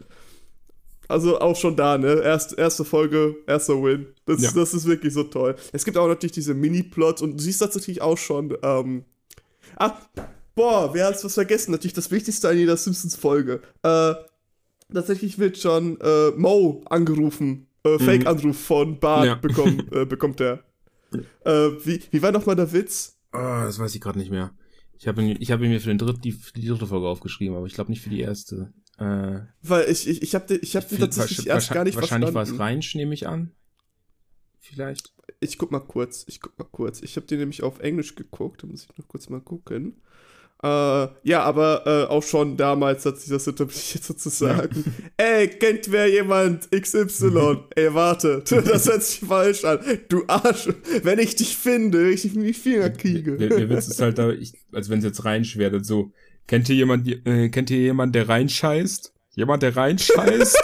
Also auch schon da, ne? Erst, erste Folge, erster Win. Das, ja. das ist wirklich so toll. Es gibt auch natürlich diese Mini-Plots und du siehst tatsächlich auch schon, ähm, ah, boah, wer hat's was vergessen? Natürlich das Wichtigste an jeder Simpsons-Folge. Äh, tatsächlich wird schon äh, Moe angerufen. Äh, Fake-Anruf von Bart ja. bekommen, äh, bekommt er. Äh, wie, wie war nochmal der Witz? Oh, das weiß ich gerade nicht mehr. Ich habe ich hab mir für, den Dritt, die, für die dritte Folge aufgeschrieben, aber ich glaube nicht für die erste. Äh, Weil ich, ich, ich habe den, ich hab den tatsächlich erst gar nicht wahrscheinlich verstanden. Wahrscheinlich war es Reinsch, nehme ich an. Vielleicht. Ich guck mal kurz, ich guck mal kurz. Ich habe den nämlich auf Englisch geguckt, da muss ich noch kurz mal gucken. Äh, ja, aber äh, auch schon damals hat sich das etabliert sozusagen. Ja. Ey, kennt wer jemand X Y? Ey, warte, das hört sich falsch an. Du Arsch, wenn ich dich finde, ich in die Finger kriege. Der, der Witz ist halt da, ich, als wenn es jetzt Reinsch wäre, so, kennt ihr jemand, äh, kennt ihr jemand, der reinscheißt? Jemand, der reinscheißt?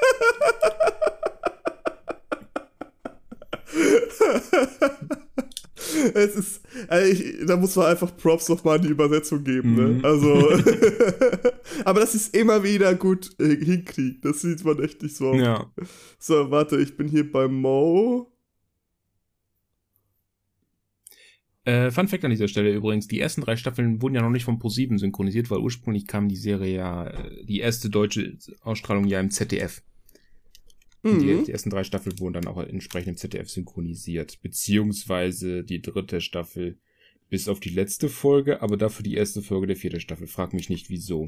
Es ist, ey, ich, da muss man einfach Props nochmal an die Übersetzung geben, ne? Mhm. Also, aber das ist immer wieder gut äh, hinkriegt. Das sieht man echt nicht so. Ja. So, warte, ich bin hier bei Moe. Äh, Fun Fact an dieser Stelle übrigens, die ersten drei Staffeln wurden ja noch nicht von ProSieben synchronisiert, weil ursprünglich kam die Serie ja, die erste deutsche Ausstrahlung ja im Z D F. Mhm. Die, die ersten drei Staffeln wurden dann auch entsprechend im Z D F synchronisiert, beziehungsweise die dritte Staffel bis auf die letzte Folge, aber dafür die erste Folge der vierten Staffel. Frag mich nicht, wieso.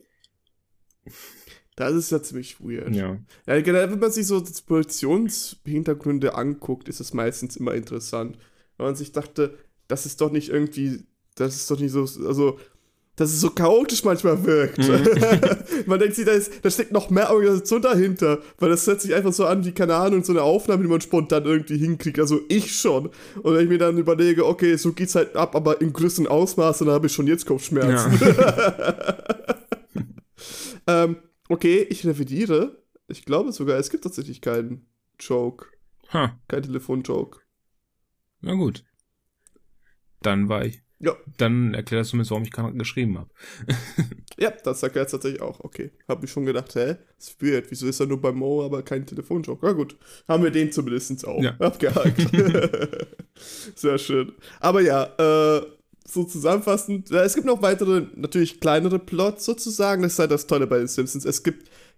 Das ist ja ziemlich weird. Ja. Ja, generell, wenn man sich so die Produktionshintergründe anguckt, ist es meistens immer interessant. Wenn man sich dachte, das ist doch nicht irgendwie, das ist doch nicht so, also, dass es so chaotisch manchmal wirkt. Mhm. Man denkt sich, da, ist, da steckt noch mehr Organisation dahinter, weil das hört sich einfach so an wie, keine Ahnung, so eine Aufnahme, die man spontan irgendwie hinkriegt, also ich schon. Und wenn ich mir dann überlege, okay, so geht's halt ab, aber im größeren Ausmaß, dann habe ich schon jetzt Kopfschmerzen. Ja. ähm, okay, ich revidiere. Ich glaube sogar, es gibt tatsächlich keinen Joke. Huh. Kein Telefon-Joke. Na gut. Dann war ich. Ja. Dann erklär das zumindest, warum ich keinen geschrieben habe. Ja, das erklärt es tatsächlich auch. Okay. Hab ich schon gedacht, hä? Das ist weird. Wieso ist er nur bei Mo, aber kein Telefonjoke? Na gut. Haben wir den zumindest auch. Ja. Abgehakt. Sehr schön. Aber ja, äh, so zusammenfassend, es gibt noch weitere, natürlich kleinere Plots sozusagen. Das ist halt das Tolle bei den Simpsons. Es gibt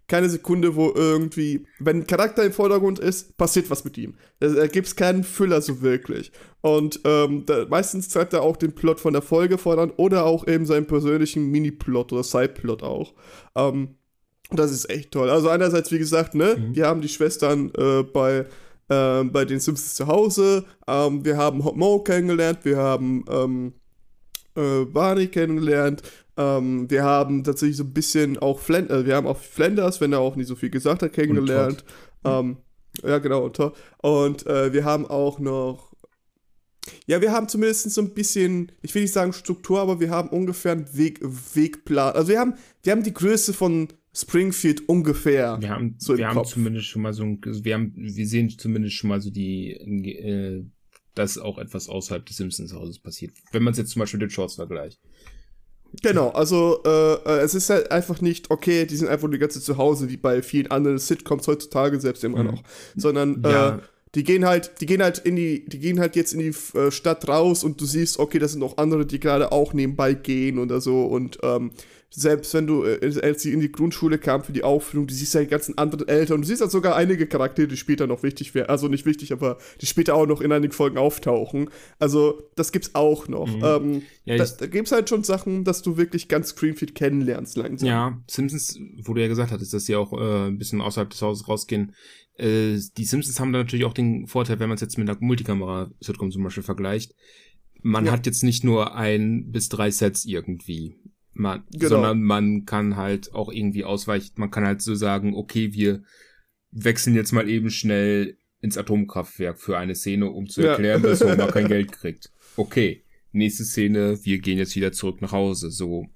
keine Sekunde, wo irgendwie, wenn ein Charakter im Vordergrund ist, passiert was mit ihm. Da gibt es keinen Füller so wirklich. Und ähm, da, meistens treibt er auch den Plot von der Folge voran oder auch eben seinen persönlichen Mini-Plot oder Side-Plot auch. Ähm, das ist echt toll. Also einerseits, wie gesagt, ne, mhm. wir haben die Schwestern äh, bei, äh, bei den Simpsons zu Hause, ähm, wir haben Hot Mo kennengelernt, wir haben ähm, äh, Barney kennengelernt, ähm, wir haben tatsächlich so ein bisschen auch Flan äh, wir haben auch Flanders, wenn er auch nicht so viel gesagt hat, kennengelernt. Ähm, ja, genau, und, und äh, wir haben auch noch ja, wir haben zumindest so ein bisschen, ich will nicht sagen Struktur, aber wir haben ungefähr einen Weg, Wegplan. Also wir haben, wir haben die Größe von Springfield ungefähr. Wir haben, so wir haben Kopf. zumindest schon mal so ein, wir haben, wir sehen zumindest schon mal so die, äh, dass auch etwas außerhalb des Simpsons-Hauses passiert. Wenn man es jetzt zum Beispiel mit den Shorts vergleicht. Genau, also äh, es ist halt einfach nicht, okay, die sind einfach die ganze Zeit zu Hause, wie bei vielen anderen Sitcoms heutzutage selbst immer noch. Mhm. Sondern ja. äh, die gehen halt, die gehen halt in die, die gehen halt jetzt in die äh, Stadt raus und du siehst, okay, das sind auch andere, die gerade auch nebenbei gehen oder so und ähm, selbst wenn du, äh, als sie in die Grundschule kam für die Aufführung, du siehst ja die ganzen anderen Eltern und du siehst halt sogar einige Charaktere, die später noch wichtig wären, also nicht wichtig, aber die später auch noch in einigen Folgen auftauchen. Also das gibt's auch noch. Mhm. Ähm, ja, da, da gibt's halt schon Sachen, dass du wirklich ganz Springfield kennenlernst langsam. Ja, Simpsons, wo du ja gesagt hattest, dass sie auch äh, ein bisschen außerhalb des Hauses rausgehen. Äh, die Simpsons haben da natürlich auch den Vorteil, wenn man es jetzt mit einer Multikamera-Sitcom zum Beispiel vergleicht. Man ja. hat jetzt nicht nur ein bis drei Sets irgendwie. Man, genau. Sondern man kann halt auch irgendwie ausweichen, man kann halt so sagen, okay, wir wechseln jetzt mal eben schnell ins Atomkraftwerk für eine Szene, um zu erklären, ja. dass Homer kein Geld kriegt. Okay, nächste Szene, wir gehen jetzt wieder zurück nach Hause. So,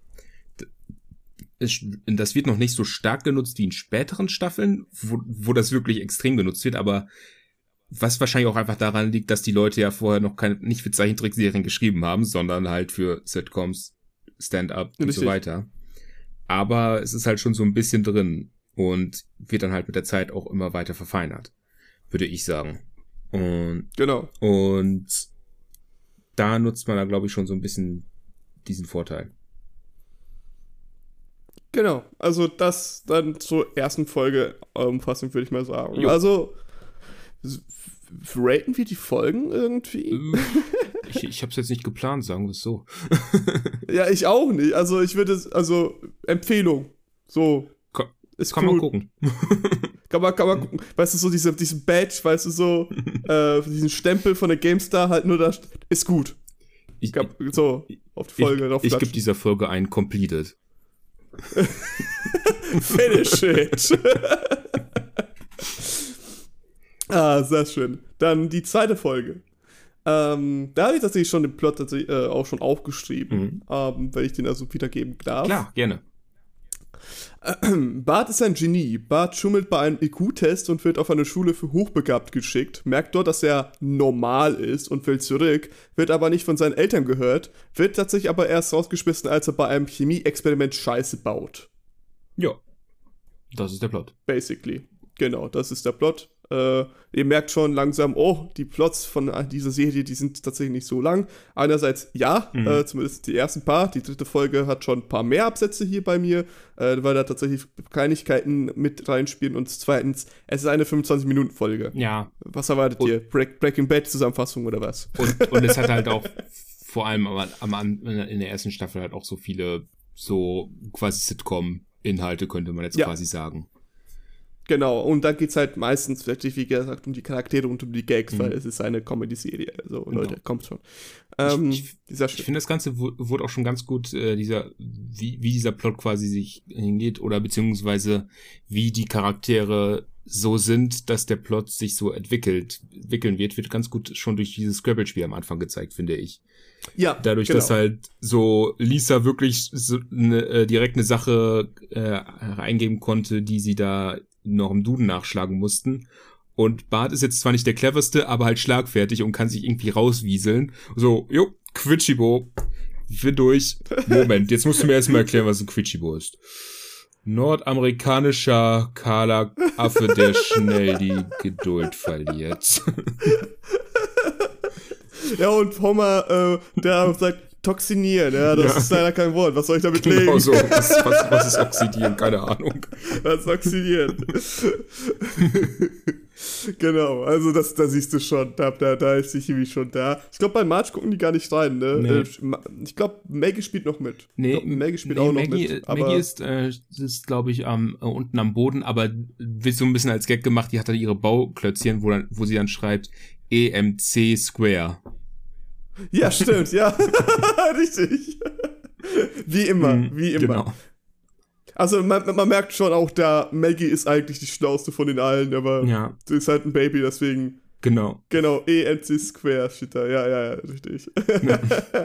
das wird noch nicht so stark genutzt wie in späteren Staffeln, wo, wo das wirklich extrem genutzt wird, aber was wahrscheinlich auch einfach daran liegt, dass die Leute ja vorher noch keine, nicht für Zeichentrickserien geschrieben haben, sondern halt für Sitcoms, Stand-up und so weiter. Aber es ist halt schon so ein bisschen drin und wird dann halt mit der Zeit auch immer weiter verfeinert, würde ich sagen. Und, genau. Und da nutzt man da, glaube ich, schon so ein bisschen diesen Vorteil. Genau, also das dann zur ersten Folge Umfassung, würde ich mal sagen. Jo. Also raten wir die Folgen irgendwie? Ich, ich habe es jetzt nicht geplant, sagen wir es so. Ja, ich auch nicht. Also ich würde es, also Empfehlung. So. Kann, ist kann cool. man gucken. Kann man, kann man gucken. Weißt du, so diese, diesen Badge, weißt du, so, äh, diesen Stempel von der GameStar halt nur da, ist gut. Ich glaube, so, auf die Folge Ich, drauf ich gebe dieser Folge ein Completed. Finish it. Ah, sehr schön. Dann die zweite Folge. Ähm, da habe ich tatsächlich schon den Plot tatsächlich, äh, auch schon aufgeschrieben, mhm. ähm, wenn ich den also wiedergeben darf. Klar, gerne. Bart ist ein Genie. Bart schummelt bei einem I Q-Test und wird auf eine Schule für Hochbegabt geschickt, merkt dort, dass er normal ist und will zurück, wird aber nicht von seinen Eltern gehört, wird tatsächlich aber erst rausgeschmissen, als er bei einem Chemie-Experiment Scheiße baut. Ja, das ist der Plot. Basically. Genau, das ist der Plot. Äh, ihr merkt schon langsam, oh, die Plots von dieser Serie, die sind tatsächlich nicht so lang. Einerseits ja, mhm. äh, zumindest die ersten paar. Die dritte Folge hat schon ein paar mehr Absätze hier bei mir, äh, weil da tatsächlich Kleinigkeiten mit reinspielen. Und zweitens, es ist eine fünfundzwanzig-Minuten-Folge. Ja. Was erwartet und, ihr? Break, Breaking Bad-Zusammenfassung oder was? Und, und es hat halt auch vor allem am, am, in der ersten Staffel halt auch so viele so quasi Sitcom-Inhalte, könnte man jetzt ja. quasi sagen. Genau, und dann geht's halt meistens wirklich, wie gesagt, um die Charaktere und um die Gags, mhm. weil es ist eine Comedy-Serie. Also, genau. Leute, kommt schon. Ähm, ich ich, ich finde, das Ganze wurde auch schon ganz gut, äh, dieser, wie, wie dieser Plot quasi sich hingeht, oder beziehungsweise wie die Charaktere so sind, dass der Plot sich so entwickelt, entwickeln wird, wird ganz gut schon durch dieses Scrabble-Spiel am Anfang gezeigt, finde ich. Ja, Dadurch, genau. dass halt so Lisa wirklich so ne, äh, direkt eine Sache äh, eingeben konnte, die sie da noch im Duden nachschlagen mussten. Und Bart ist jetzt zwar nicht der cleverste, aber halt schlagfertig und kann sich irgendwie rauswieseln. So, jo, Quitschibo, wir durch. Moment, jetzt musst du mir erstmal erklären, was ein Quitschibo ist. Nordamerikanischer kahler Affe, der schnell die Geduld verliert. Ja, und Homer, äh, der sagt, toxinieren, ja, das ja. ist leider kein Wort. Was soll ich damit genau legen? So. Was, was, was ist oxidieren? Keine Ahnung. Das oxidiert. Genau, also das, da siehst du schon, da, da, da ist die Chemie schon da. Ich glaube, bei Marge gucken die gar nicht rein, ne? Nee. Ich glaube, Maggie spielt noch mit. Nee, glaub, Maggie spielt nee, auch noch Maggie, mit. Aber Maggie ist, äh, ist glaube ich, ähm, unten am Boden, aber wird so ein bisschen als Gag gemacht, die hat dann ihre Bauklötzchen, wo, dann, wo sie dann schreibt E M C Square. Ja, stimmt, ja. Richtig. Wie immer, hm, wie immer. Genau. Also man, man merkt schon auch da, Maggie ist eigentlich die schlauste von den allen, aber ja. sie ist halt ein Baby, deswegen. Genau. Genau, E M C Square steht da, ja, ja, ja, richtig. Ja.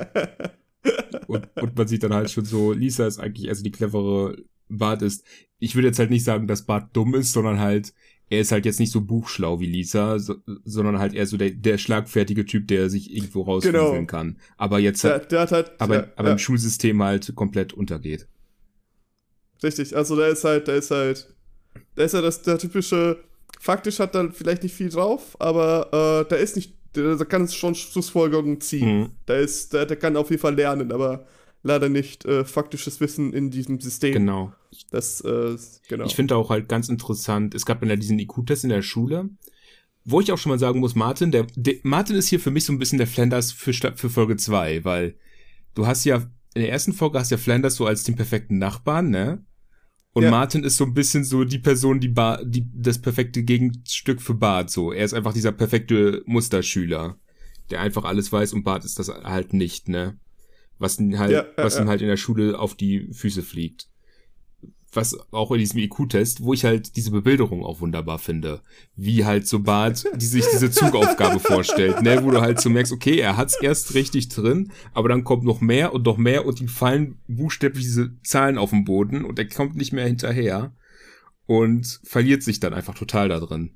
und, und man sieht dann halt schon so, Lisa ist eigentlich also die clevere, Bart ist, ich würde jetzt halt nicht sagen, dass Bart dumm ist, sondern halt, er ist halt jetzt nicht so buchschlau wie Lisa, so, sondern halt eher so der, der schlagfertige Typ, der sich irgendwo rauswinkeln genau. kann. Aber jetzt der, der hat halt, aber, ja, aber ja. im Schulsystem halt komplett untergeht. Richtig, also der ist halt, der ist halt, der ist ja das, der typische, faktisch hat er vielleicht nicht viel drauf, aber äh, der ist nicht, der, der kann schon Schlussfolgerungen ziehen. Mhm. Der ist, der, der kann auf jeden Fall lernen, aber leider nicht äh, faktisches Wissen in diesem System. Genau. Das, äh, genau. Ich finde auch halt ganz interessant, es gab ja diesen I Q-Test in der Schule, wo ich auch schon mal sagen muss, Martin, der, der Martin ist hier für mich so ein bisschen der Flanders für, für Folge zwei, weil du hast ja, in der ersten Folge hast ja Flanders so als den perfekten Nachbarn, ne? Und ja. Martin ist so ein bisschen so die Person, die, Bar, die das perfekte Gegenstück für Bart, so. Er ist einfach dieser perfekte Musterschüler, der einfach alles weiß und Bart ist das halt nicht, ne? Was ihn halt, ja, ja, was ihm ja. halt in der Schule auf die Füße fliegt. Was auch in diesem I Q-Test, wo ich halt diese Bebilderung auch wunderbar finde. Wie halt so Bart, die sich diese Zugaufgabe vorstellt, ne, wo du halt so merkst, okay, er hat's erst richtig drin, aber dann kommt noch mehr und noch mehr und ihm fallen buchstäblich diese Zahlen auf den Boden und er kommt nicht mehr hinterher und verliert sich dann einfach total da drin.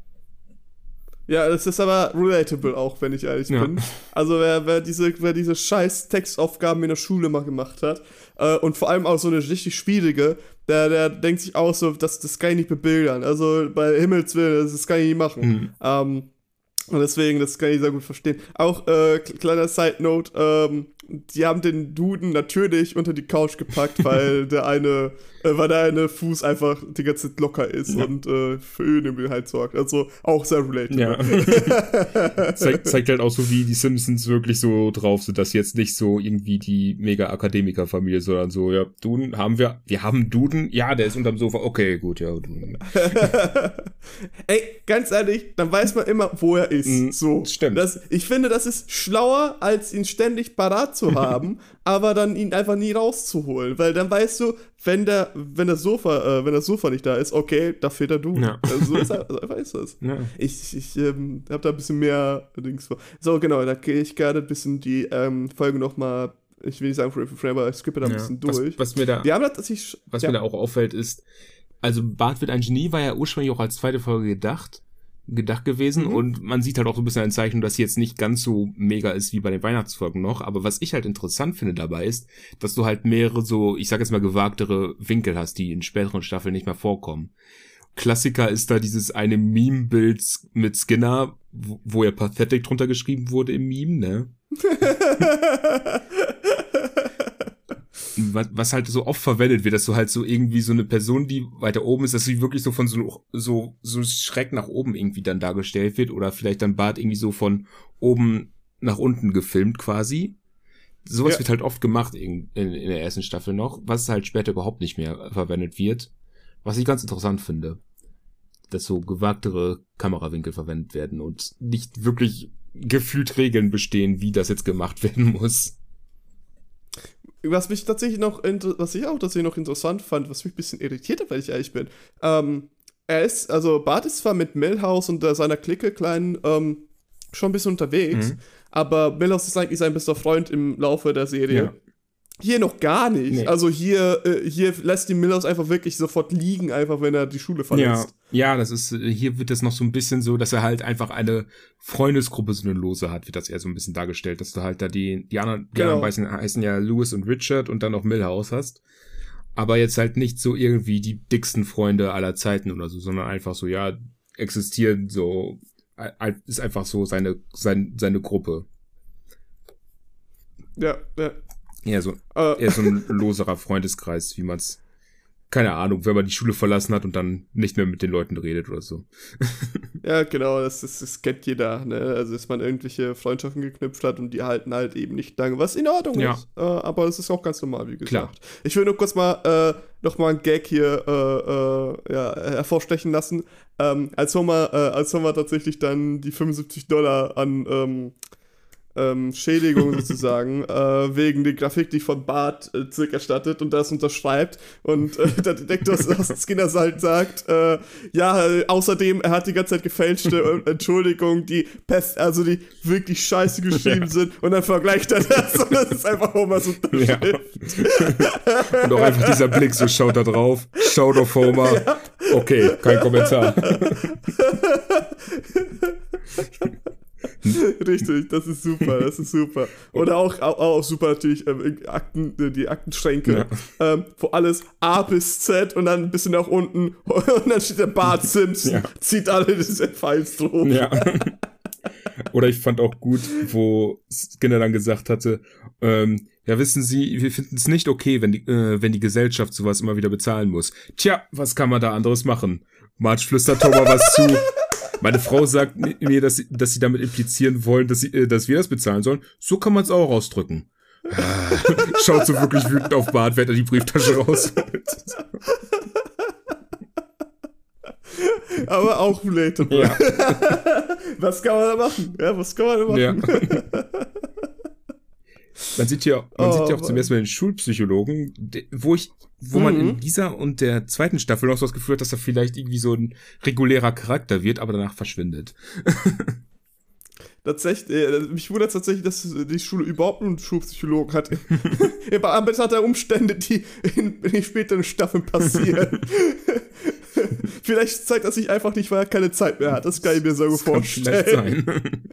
Ja, das ist aber relatable auch, wenn ich ehrlich ja. bin. Also wer, wer diese, wer diese scheiß Textaufgaben in der Schule mal gemacht hat äh, und vor allem auch so eine richtig schwierige, der, der denkt sich auch so, das, das kann ich nicht bebildern. Also bei Himmels Willen, das, das kann ich nicht machen. Mhm. Ähm, und deswegen, das kann ich sehr gut verstehen. Auch, äh, kleiner Side-Note, ähm, die haben den Duden natürlich unter die Couch gepackt, weil der eine, äh, weil der eine Fuß einfach die ganze Zeit locker ist ja. und äh, für Öl halt sorgt. Also auch sehr relatable. Ja. Zeigt, zeigt halt auch so, wie die Simpsons wirklich so drauf sind, dass jetzt nicht so irgendwie die Mega-Akademiker-Familie, sondern so, ja, Duden haben wir, wir haben Duden, ja, der ist unterm Sofa, okay, gut, ja. Duden. Ey, ganz ehrlich, dann weiß man immer, wo er ist. Mm, so. Stimmt. Das, ich finde, das ist schlauer, als ihn ständig parat zu haben, aber dann ihn einfach nie rauszuholen, weil dann weißt du, wenn der, wenn das Sofa, äh, wenn das Sofa nicht da ist, okay, da fehlt der Duden. Ja. Also so ist er, also einfach ist das. Ja. Ich, ich ähm, habe da ein bisschen mehr Dings vor. So, genau, da gehe ich gerne ein bisschen die ähm, Folge nochmal, ich will nicht sagen Frame for Frame, aber ich skippe da ein ja. bisschen durch. Was, was mir da, Wir haben das, ich, was ja. mir da auch auffällt, ist, also Bart wird ein Genie war ja ursprünglich auch als zweite Folge gedacht. gedacht gewesen mhm. und man sieht halt auch so ein bisschen ein Zeichen, dass sie jetzt nicht ganz so mega ist wie bei den Weihnachtsfolgen noch, aber was ich halt interessant finde dabei ist, dass du halt mehrere so, ich sag jetzt mal gewagtere Winkel hast, die in späteren Staffeln nicht mehr vorkommen. Klassiker ist da dieses eine Meme-Bild mit Skinner, wo, wo ja Pathetic drunter geschrieben wurde im Meme, ne? Was, was halt so oft verwendet wird, dass du halt so irgendwie so eine Person, die weiter oben ist, dass sie wirklich so von so, so, so schräg nach oben irgendwie dann dargestellt wird oder vielleicht dann Bart irgendwie so von oben nach unten gefilmt quasi. Sowas ja. wird halt oft gemacht in, in, in der ersten Staffel noch, was halt später überhaupt nicht mehr verwendet wird. Was ich ganz interessant finde, dass so gewagtere Kamerawinkel verwendet werden und nicht wirklich gefühlt Regeln bestehen, wie das jetzt gemacht werden muss. Was mich tatsächlich noch, was ich auch tatsächlich noch interessant fand, was mich ein bisschen irritiert hat, weil ich ehrlich bin, ähm, er ist, also Bart ist zwar mit Milhouse und äh, seiner Clique klein ähm, schon ein bisschen unterwegs, mhm. aber Milhouse ist eigentlich sein bester Freund im Laufe der Serie. Ja. Hier noch gar nicht. Nee. Also hier, äh, hier lässt die Milhouse einfach wirklich sofort liegen, einfach wenn er die Schule verlässt. Ja, ja, das ist, hier wird das noch so ein bisschen so, dass er halt einfach eine Freundesgruppe so eine Lose hat, wird das eher so ein bisschen dargestellt, dass du halt da die, die anderen, die genau. anderen heißen, heißen ja Louis und Richard und dann noch Milhouse hast. Aber jetzt halt nicht so irgendwie die dicksten Freunde aller Zeiten oder so, sondern einfach so, ja, existieren so, ist einfach so seine, seine, seine Gruppe. Ja, ja. Ja, so, uh. eher so ein loserer Freundeskreis, wie man es keine Ahnung, wenn man die Schule verlassen hat und dann nicht mehr mit den Leuten redet oder so. Ja, genau, das, das, das kennt jeder, ne? Also, dass man irgendwelche Freundschaften geknüpft hat und die halten halt eben nicht lange, was in Ordnung Ja. ist. Äh, aber es ist auch ganz normal, wie gesagt. Klar. Ich will nur kurz mal äh, noch mal einen Gag hier äh, äh, ja, hervorstechen lassen. Ähm, als Homer, äh, als Homer tatsächlich dann die fünfundsiebzig Dollar an ähm, ähm, Schädigung sozusagen äh, wegen der Grafik, die von Bart äh, zurückerstattet und das unterschreibt und äh, der Detektor aus Skinner halt sagt, äh, ja, äh, außerdem, er hat die ganze Zeit gefälschte Entschuldigung, die Pest, also die wirklich scheiße geschrieben Ja. sind und dann vergleicht er das und das ist einfach Homers Unterschrift. Ja. Und auch einfach dieser Blick, so schaut da drauf, schaut auf Homer. Ja. Okay, kein Kommentar. Richtig, das ist super, das ist super. Oder auch, auch, auch super natürlich ähm, Akten, die Aktenschränke, Ja. ähm, wo alles A bis Z und dann ein bisschen nach unten und dann steht der Bart Simpson, Ja. zieht alle diese Files drauf. Ja. Oder ich fand auch gut, wo Skinner dann gesagt hatte, ähm, ja, wissen Sie, wir finden es nicht okay, wenn die, äh, wenn die Gesellschaft sowas immer wieder bezahlen muss. Tja, was kann man da anderes machen? Marge flüstert Homer was zu. Meine Frau sagt mir, dass sie, dass sie damit implizieren wollen, dass, sie, äh, dass wir das bezahlen sollen. So kann man es auch ausdrücken. Schaut so wirklich wütend auf Bart, während er die Brieftasche rausholt. Aber auch relatable. Ja. Was kann man da machen? Ja, was kann man da machen? Ja. Man sieht ja, man Oh, sieht ja auch Mann. zum ersten Mal den Schulpsychologen, de- wo ich, wo man Mhm. in dieser und der zweiten Staffel noch so das Gefühl hat, dass er vielleicht irgendwie so ein regulärer Charakter wird, aber danach verschwindet. Tatsächlich, äh, mich wundert es tatsächlich, dass die Schule überhaupt einen Schulpsychologen hat. Bei Anbetracht der Umstände, die in, in den späteren Staffeln passieren. Vielleicht zeigt er sich einfach nicht, weil er keine Zeit mehr hat. Das kann ich mir so Das kann vielleicht vorstellen. sein.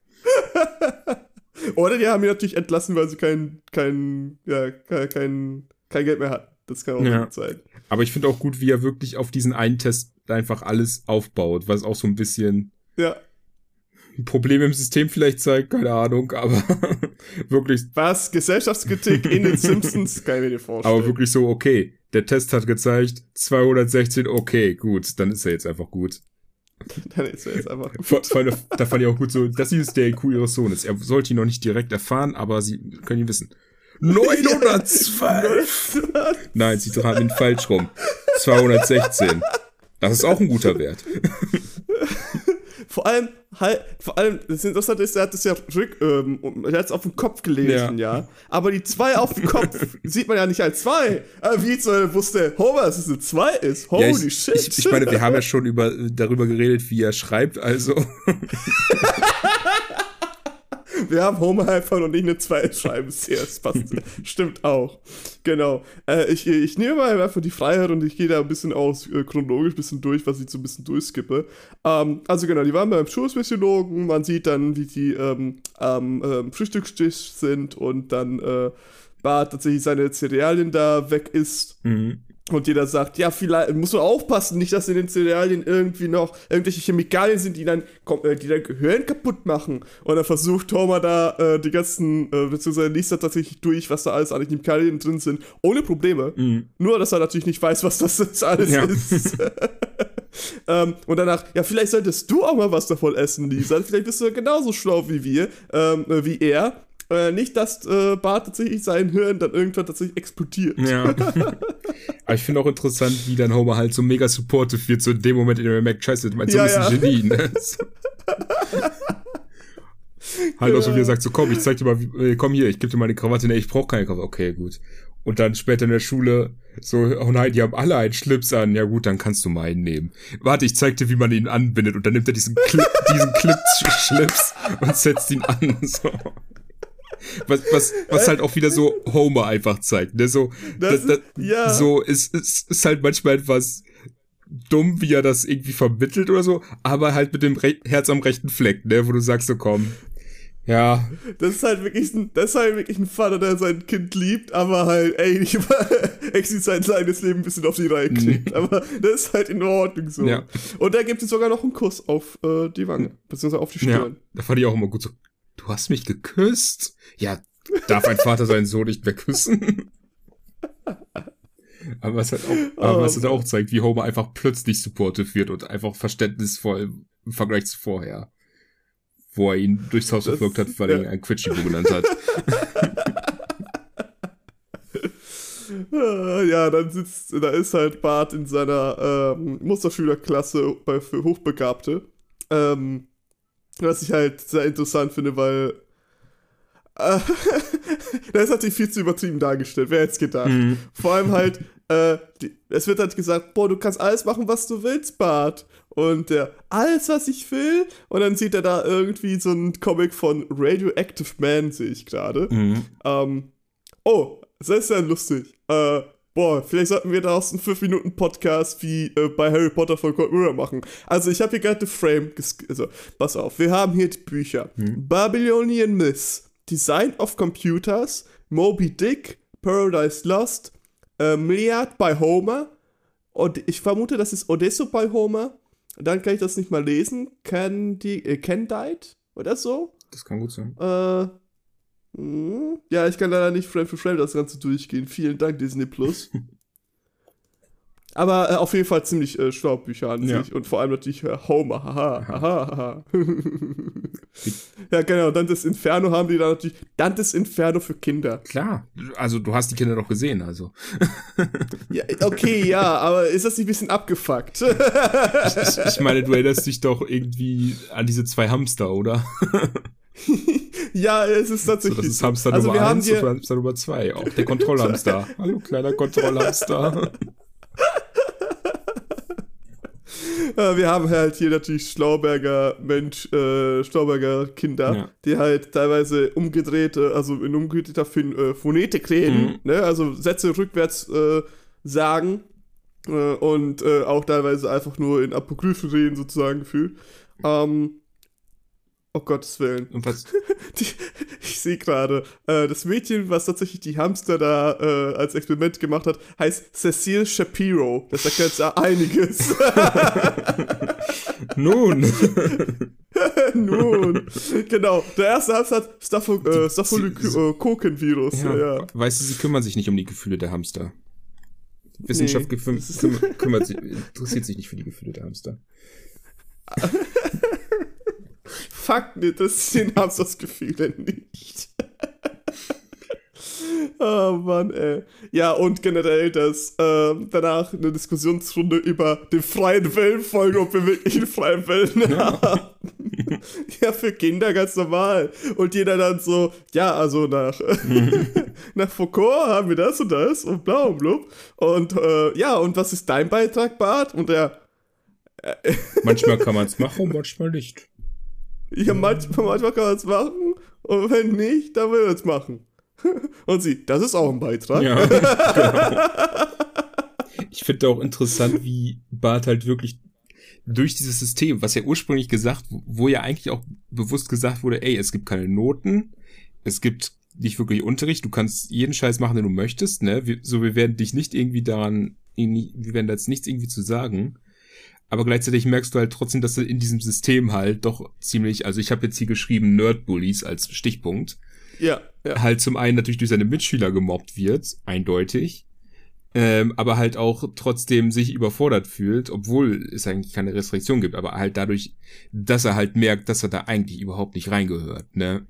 Oder die haben ihn natürlich entlassen, weil sie kein, kein, ja, kein, kein, kein Geld mehr hatten. Das kann auch Ja. gut sein. Aber ich finde auch gut, wie er wirklich auf diesen einen Test einfach alles aufbaut, was auch so ein bisschen Ja. Probleme im System vielleicht zeigt, keine Ahnung, aber wirklich, Was? Gesellschaftskritik in den Simpsons? Kann ich mir dir vorstellen. aber wirklich so, okay, der Test hat gezeigt, zweihundertsechzehn, okay, gut, dann ist er jetzt einfach gut. Dann ist er jetzt einfach. Vor, vor allem, da fand ich auch gut so, das hier ist der I Q ihres Sohnes. Er sollte ihn noch nicht direkt erfahren, aber sie können ihn wissen. neunhundertzwölf! Nein, sie haben ihn falsch rum. zweihundertsechzehn. Das ist auch ein guter Wert. Vor allem, halt, vor allem, das Interessante ist, er hat das ja rück, ähm, er hat es auf dem Kopf gelesen, ja. Ja. Aber die zwei auf dem Kopf sieht man ja nicht als zwei. Aber wie soll wusste Homer, dass es eine zwei ist? Holy Ja, ich, shit. ich, ich meine, wir haben ja schon über, darüber geredet, wie er schreibt, also. Wir haben Homer einfach noch nicht eine zwei schreiben sehen. Das passt. Stimmt auch. Genau. Äh, ich, ich nehme mal einfach die Freiheit und ich gehe da ein bisschen aus, äh, chronologisch ein bisschen durch, was ich so ein bisschen durchskippe. Ähm, also genau, die waren beim Schulpsychologen. Man sieht dann, wie die ähm, am ähm, Frühstückstisch sind und dann äh, Bart tatsächlich seine Cerealien da weg isst. Mhm. Und jeder sagt, ja, vielleicht musst du aufpassen, nicht, dass in den Cerealien irgendwie noch irgendwelche Chemikalien sind, die dann, äh, die dein Gehirn kaputt machen. Und dann versucht Homer da äh, die ganzen, äh, beziehungsweise liest er tatsächlich durch, was da alles an Chemikalien drin sind, ohne Probleme. Mhm. Nur, dass er natürlich nicht weiß, was das jetzt alles Ja. ist. ähm, und danach, ja, vielleicht solltest du auch mal was davon essen, Lisa. Vielleicht bist du genauso schlau wie wir, ähm, äh, wie er. Äh, nicht, dass äh, Bart tatsächlich sein Hirn dann irgendwann tatsächlich explodiert. Ja. Aber ich finde auch interessant, wie dann Homer halt so mega supportive wird, so in dem Moment, in dem er merkt, scheiße, mein Sohn Ja, ist ein ja. Genie, ne? So. Halt auch so, wie er sagt, so komm, ich zeig dir mal, wie, äh, komm hier, ich geb dir mal eine Krawatte, ne, ich brauch keine Krawatte, okay, gut. Und dann später in der Schule, so, oh nein, die haben alle einen Schlips an, ja gut, dann kannst du meinen nehmen. Warte, ich zeig dir, wie man ihn anbindet, und dann nimmt er diesen, Cli diesen Clip-Schlips und setzt ihn an, so. Was, was, was halt auch wieder so Homer einfach zeigt, ne, so, Das das, das, ist- ja. so, ist, ist, ist halt manchmal etwas dumm, wie er das irgendwie vermittelt oder so, aber halt mit dem Re Herz am rechten Fleck, ne, wo du sagst so, komm, ja, Das ist halt wirklich ein, das ist halt wirklich ein Vater, der sein Kind liebt, aber halt, ey, nicht mal explizit sein kleines Leben ein bisschen auf die Reihe kriegt. Aber das ist halt in Ordnung so. Ja. Und da gibt es sogar noch einen Kuss auf äh, die Wange, beziehungsweise auf die ja, Stirn. da fand ich auch immer gut so, du hast mich geküsst? Ja, darf ein Vater seinen Sohn nicht mehr küssen? Aber was halt auch, aber was halt auch zeigt, wie Homer einfach plötzlich supportive wird und einfach verständnisvoll im Vergleich zu vorher. Wo er ihn durchs Haus verfolgt hat, weil er ihn ein Quetschibo genannt hat. Ja, dann sitzt, da ist halt Bart in seiner ähm, Musterschülerklasse bei, für Hochbegabte. Ähm, was ich halt sehr interessant finde, weil äh, das ist natürlich viel zu übertrieben dargestellt, wer hätte es gedacht. Mhm. Vor allem halt, äh, die, es wird halt gesagt, boah, du kannst alles machen, was du willst, Bart. Und der, alles, was ich will. Und dann sieht er da irgendwie so einen Comic von Radioactive Man, sehe ich gerade. Mhm. Ähm, oh, das ist ja lustig. Äh, boah, vielleicht sollten wir daraus einen fünf Minuten Podcast wie äh, bei Harry Potter von Cold Mirror machen. Also ich habe hier gerade The Frame, ges- also pass auf, wir haben hier die Bücher. Hm. Babylonian Myths, Design of Computers, Moby Dick, Paradise Lost, äh, Mliad bei Homer. Und ich vermute, das ist Odesso bei Homer. Dann kann ich das nicht mal lesen. Candy, äh, Candide oder so. Das kann gut sein. Äh, Ja, ich kann leider nicht Frame für Frame das Ganze durchgehen. Vielen Dank, Disney Plus. Aber äh, auf jeden Fall ziemlich äh, schlau Bücher an ja. sich. Und vor allem natürlich äh, Homer. Haha, haha, haha. Ja, genau. Dantes Inferno haben die da natürlich. Dantes Inferno für Kinder. Klar. Also, du hast die Kinder doch gesehen, also. Ja, okay, ja. Aber ist das nicht ein bisschen abgefuckt? ich, ich meine, du erinnerst dich doch irgendwie an diese zwei Hamster, oder? Ja, es ist tatsächlich. So, das ist Hamster also Nummer eins und Hamster Nummer zwei. Auch der Kontrollhamster. Hallo, kleiner Kontrollhamster. Wir haben halt hier natürlich Schlauberger Mensch, äh, Schlauberger Kinder, ja. die halt teilweise umgedrehte, also in umgedrehter Ph- äh, Phonetik reden, mhm. ne? Also Sätze rückwärts äh, sagen äh, und äh, auch teilweise einfach nur in Apokryphen reden, sozusagen gefühlt. Ähm, Oh Gottes Willen. Und was? Die, ich sehe gerade, äh, das Mädchen, was tatsächlich die Hamster da äh, als Experiment gemacht hat, heißt Cecile Shapiro. Das sagt jetzt einiges. Nun. Nun. Genau. Der erste Hamster hat Staphylococcus-Virus. Staphylococcus-Virus. Ja, ja. Weißt du, sie kümmern sich nicht um die Gefühle der Hamster. Die Wissenschaft nee, geküm- kümmert, kümmert sich, interessiert sich nicht für die Gefühle der Hamster. Fakt nicht, das haben das Gefühl nicht. Oh Mann, ey. Ja, und generell, dass äh, danach eine Diskussionsrunde über den freien Willen folgen, ob wir wirklich einen freien Willen ja. haben. Ja, für Kinder ganz normal. Und jeder dann so, ja, also nach, nach Foucault haben wir das und das und bla und blub. Und äh, ja, und was ist dein Beitrag, Bart? Und er äh, manchmal kann man es machen, manchmal nicht. Ja, manchmal, manchmal kann man es machen und wenn nicht, dann will man es machen. Und sie, das ist auch ein Beitrag. Ja, genau. Ich finde auch interessant, wie Bart halt wirklich durch dieses System, was ja ursprünglich gesagt, wo ja eigentlich auch bewusst gesagt wurde, ey, es gibt keine Noten, es gibt nicht wirklich Unterricht, du kannst jeden Scheiß machen, den du möchtest, ne? Wir, so, wir werden dich nicht irgendwie daran, wir werden da jetzt nichts irgendwie zu sagen. Aber gleichzeitig merkst du halt trotzdem, dass du in diesem System halt doch ziemlich, also ich habe jetzt hier geschrieben Nerd-Bullies als Stichpunkt. Ja, ja. Halt zum einen natürlich durch seine Mitschüler gemobbt wird, eindeutig. Ähm, aber halt auch trotzdem sich überfordert fühlt, obwohl es eigentlich keine Restriktion gibt, aber halt dadurch, dass er halt merkt, dass er da eigentlich überhaupt nicht reingehört, ne?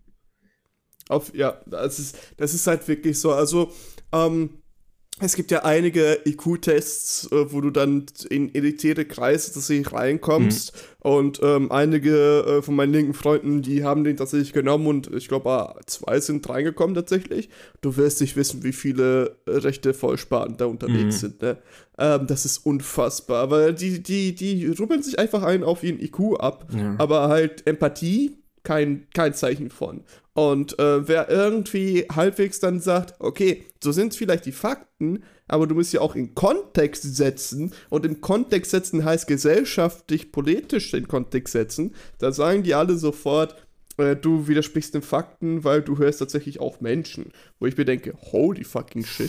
Auf, ja, das ist, das ist halt wirklich so, also, ähm, es gibt ja einige I Q-Tests, äh, wo du dann in elitäre Kreise tatsächlich reinkommst. Mhm. Und ähm, einige äh, von meinen linken Freunden, die haben den tatsächlich genommen und ich glaube, ah, zwei sind reingekommen tatsächlich. Du wirst nicht wissen, wie viele äh, rechte Vollspaten da unterwegs mhm. sind. Ne? Ähm, das ist unfassbar. Weil die, die, die rubbeln sich einfach einen auf ihren I Q ab. Ja. Aber halt Empathie, kein, kein Zeichen von. Und äh, wer irgendwie halbwegs dann sagt, okay, so sind vielleicht die Fakten, aber du musst ja auch in Kontext setzen und im Kontext setzen heißt gesellschaftlich, politisch den Kontext setzen, da sagen die alle sofort, äh, du widersprichst den Fakten, weil du hörst tatsächlich auch Menschen. Wo ich mir denke, holy fucking shit.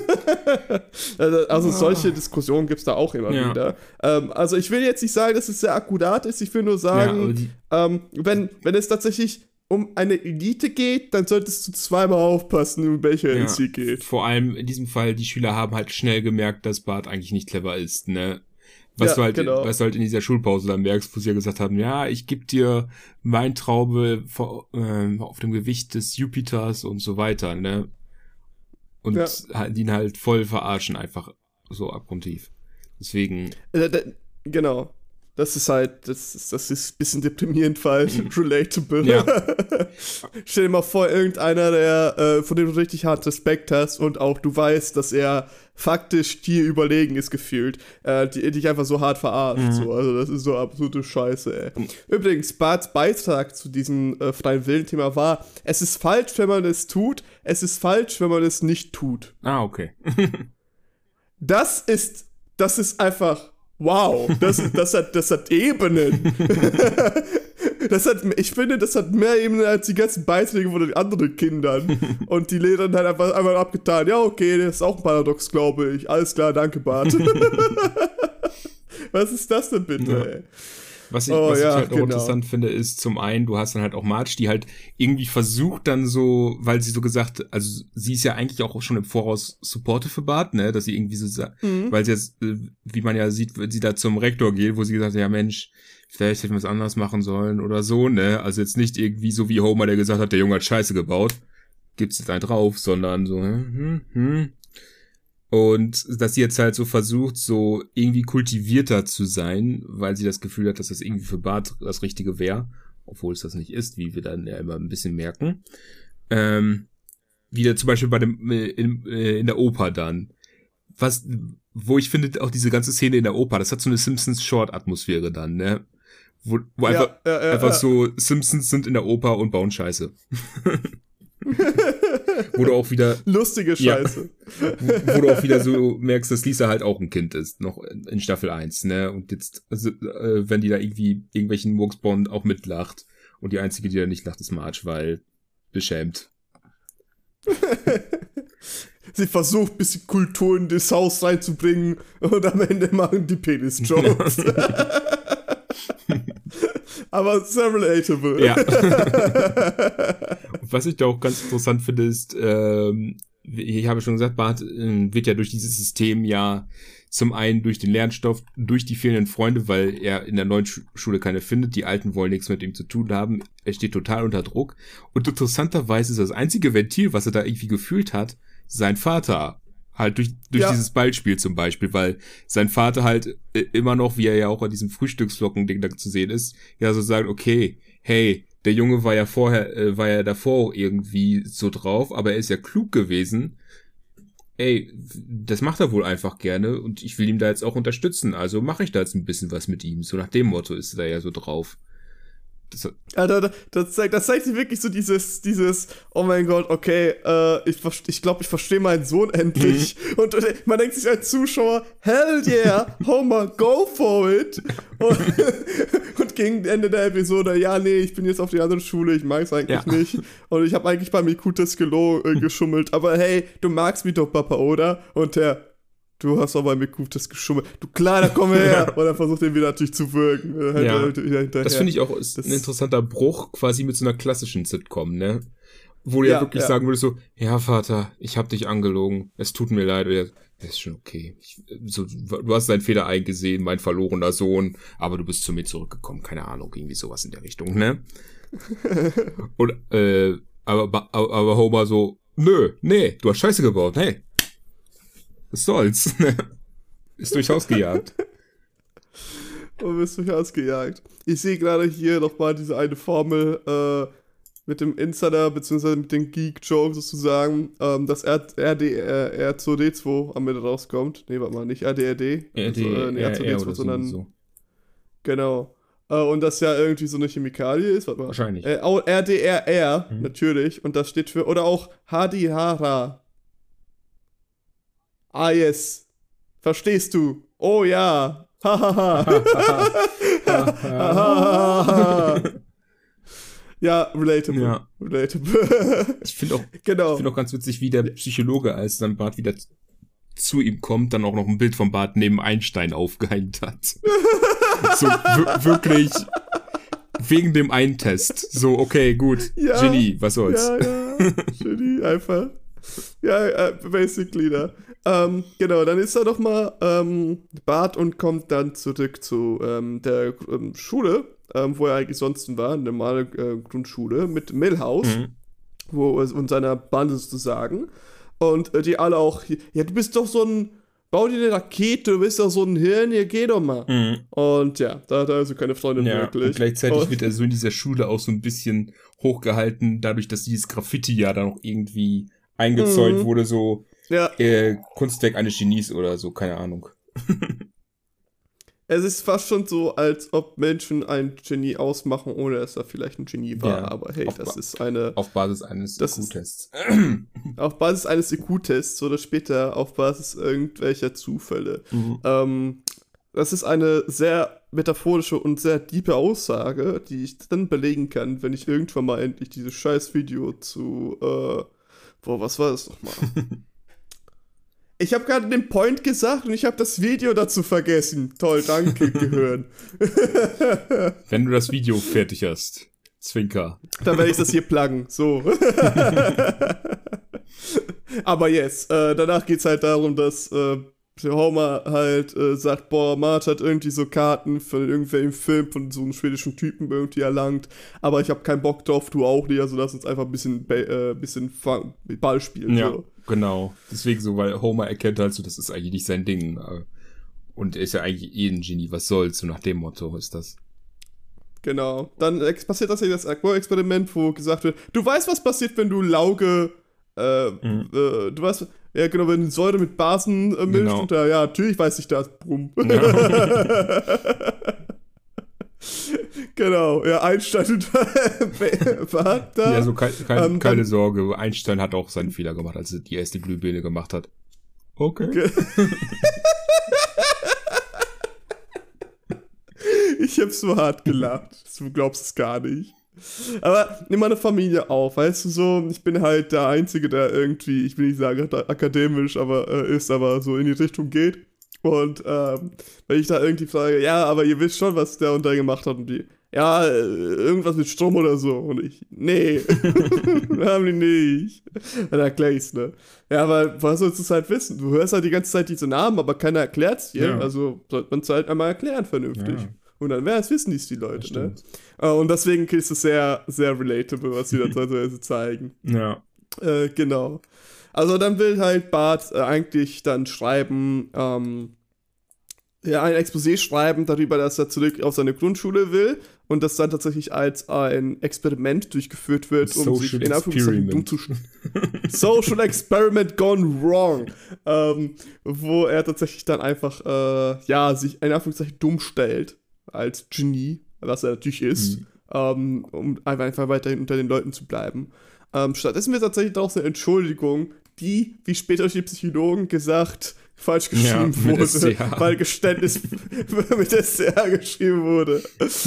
also, also solche Diskussionen gibt es da auch immer ja. wieder. Ähm, also ich will jetzt nicht sagen, dass es sehr akkurat ist, ich will nur sagen, ja, ähm, wenn, wenn es tatsächlich um eine Elite geht, dann solltest du zweimal aufpassen, um welche Ja, es hier geht. vor allem in diesem Fall, die Schüler haben halt schnell gemerkt, dass Bart eigentlich nicht clever ist, ne? Was Ja, du halt, genau. was du halt in dieser Schulpause dann merkst, wo sie ja gesagt haben, ja, ich geb dir Weintraube vor, ähm, auf dem Gewicht des Jupiters und so weiter, ne? Und Ja. halt ihn halt voll verarschen, einfach so abgrundtief. Deswegen, Äh, da, genau. Das ist halt, das ist, das ist ein bisschen deprimierend, weil relatable. Ja. Stell dir mal vor, irgendeiner, der, äh, von dem du richtig hart Respekt hast und auch du weißt, dass er faktisch dir überlegen ist gefühlt, äh, die, dich einfach so hart verarscht. Mhm. So. Also das ist so absolute Scheiße, ey. Übrigens, Barts Beitrag zu diesem äh, freien Willen-Thema war, es ist falsch, wenn man es tut, es ist falsch, wenn man es nicht tut. ah, okay. Das ist, das ist einfach, wow, das, das, hat, das hat Ebenen. Das hat, ich finde, das hat mehr Ebenen als die ganzen Beiträge von den anderen Kindern. Und die Lehrerin hat einfach, einfach abgetan, ja, okay, das ist auch ein Paradox, glaube ich. Alles klar, danke, Bart. Was ist das denn bitte, Ja. ey? Was ich, Oh, was ja, ich halt auch genau. interessant finde, ist zum einen, du hast dann halt auch Marge, die halt irgendwie versucht dann so, weil sie so gesagt, also sie ist ja eigentlich auch schon im Voraus supportive für Bart, ne, dass sie irgendwie so, sa- Mhm. weil sie jetzt, äh, wie man ja sieht, wenn sie da zum Rektor geht, wo sie gesagt hat, ja Mensch, vielleicht hätten wir es anders machen sollen oder so, ne, also jetzt nicht irgendwie so wie Homer, der gesagt hat, der Junge hat Scheiße gebaut, gibt's jetzt einen drauf, sondern so, hm, hm, hm. Und dass sie jetzt halt so versucht, so irgendwie kultivierter zu sein, weil sie das Gefühl hat, dass das irgendwie für Bart das Richtige wäre, obwohl es das nicht ist, wie wir dann ja immer ein bisschen merken. Ähm, wieder zum Beispiel bei dem äh, in, äh, in der Oper dann. Was, wo ich finde, auch diese ganze Szene in der Oper, das hat so eine Simpsons-Short-Atmosphäre dann, ne? Wo, wo Ja, einfach, ja, ja, einfach ja. so Simpsons sind in der Oper und bauen Scheiße. Wo du auch wieder Lustige Ja. Scheiße. wo du auch wieder so merkst, dass Lisa halt auch ein Kind ist, noch in Staffel eins, ne? Und jetzt, also, äh, wenn die da irgendwie irgendwelchen Murksbond auch mitlacht und die einzige, die da nicht lacht, ist Marge, weil beschämt. Sie versucht, ein bisschen Kultur in das Haus reinzubringen und am Ende machen die Penis-Jokes. Aber sehr relatable. Ja. Und was ich da auch ganz interessant finde, ist, ähm, ich habe schon gesagt, Bart äh, wird ja durch dieses System ja zum einen durch den Lernstoff, durch die fehlenden Freunde, weil er in der neuen Schu- Schule keine findet, die Alten wollen nichts mit ihm zu tun haben, er steht total unter Druck. Und interessanterweise ist das einzige Ventil, was er da irgendwie gefühlt hat, sein Vater. Halt durch, durch Ja. dieses Ballspiel zum Beispiel, weil sein Vater halt äh, immer noch, wie er ja auch an diesem Frühstücksflocken-Ding da zu sehen ist, ja so sagt, okay, hey, der Junge war ja vorher, äh, war ja davor irgendwie so drauf, aber er ist ja klug gewesen. Ey, das macht er wohl einfach gerne und ich will ihm da jetzt auch unterstützen, also mache ich da jetzt ein bisschen was mit ihm. So nach dem Motto ist er da ja so drauf. Das, Alter, das, das zeigt, das zeigt sich wirklich so dieses, dieses, oh mein Gott, okay, äh, ich, verst- ich glaube, ich verstehe meinen Sohn endlich. Mhm. Und äh, man denkt sich als Zuschauer, hell yeah, Homer, go for it. Und, und gegen Ende der Episode, ja, nee, ich bin jetzt auf die andere Schule, ich mag es eigentlich Ja. nicht. Und ich habe eigentlich bei Mikutes gelo äh, geschummelt. Aber hey, du magst mich doch, Papa, oder? Und der, du hast aber mit Gutes geschummelt. Du Kleiner, komm her. Und dann versucht er wieder natürlich zu wirken. Äh, halt, Ja. halt wieder hinterher. das finde ich auch ist Das- ein interessanter Bruch quasi mit so einer klassischen Sitcom, ne? Wo du ja, Ja, wirklich ja. sagen würdest so, ja Vater, ich hab dich angelogen, es tut mir leid. Oder, das ist schon okay. Ich, so, du hast deinen Fehler eingesehen, mein verlorener Sohn, aber du bist zu mir zurückgekommen, keine Ahnung, irgendwie sowas in der Richtung, ne? Und, äh, aber, aber, aber Homer so, nö, nee, du hast Scheiße gebaut, hey. Was soll's? Ist durchs Haus gejagt. Und bist durchaus gejagt. Ich sehe gerade hier nochmal diese eine Formel äh, mit dem Insider, beziehungsweise mit dem Geek-Joke sozusagen, ähm, dass R D R zwei D zwei am Ende rauskommt. Nee, warte mal, nicht R D R D. R D, also, äh, nee, R zwei D R zwei, oder sondern, so. genau. Äh, und das ja irgendwie so eine Chemikalie ist, warte mal. Wahrscheinlich. Äh, oh, R D R R, Mhm. natürlich. Und das steht für, oder auch Hadihara. Ah, yes. Verstehst du? Oh ja. Hahaha. Ja, relatable. Ja. Relatable. Ich finde auch, Genau. ich finde auch ganz witzig, wie der Psychologe, als dann Bart wieder z- zu ihm kommt, dann auch noch ein Bild von Bart neben Einstein aufgehängt hat. So wir- wirklich Wegen dem einen Test. So, okay, gut. Ja, Genie, was soll's. Ja, ja, Genie, einfach. Ja, äh, basically, da. Ähm, genau, dann ist er doch mal ähm, Bart und kommt dann zurück zu ähm, der ähm, Schule, ähm, wo er eigentlich sonst war, eine normale äh, Grundschule, mit Milhouse, mhm. wo es und seiner Bande sozusagen. Und äh, die alle auch, ja, du bist doch so ein, bau dir eine Rakete, du bist doch so ein Hirn, hier geh doch mal. Mhm. Und ja, da hat er also keine Freundin ja, wirklich. Und gleichzeitig und wird er so in dieser Schule auch so ein bisschen hochgehalten, dadurch, dass dieses Graffiti ja dann auch irgendwie eingezäunt mhm. wurde, so ja. äh, Kunstwerk eines Genies oder so, keine Ahnung. Es ist fast schon so, als ob Menschen ein Genie ausmachen, ohne dass er vielleicht ein Genie war. Ja, aber hey, das ba- ist eine... Auf Basis eines I Q-Tests. Auf Basis eines I Q-Tests oder später auf Basis irgendwelcher Zufälle. Mhm. Ähm, das ist eine sehr metaphorische und sehr tiefe Aussage, die ich dann belegen kann, wenn ich irgendwann mal endlich dieses scheiß Video zu... Äh, boah, was war das nochmal? Ich habe gerade den Point gesagt und ich habe das Video dazu vergessen. Toll, danke, Gehirn. Wenn du das Video fertig hast, Zwinker. Dann werde ich das hier pluggen, so. Aber yes, äh, danach geht's halt darum, dass äh, Homer halt äh, sagt, boah, Marge hat irgendwie so Karten für irgendwelchen Film von so einem schwedischen Typen irgendwie erlangt, aber ich habe keinen Bock drauf, du auch nicht, also lass uns einfach ein bisschen, äh, bisschen Ball spielen. Ja. So. Genau, deswegen so, weil Homer erkennt halt so, das ist eigentlich nicht sein Ding. Und er ist ja eigentlich eh ein Genie, was soll's, so nach dem Motto ist das. Genau, dann passiert das ja das Aqua-Experiment, wo gesagt wird, du weißt, was passiert, wenn du Lauge, äh, mhm. äh, du weißt, ja genau, wenn du Säure mit Basen äh, mischt, genau. Und da, ja, natürlich weiß ich das, brumm. Ja. Genau, ja, Einstein und war da. Ja, so kein, kein, ähm, keine dann, Sorge, Einstein hat auch seinen Fehler gemacht, als er die erste Glühbirne gemacht hat. Okay. okay. Ich hab so hart gelacht, du glaubst es gar nicht. Aber nimm meine Familie auf, weißt du so, ich bin halt der Einzige, der irgendwie, ich will nicht sagen akademisch, aber äh, ist, aber so in die Richtung geht. Und ähm, wenn ich da irgendwie frage, ja, aber ihr wisst schon, was der und der gemacht hat und die, ja, irgendwas mit Strom oder so. Und ich, nee, haben die nicht. Dann erklär ich's, ne? Ja, aber was sollst du es halt wissen? Du hörst halt die ganze Zeit diese Namen, aber keiner erklärt's dir. Ja. Also sollte man es halt einmal erklären vernünftig. Ja. Und dann wäre es, wissen dies die Leute, ne? Und deswegen ist es sehr, sehr relatable, was sie da teilweise zeigen. Ja. Äh, genau. Also dann will halt Bart äh, eigentlich dann schreiben, ähm, ja, ein Exposé schreiben darüber, dass er zurück auf seine Grundschule will und das dann tatsächlich als ein Experiment durchgeführt wird, um Social sich in Anführungszeichen dumm zu Social Experiment gone wrong. Ähm, wo er tatsächlich dann einfach, äh, ja, sich in Anführungszeichen dumm stellt als Genie, was er natürlich ist, mhm. ähm, um einfach, einfach weiterhin unter den Leuten zu bleiben. Ähm, stattdessen wird tatsächlich auch so eine Entschuldigung, die, wie später durch die Psychologen gesagt, falsch geschrieben ja, wurde, S C H. Weil Geständnis mit S C H geschrieben wurde.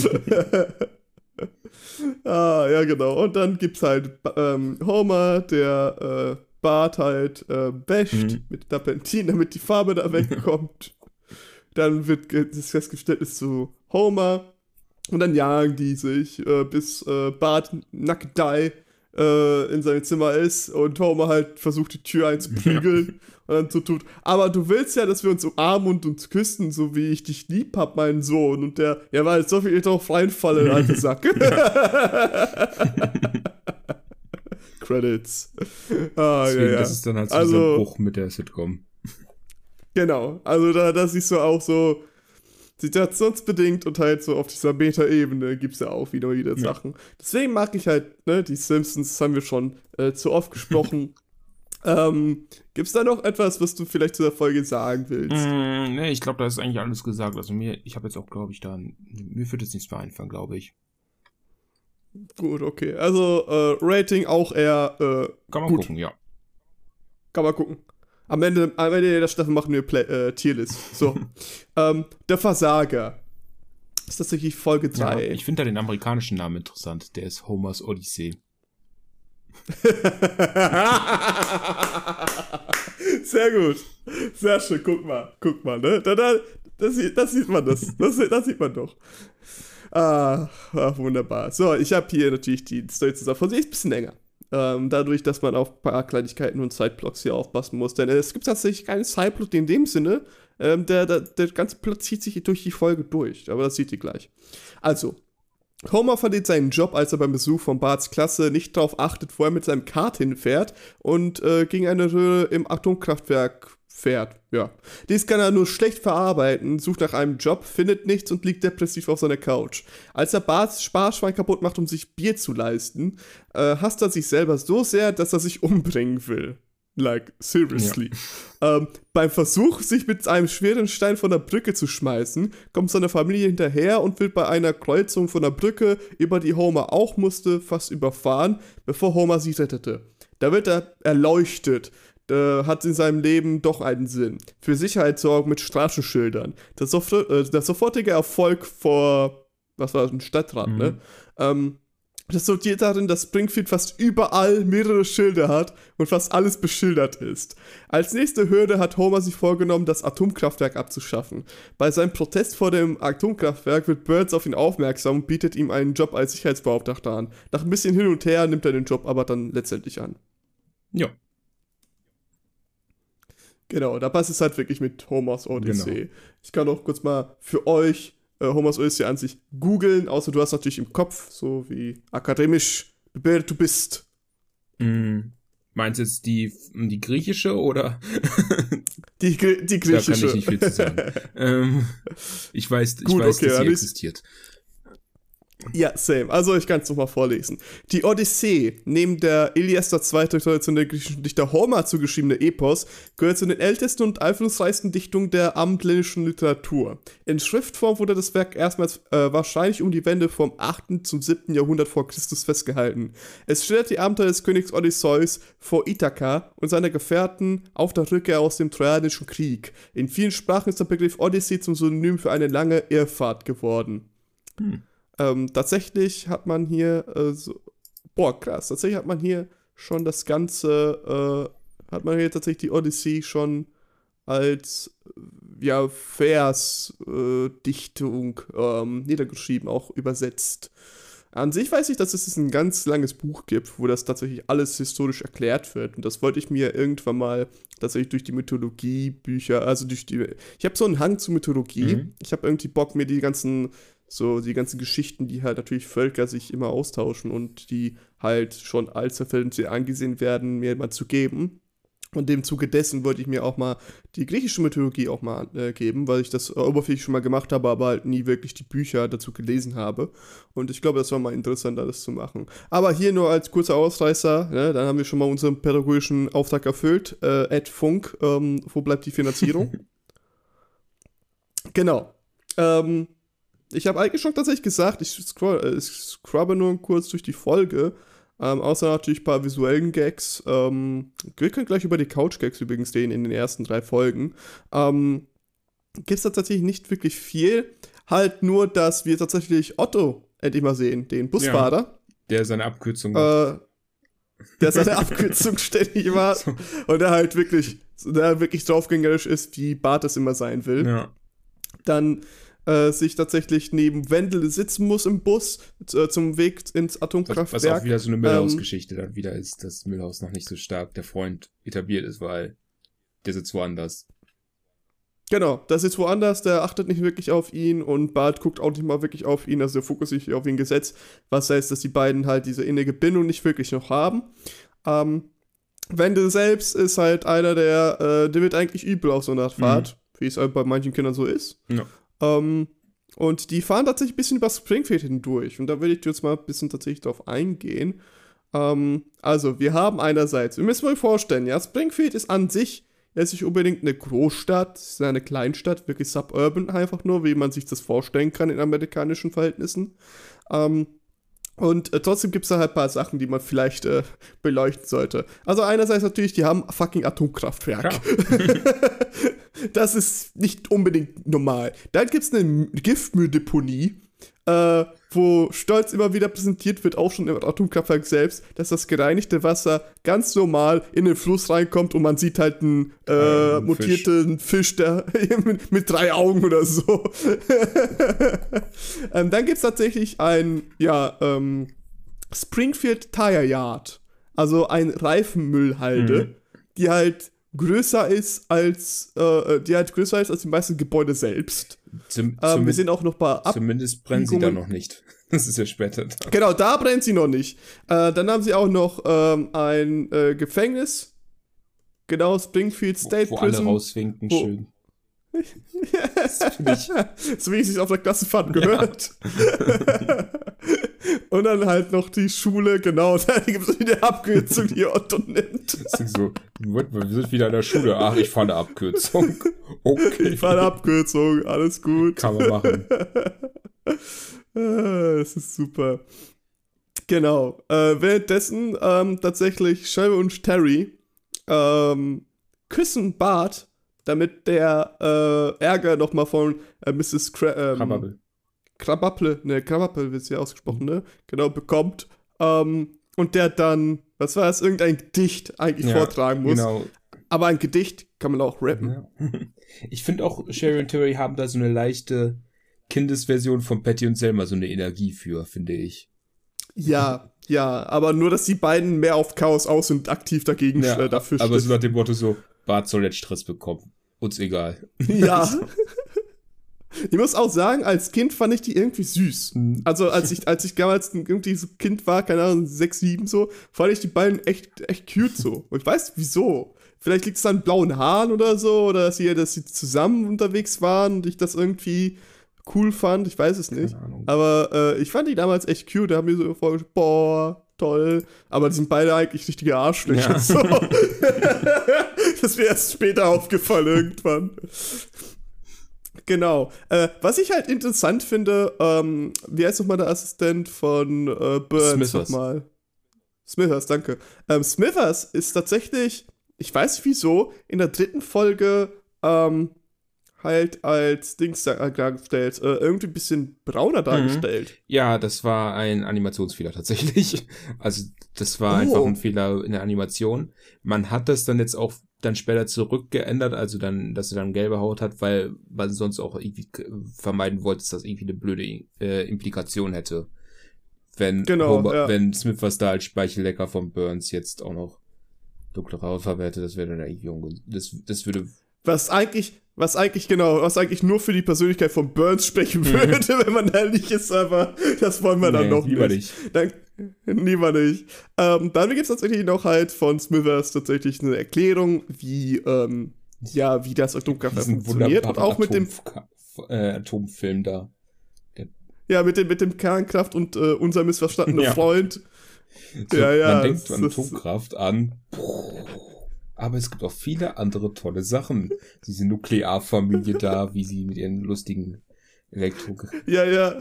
Ah, ja, genau. Und dann gibt's halt ähm, Homer, der äh, Bart halt äh, wäscht mhm. mit Terpentin, damit die Farbe da wegkommt. Dann wird das Geständnis zu Homer und dann jagen die sich, äh, bis äh, Bart nackt äh, in seinem Zimmer ist und Homer halt versucht, die Tür einzuprügeln ja. und dann so tut, aber du willst ja, dass wir uns umarmen und uns küssen, so wie ich dich lieb hab, mein Sohn. Und der, ja, weil so viel ich drauf reinfalle, alte Sack. Credits. Ah, Deswegen, ja, ja. Das ist dann halt so also, dieser Bruch mit der Sitcom. Genau, also da, da siehst du auch so situationsbedingt und halt so auf dieser Meta-Ebene gibt es ja auch wieder wieder ja. Sachen. Deswegen mag ich halt, ne, die Simpsons, das haben wir schon äh, zu oft gesprochen. ähm, gibt's da noch etwas, was du vielleicht zu der Folge sagen willst? Mm, ne, ich glaube, da ist eigentlich alles gesagt. Also mir, ich habe jetzt auch, glaube ich, da, mir wird jetzt nichts mehr einfallen, glaube ich. Gut, okay. Also, äh, Rating auch eher, äh, Kann man gut. gucken, ja. Kann man gucken. Am Ende, am Ende der Staffel machen wir Play, äh, Tierlist. So. ähm, der Versager. Ist tatsächlich Folge drei. Ja, ich finde da den amerikanischen Namen interessant. Der ist Homers Odyssee. Sehr gut. Sehr schön. Guck mal. Guck mal, ne? Da, da, Das, das sieht man das. Das, das sieht man doch. Ah, ach, wunderbar. So, ich habe hier natürlich die Story zusammen. Sie ist ein bisschen länger. Ähm, dadurch, dass man auf ein paar Kleinigkeiten und Sideblocks hier aufpassen muss. Denn es gibt tatsächlich keinen Sideplot in dem Sinne. Ähm, der, der, der ganze Plot zieht sich durch die Folge durch. Aber das seht ihr gleich. Also, Homer verliert seinen Job, als er beim Besuch von Barts Klasse nicht darauf achtet, wo er mit seinem Kart hinfährt und äh, gegen eine Röhre im Atomkraftwerk fährt. Ja. Dies kann er nur schlecht verarbeiten, sucht nach einem Job, findet nichts und liegt depressiv auf seiner Couch. Als er Barts Sparschwein kaputt macht, um sich Bier zu leisten, äh, hasst er sich selber so sehr, dass er sich umbringen will. Like, seriously. Ja. Ähm, beim Versuch, sich mit einem schweren Stein von der Brücke zu schmeißen, kommt seine Familie hinterher und wird bei einer Kreuzung von der Brücke, über die Homer auch musste, fast überfahren, bevor Homer sie rettete. Da wird er erleuchtet. Äh, hat in seinem Leben doch einen Sinn. Für Sicherheit sorgen mit Straßenschildern. Der, sofort, äh, der sofortige Erfolg vor, was war das, ein Stadtrat, mhm. ne? Ähm, Das resultiert darin, dass Springfield fast überall mehrere Schilder hat und fast alles beschildert ist. Als nächste Hürde hat Homer sich vorgenommen, das Atomkraftwerk abzuschaffen. Bei seinem Protest vor dem Atomkraftwerk wird Burns auf ihn aufmerksam und bietet ihm einen Job als Sicherheitsbeauftragter an. Nach ein bisschen hin und her nimmt er den Job aber dann letztendlich an. Ja. Genau, da passt es halt wirklich mit Homers Odyssee. Genau. Ich kann auch kurz mal für euch Homers Odyssee an sich googeln, außer du hast natürlich im Kopf, so wie akademisch gebildet du bist. Mm, meinst du jetzt die, die griechische oder? die, die griechische. Da kann ich nicht viel zu sagen. ähm, ich weiß, ich Gut, weiß okay, dass sie ist, existiert. Ja, same. Also ich kann es nochmal vorlesen. Die Odyssee, neben der Ilias der zweite traditionelle griechischen Dichter Homer zugeschriebene Epos, gehört zu den ältesten und einflussreichsten Dichtungen der abendländischen Literatur. In Schriftform wurde das Werk erstmals äh, wahrscheinlich um die Wende vom achten zum siebten Jahrhundert vor Christus festgehalten. Es schildert die Abenteuer des Königs Odysseus vor Ithaka und seiner Gefährten auf der Rückkehr aus dem Trojanischen Krieg. In vielen Sprachen ist der Begriff Odyssee zum Synonym für eine lange Irrfahrt geworden. Hm. Ähm, tatsächlich hat man hier, äh, so, boah, krass, tatsächlich hat man hier schon das Ganze, äh, hat man hier tatsächlich die Odyssee schon als, ja, Versdichtung äh, ähm, niedergeschrieben, auch übersetzt. An sich weiß ich, dass es ein ganz langes Buch gibt, wo das tatsächlich alles historisch erklärt wird. Und das wollte ich mir irgendwann mal tatsächlich durch die Mythologie-Bücher, also durch die, ich habe so einen Hang zu Mythologie. Mhm. Ich habe irgendwie Bock, mir die ganzen So die ganzen Geschichten, die halt natürlich Völker sich immer austauschen und die halt schon als sehr angesehen werden, mir mal zu geben. Und im Zuge dessen wollte ich mir auch mal die griechische Mythologie auch mal äh, geben, weil ich das äh, oberflächlich schon mal gemacht habe, aber halt nie wirklich die Bücher dazu gelesen habe. Und ich glaube, das war mal interessanter, das zu machen. Aber hier nur als kurzer Ausreißer, ne, dann haben wir schon mal unseren pädagogischen Auftrag erfüllt. Äh, Ed Funk, ähm, wo bleibt die Finanzierung? Genau. Ähm, Ich habe eigentlich schon tatsächlich gesagt, ich, scroll, äh, ich scrubbe nur kurz durch die Folge, ähm, außer natürlich ein paar visuellen Gags. Ähm, wir können gleich über die Couch-Gags übrigens reden in den ersten drei Folgen. Ähm, Gibt es tatsächlich nicht wirklich viel, halt nur, dass wir tatsächlich Otto endlich mal sehen, den Busfahrer. Ja, der seine Abkürzung äh, der seine Abkürzung ständig immer so. Und der halt wirklich, der wirklich draufgängerisch ist, wie Bart es immer sein will. Ja. Dann Äh, sich tatsächlich neben Wendel sitzen muss im Bus äh, zum Weg ins Atomkraftwerk. Was, was auch wieder so eine Müllhaus-Geschichte ähm, dann wieder ist, dass Müllhaus noch nicht so stark der Freund etabliert ist, weil der sitzt woanders. Genau, der sitzt woanders, der achtet nicht wirklich auf ihn und Bart guckt auch nicht mal wirklich auf ihn, also der Fokus sich auf ihn gesetzt, was heißt, dass die beiden halt diese innige Bindung nicht wirklich noch haben. Ähm, Wendel selbst ist halt einer, der, äh, der wird eigentlich übel auf so einer Fahrt, mhm. wie es halt bei manchen Kindern so ist. Ja. Um, und die fahren tatsächlich ein bisschen über Springfield hindurch. Und da will ich jetzt mal ein bisschen tatsächlich drauf eingehen. Um, also, wir haben einerseits, wir müssen uns vorstellen, ja, Springfield ist an sich jetzt nicht unbedingt eine Großstadt, es ist eine Kleinstadt, wirklich suburban einfach nur, wie man sich das vorstellen kann in amerikanischen Verhältnissen. Um, Und äh, trotzdem gibt es da halt ein paar Sachen, die man vielleicht äh, beleuchten sollte. Also einerseits natürlich, die haben fucking Atomkraftwerk. Ja. Das ist nicht unbedingt normal. Dann gibt es eine Giftmülldeponie. äh, wo stolz immer wieder präsentiert wird, auch schon im Atomkraftwerk selbst, dass das gereinigte Wasser ganz normal in den Fluss reinkommt und man sieht halt einen äh, Ein mutierten Fisch, Fisch der mit, mit drei Augen oder so. ähm, dann gibt es tatsächlich ein, ja, ähm, Springfield Tire Yard, also ein Reifenmüllhalde, mhm. die halt größer ist als äh, die halt größer ist als die meisten Gebäude selbst. Zum, ähm, wir sehen auch noch bei Ab Zumindest brennen sie da noch nicht. Das ist ja später da. Genau, da brennt sie noch nicht. Äh, dann haben sie auch noch ähm, ein äh, Gefängnis. Genau, Springfield State wo, wo Prison. Alle rauswinken, wo, schön. Das finde ich. So wie es sich auf der Klassenfahrt gehört. Ja. Und dann halt noch die Schule, genau, da gibt es wieder Abkürzung, die Otto nimmt. Das ist so, wir sind wieder in der Schule. Ach, ich fahre eine Abkürzung. Okay. Ich fahre eine Abkürzung, alles gut. Kann man machen. Das ist super. Genau. Äh, währenddessen ähm, tatsächlich Shelby und Terry ähm, küssen Bart, damit der äh, Ärger nochmal von äh, Missus Kra ähm, Krabappel. Krabappel, ne, Krabappel wird sie ausgesprochen, ne? Genau, bekommt. Ähm, und der dann, was war das, irgendein Gedicht eigentlich ja, vortragen muss. Genau. Aber ein Gedicht kann man auch rappen. Ja. Ich finde auch, Sherry und Terry haben da so eine leichte Kindesversion von Patty und Selma, so eine Energie für, finde ich. Ja, ja, aber nur, dass die beiden mehr auf Chaos aus und aktiv dagegen ja, äh, dafür aber so nach dem Motto so, Bart soll jetzt Stress bekommen. Uns egal. Ja. Ich muss auch sagen, als Kind fand ich die irgendwie süß. Also als ich, als ich damals irgendwie so Kind war, keine Ahnung, sechs, sieben so, fand ich die beiden echt, echt cute so. Und ich weiß wieso. Vielleicht liegt es an blauen Haaren oder so, oder dass sie, dass sie zusammen unterwegs waren und ich das irgendwie cool fand, ich weiß es nicht. Aber äh, ich fand die damals echt cute, da haben wir so vorgestellt, boah, toll. Aber die sind beide eigentlich richtige Arschlöcher. Ja. So. Das ist mir erst später aufgefallen irgendwann. Genau. Äh, was ich halt interessant finde, ähm, wie heißt nochmal der Assistent von äh, Burns nochmal? Smithers, danke. Ähm, Smithers ist tatsächlich, ich weiß nicht wieso, in der dritten Folge ähm, halt als Dings dargestellt, äh, irgendwie ein bisschen brauner dargestellt. Mhm. Ja, das war ein Animationsfehler tatsächlich. Also das war oh. einfach ein Fehler in der Animation. Man hat das dann jetzt auch dann später zurückgeändert, also dann, dass er dann gelbe Haut hat, weil man sonst auch irgendwie vermeiden wollte, dass das irgendwie eine blöde äh, Implikation hätte. Wenn, genau, Homer, ja. wenn Smith was da als Speichellecker von Burns jetzt auch noch dunkle Hautfarbe hätte, das wäre dann irgendwie unge- das, das würde Was eigentlich, was eigentlich, genau, was eigentlich nur für die Persönlichkeit von Burns sprechen würde, mhm. wenn man ehrlich ist, aber das wollen wir nee, dann noch lieber nicht. nicht. Dann, lieber nicht. Ähm, dann gibt es tatsächlich noch halt von Smithers tatsächlich eine Erklärung, wie, ähm, ja, wie das Atomkraftwerk funktioniert. Und auch mit dem äh, Atomfilm da. Der ja, mit dem, mit dem Kernkraft und äh, unser missverstandener ja. Freund. So, ja, ja. Man denkt an Atomkraft an. Aber es gibt auch viele andere tolle Sachen. Diese Nuklearfamilie da, wie sie mit ihren lustigen Elektro... Ja, ja.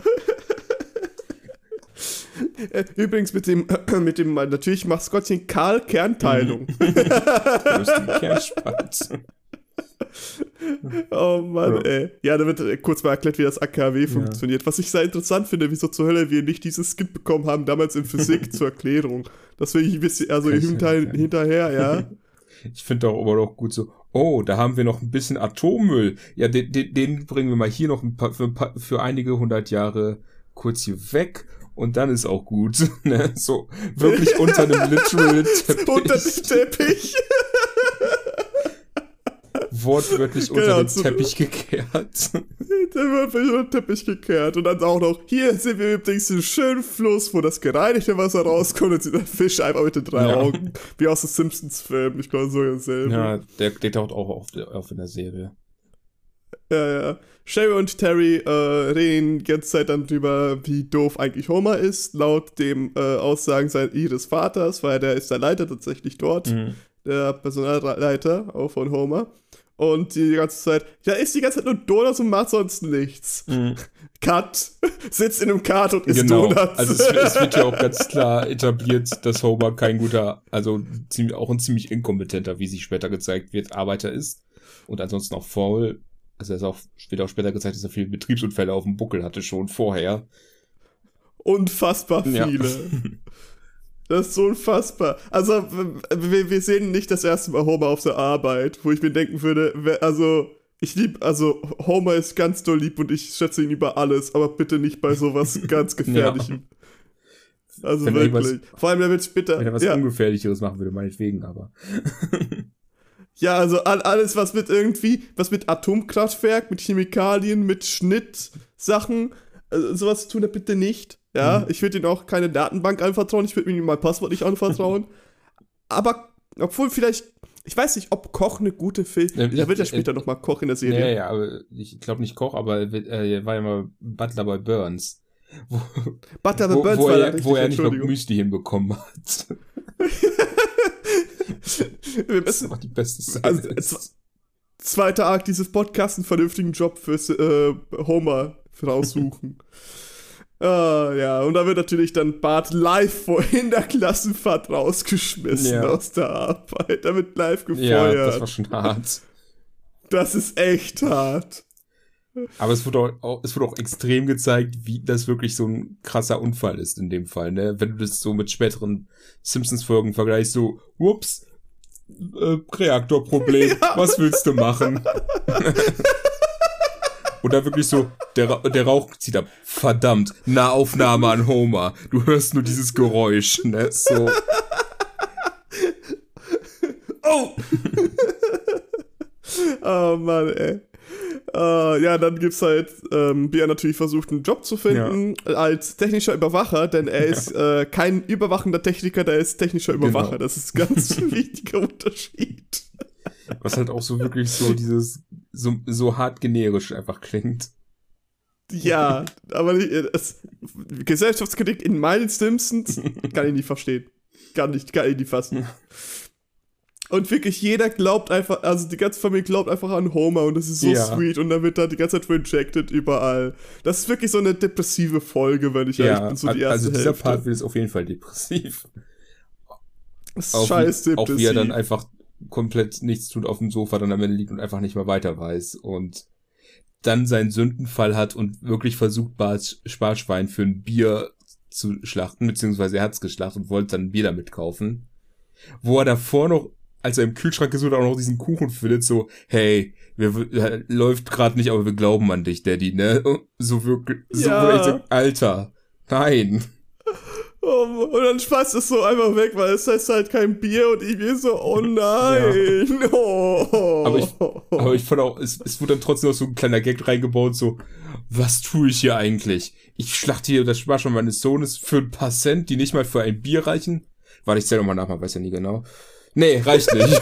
Übrigens mit dem, mit dem natürlich Maskottchen Karl Kernteilung. Lustige Kernspaltung. Oh Mann, ja. ey. Ja, da wird kurz mal erklärt, wie das A K W ja. funktioniert. Was ich sehr interessant finde, wieso zur Hölle wir nicht dieses Skit bekommen haben, damals in Physik zur Erklärung. Das will ich ein bisschen, also hinter, hinterher, ja. Ich finde auch immer noch gut so, oh, da haben wir noch ein bisschen Atommüll. Ja, den, den, den bringen wir mal hier noch ein paar, für, für einige hundert Jahre kurz hier weg und dann ist auch gut. Ne? So, wirklich unter einem literal Teppich. Unter dem Teppich. Wortwörtlich unter genau, den Teppich gekehrt. Der wird unter den Teppich gekehrt. Und dann auch noch, hier sind wir übrigens in einem schönen Fluss, wo das gereinigte Wasser rauskommt und sieht der Fisch einfach mit den drei ja. Augen. Wie aus dem Simpsons-Film. Ich glaube, so dasselbe. Ja, der, der taucht auch auf, auf in der Serie. Ja, ja. Sherry und Terry äh, reden die ganze Zeit dann drüber, wie doof eigentlich Homer ist. Laut dem äh, Aussagen sein, ihres Vaters, weil der ist der Leiter tatsächlich dort. Mhm. Der Personalleiter auch von Homer. Und die ganze Zeit, ja, isst die ganze Zeit nur Donuts und macht sonst nichts. Mhm. Cut, sitzt in einem Kart und isst genau. Donuts. Also es, es wird ja auch ganz klar etabliert, dass Homer kein guter, also ziemlich, auch ein ziemlich inkompetenter, wie sich später gezeigt wird, Arbeiter ist. Und ansonsten auch faul. Also es ist auch, wird auch später gezeigt, dass er viele Betriebsunfälle auf dem Buckel hatte schon vorher. unfassbar viele. Ja. Das ist so unfassbar. Also, wir, wir sehen nicht das erste Mal Homer auf der Arbeit, wo ich mir denken würde, also, ich lieb, also, Homer ist ganz doll lieb und ich schätze ihn über alles, aber bitte nicht bei sowas ganz Gefährlichem. Ja. Also, wenn wirklich. Vor allem, der wird später. Wenn er was ja. Ungefährlicheres machen würde, meinetwegen, aber. Ja, also, alles, was mit irgendwie, was mit Atomkraftwerk, mit Chemikalien, mit Schnittsachen, also, sowas zu tun hat, bitte nicht. Ja, mhm. Ich würde ihnen auch keine Datenbank anvertrauen, ich würde mir mein Passwort nicht anvertrauen. Aber, obwohl vielleicht, ich weiß nicht, ob Koch eine gute Film, äh, da wird ja später äh, nochmal Koch in der Serie. Ja, ja, aber ich glaube nicht Koch, aber äh, er war ja mal Butler bei Burns. Wo, Butler bei wo, Burns wo war er, richtig, wo er nicht noch Müsli hinbekommen hat. Wir das ist die beste Szene. Also, zweiter Akt dieses Podcasts, einen vernünftigen Job fürs äh, Homer raussuchen. Ah, ja, und da wird natürlich dann Bart live vor in der Klassenfahrt rausgeschmissen ja. aus der Arbeit. Da wird live gefeuert. Ja, das war schon hart. Das ist echt hart. Aber es wurde auch, es wurde auch extrem gezeigt, wie das wirklich so ein krasser Unfall ist in dem Fall, ne? Wenn du das so mit späteren Simpsons-Folgen vergleichst, so, whoops, äh, Reaktorproblem, ja. Was willst du machen? Oder wirklich so, der, der Rauch zieht ab. Verdammt, Nahaufnahme an Homer. Du hörst nur dieses Geräusch, ne? So. Oh! Oh Mann, ey. Uh, ja, dann gibt's halt, ähm, wie er natürlich versucht, einen Job zu finden ja. als technischer Überwacher, denn er ist äh, kein überwachender Techniker, der ist technischer Überwacher. Genau. Das ist ein ganz wichtiger Unterschied. Was halt auch so wirklich so dieses, so, so hart generisch einfach klingt. Ja, aber nicht, es, Gesellschaftskritik in meinen Simpsons kann ich nicht verstehen. Kann nicht, kann ich nicht fassen. Und wirklich jeder glaubt einfach, also die ganze Familie glaubt einfach an Homer und das ist so ja. sweet und dann wird da die ganze Zeit rejected überall. Das ist wirklich so eine depressive Folge, wenn ich ja, ehrlich bin, so die erste also dieser Hälfte. Part wird es auf jeden Fall depressiv. Das ist auch scheiß wie, depressiv. Auch wie er dann einfach komplett nichts tut auf dem Sofa, dann am Ende liegt und einfach nicht mehr weiter weiß und dann seinen Sündenfall hat und wirklich versucht, Barts Sparschwein für ein Bier zu schlachten, beziehungsweise er hat's geschlachtet und wollte dann ein Bier damit kaufen. Wo er davor noch, als er im Kühlschrank gesucht hat, auch noch diesen Kuchen findet, so, hey, wir, wir, läuft gerade nicht, aber wir glauben an dich, Daddy, ne? So wirklich, so ja. wirklich so, Alter, nein. Oh, und dann schmeißt es so einfach weg, weil es heißt halt kein Bier und ich bin so, oh nein. Ja. Oh. Aber, ich, aber ich fand auch, es, es wurde dann trotzdem noch so ein kleiner Gag reingebaut, so, was tue ich hier eigentlich? Ich schlachte hier das Sparschwein meines Sohnes für ein paar Cent, die nicht mal für ein Bier reichen? Warte, ich zähl nochmal nach, man weiß ja nie genau. Nee, reicht nicht.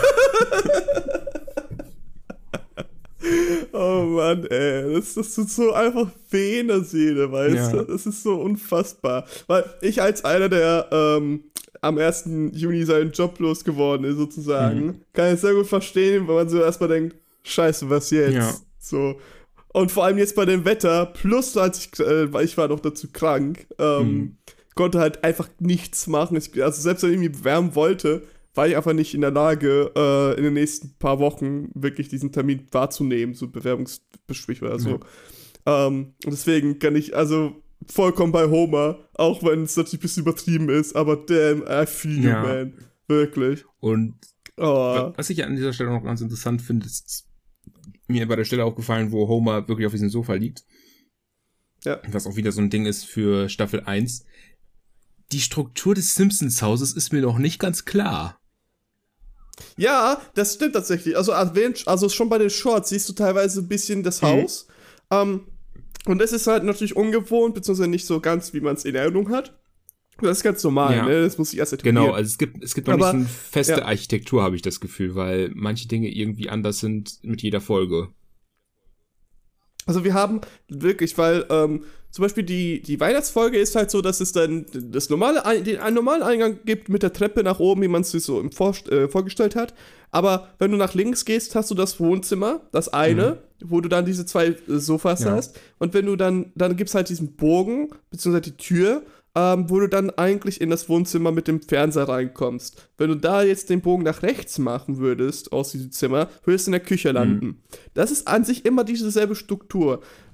Oh Mann, ey, das, das tut so einfach weh in der Seele, weißt ja. du? Das ist so unfassbar. Weil ich als einer, der ähm, am ersten Juni seinen Job losgeworden ist, sozusagen, mhm. kann ich sehr gut verstehen, wenn man so erstmal denkt, scheiße, was jetzt? Ja. So. Und vor allem jetzt bei dem Wetter, plus als ich, äh, weil ich war noch dazu krank, ähm, mhm. konnte halt einfach nichts machen. Ich, also selbst wenn ich mich bewerben wollte, war ich einfach nicht in der Lage, äh, in den nächsten paar Wochen wirklich diesen Termin wahrzunehmen, so Bewerbungsgespräch oder so. Mhm. Ähm, und deswegen kann ich, also vollkommen bei Homer, auch wenn es natürlich ein bisschen übertrieben ist, aber damn, I feel you, ja. man. Wirklich. Und oh. was ich an dieser Stelle noch ganz interessant finde, ist mir bei der Stelle aufgefallen, wo Homer wirklich auf diesem Sofa liegt. Ja. Was auch wieder so ein Ding ist für Staffel eins. Die Struktur des Simpsons-Hauses ist mir noch nicht ganz klar. Ja, das stimmt tatsächlich. Also, also schon bei den Shorts siehst du teilweise ein bisschen das mhm. Haus. Ähm, und das ist halt natürlich ungewohnt, beziehungsweise nicht so ganz, wie man es in Erinnerung hat. Das ist ganz normal, ja. ne? Das muss ich erst etablieren. Genau, also es gibt, es gibt noch Aber, nicht so eine feste ja. Architektur, habe ich das Gefühl, weil manche Dinge irgendwie anders sind mit jeder Folge. Also wir haben wirklich, weil ähm, zum Beispiel die, die Weihnachtsfolge ist halt so, dass es dann das normale, den einen normalen Eingang gibt mit der Treppe nach oben, wie man es sich so im Vor, äh, vorgestellt hat. Aber wenn du nach links gehst, hast du das Wohnzimmer, das eine, mhm. wo du dann diese zwei äh, Sofas ja. hast. Und wenn du dann, dann gibt's halt diesen Bogen, beziehungsweise die Tür, ähm, wo du dann eigentlich in das Wohnzimmer mit dem Fernseher reinkommst. Wenn du da jetzt den Bogen nach rechts machen würdest, aus diesem Zimmer, würdest du in der Küche landen. Mhm. Das ist an sich immer dieselbe Struktur.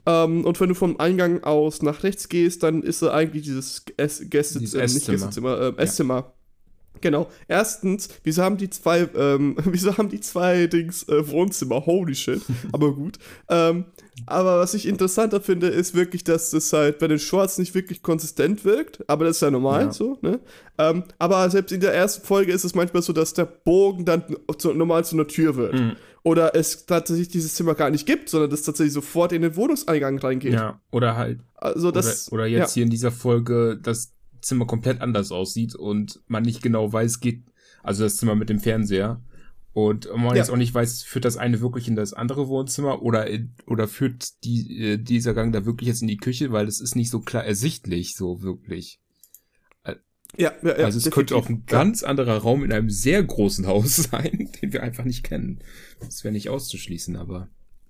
Ähm, und wenn du vom Eingang aus nach rechts gehst, dann ist da eigentlich dieses Ess- Gästezimmer, Dieses nicht Esszimmer. Gästezimmer, äh, Ja. Esszimmer. Genau. Erstens, wieso haben die zwei, ähm, wieso haben die zwei Dings äh, Wohnzimmer? Holy shit. Aber gut. Ähm, aber was ich interessanter finde, ist wirklich, dass das halt bei den Shorts nicht wirklich konsistent wirkt. Aber das ist ja normal Ja. so, ne? Ähm, aber selbst in der ersten Folge ist es manchmal so, dass der Bogen dann zu, normal zu einer Tür wird. Mhm. Oder es tatsächlich dieses Zimmer gar nicht gibt, sondern das tatsächlich sofort in den Wohnungseingang reingeht. Ja, oder halt, Also das, oder, oder jetzt ja. hier in dieser Folge das Zimmer komplett anders aussieht und man nicht genau weiß, geht, also das Zimmer mit dem Fernseher, und man Ja. jetzt auch nicht weiß, führt das eine wirklich in das andere Wohnzimmer oder in, oder führt die, äh, dieser Gang da wirklich jetzt in die Küche, weil das ist nicht so klar ersichtlich, so wirklich. Ja, ja, ja, Also es definitiv. könnte auch ein ganz anderer Raum in einem sehr großen Haus sein, den wir einfach nicht kennen. Das wäre nicht auszuschließen, aber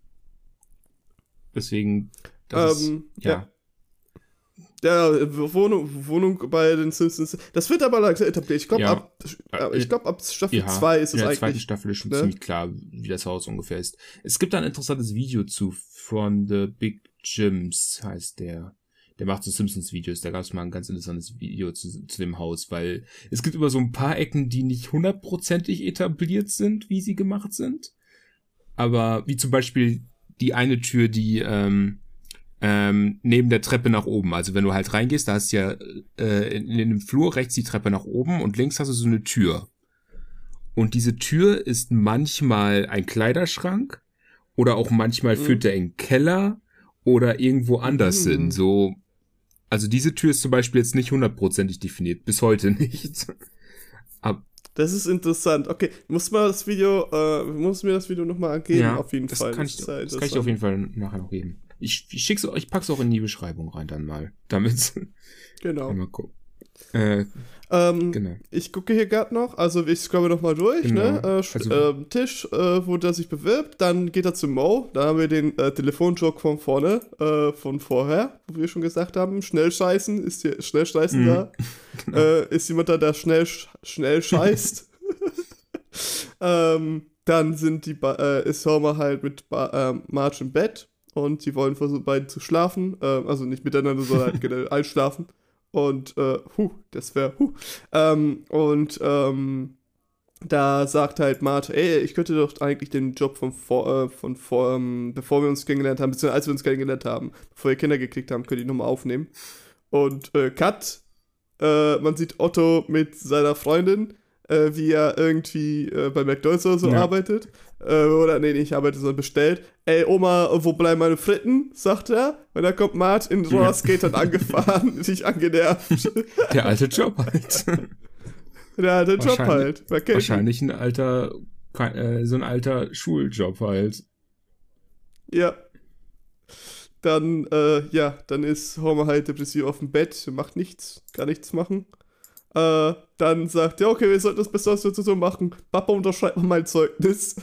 deswegen, das Ähm, ist, ja. ja. Ja, Wohnung, Wohnung bei den Simpsons. Das wird aber langsam etabliert. Ich glaube, Ja. ab, äh, ich glaub, ab Staffel Ja, zwei ist in es der zweiten eigentlich. Staffel ist schon ne? ziemlich klar, wie das Haus ungefähr ist. Es gibt da ein interessantes Video zu von The Big Jims, heißt der. Der macht so Simpsons-Videos. Da gab es mal ein ganz interessantes Video zu, zu dem Haus, weil es gibt immer so ein paar Ecken, die nicht hundertprozentig etabliert sind, wie sie gemacht sind. Aber wie zum Beispiel die eine Tür, die ähm, ähm, neben der Treppe nach oben. Also wenn du halt reingehst, da hast du ja äh, in, in dem Flur rechts die Treppe nach oben und links hast du so eine Tür. Und diese Tür ist manchmal ein Kleiderschrank oder auch manchmal Mhm. führt der in den Keller oder irgendwo anders Mhm. hin. So, also diese Tür ist zum Beispiel jetzt nicht hundertprozentig definiert, bis heute nicht. Aber Das ist interessant. Okay, muss mal das Video, äh, muss mir das Video nochmal geben, ja, auf jeden das Fall. kann ich, ist sehr das kann ich auf jeden Fall nachher noch geben. Ich, ich schick's, ich pack's auch in die Beschreibung rein dann mal, damit Genau. mal gucken. Äh, Ähm, genau. Ich gucke hier gerade noch, also ich scrolle nochmal durch, Genau. ne? Äh, sch- Also- ähm, Tisch, äh, wo der sich bewirbt, dann geht er zu Mo, da haben wir den äh, Telefonjoke von vorne, äh, von vorher, wo wir schon gesagt haben, schnell scheißen, ist hier schnell scheißen Mhm. da, Genau. äh, ist jemand da, der schnell, sch- schnell scheißt. ähm, dann sind die, ba äh, ist Homer halt mit ba ähm, Marge im Bett und sie wollen versuchen, beiden zu schlafen, ähm, also nicht miteinander, sondern halt generell einschlafen. Und, äh, huh, das wäre, huh. Ähm, und, ähm, da sagt halt Martha, ey, ich könnte doch eigentlich den Job von vor, äh, von vor, ähm, bevor wir uns kennengelernt haben, beziehungsweise als wir uns kennengelernt haben, bevor wir Kinder gekriegt haben, könnte ich nochmal aufnehmen. Und, äh, Cut, äh, man sieht Otto mit seiner Freundin, äh, wie er irgendwie äh, bei McDonald's oder so Ja. arbeitet. Äh, oder, nee, nicht arbeitet, sondern bestellt. Ey, Oma, wo bleiben meine Fritten? Sagt er. Und dann kommt Mart in Rollerskatern angefahren, sich angenervt. Der alte Job halt. Der hat den Job Wahrscheinlich- halt. Man kennt ihn. Wahrscheinlich ein alter, kein- äh, so ein alter Schuljob halt. Ja. Dann, äh, ja, dann ist Homer halt depressiv auf dem Bett, macht nichts, kann nichts machen. Äh, dann sagt er, okay, wir sollten das Beste, was wir so machen. Papa, unterschreibt mal mein Zeugnis.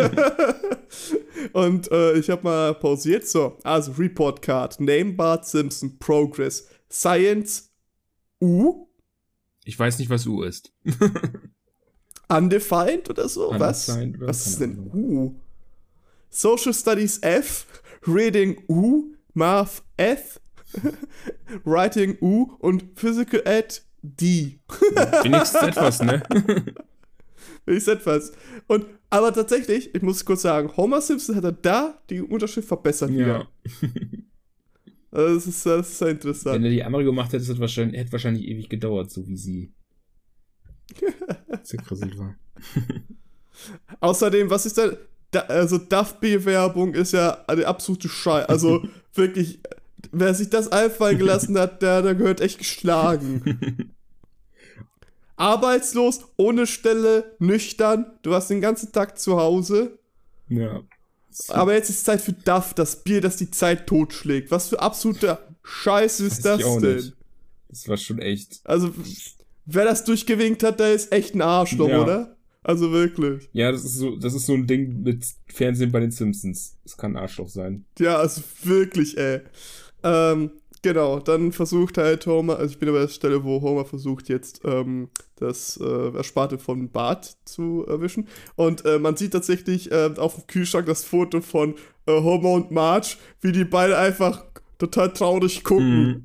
Und äh, ich habe mal pausiert. So, also Report Card. Name Bart Simpson. Progress. Science. U. Ich weiß nicht, was U ist. Undefined oder so? Was? Undefined oder Was ist keine denn Ahnung. U? Social Studies F. Reading U. Math F. Writing U. Und Physical Ed D. Wenigstens etwas, ne? Ich etwas. Und, aber tatsächlich, ich muss kurz sagen, Homer Simpson hat er da die Unterschrift verbessert Ja. wieder. Also das ist, das ist sehr Wenn interessant. er die andere gemacht hätte, hätte es wahrscheinlich, hätte wahrscheinlich ewig gedauert, so wie sie zerkrisselt war. Außerdem, was ist da, da also Duff-B-Werbung ist ja eine absolute Schei. Also wirklich, wer sich das einfallen gelassen hat, der, der gehört echt geschlagen. Arbeitslos, ohne Stelle, nüchtern, du warst den ganzen Tag zu Hause. Ja. Aber jetzt ist Zeit für Duff, das Bier, das die Zeit totschlägt. Was für absoluter Scheiß ist Weiß ich das auch denn? nicht. Das war schon echt. Also, wer das durchgewinkt hat, der ist echt ein Arschloch, Ja. oder? Also wirklich. Ja, das ist so, das ist so ein Ding mit Fernsehen bei den Simpsons. Das kann ein Arschloch sein. Ja, also wirklich, ey. Ähm, Genau, dann versucht halt Homer, also ich bin aber an der Stelle, wo Homer versucht jetzt ähm, das äh, Ersparte von Bart zu erwischen. Und äh, man sieht tatsächlich äh, auf dem Kühlschrank das Foto von äh, Homer und Marge, wie die beide einfach total traurig gucken.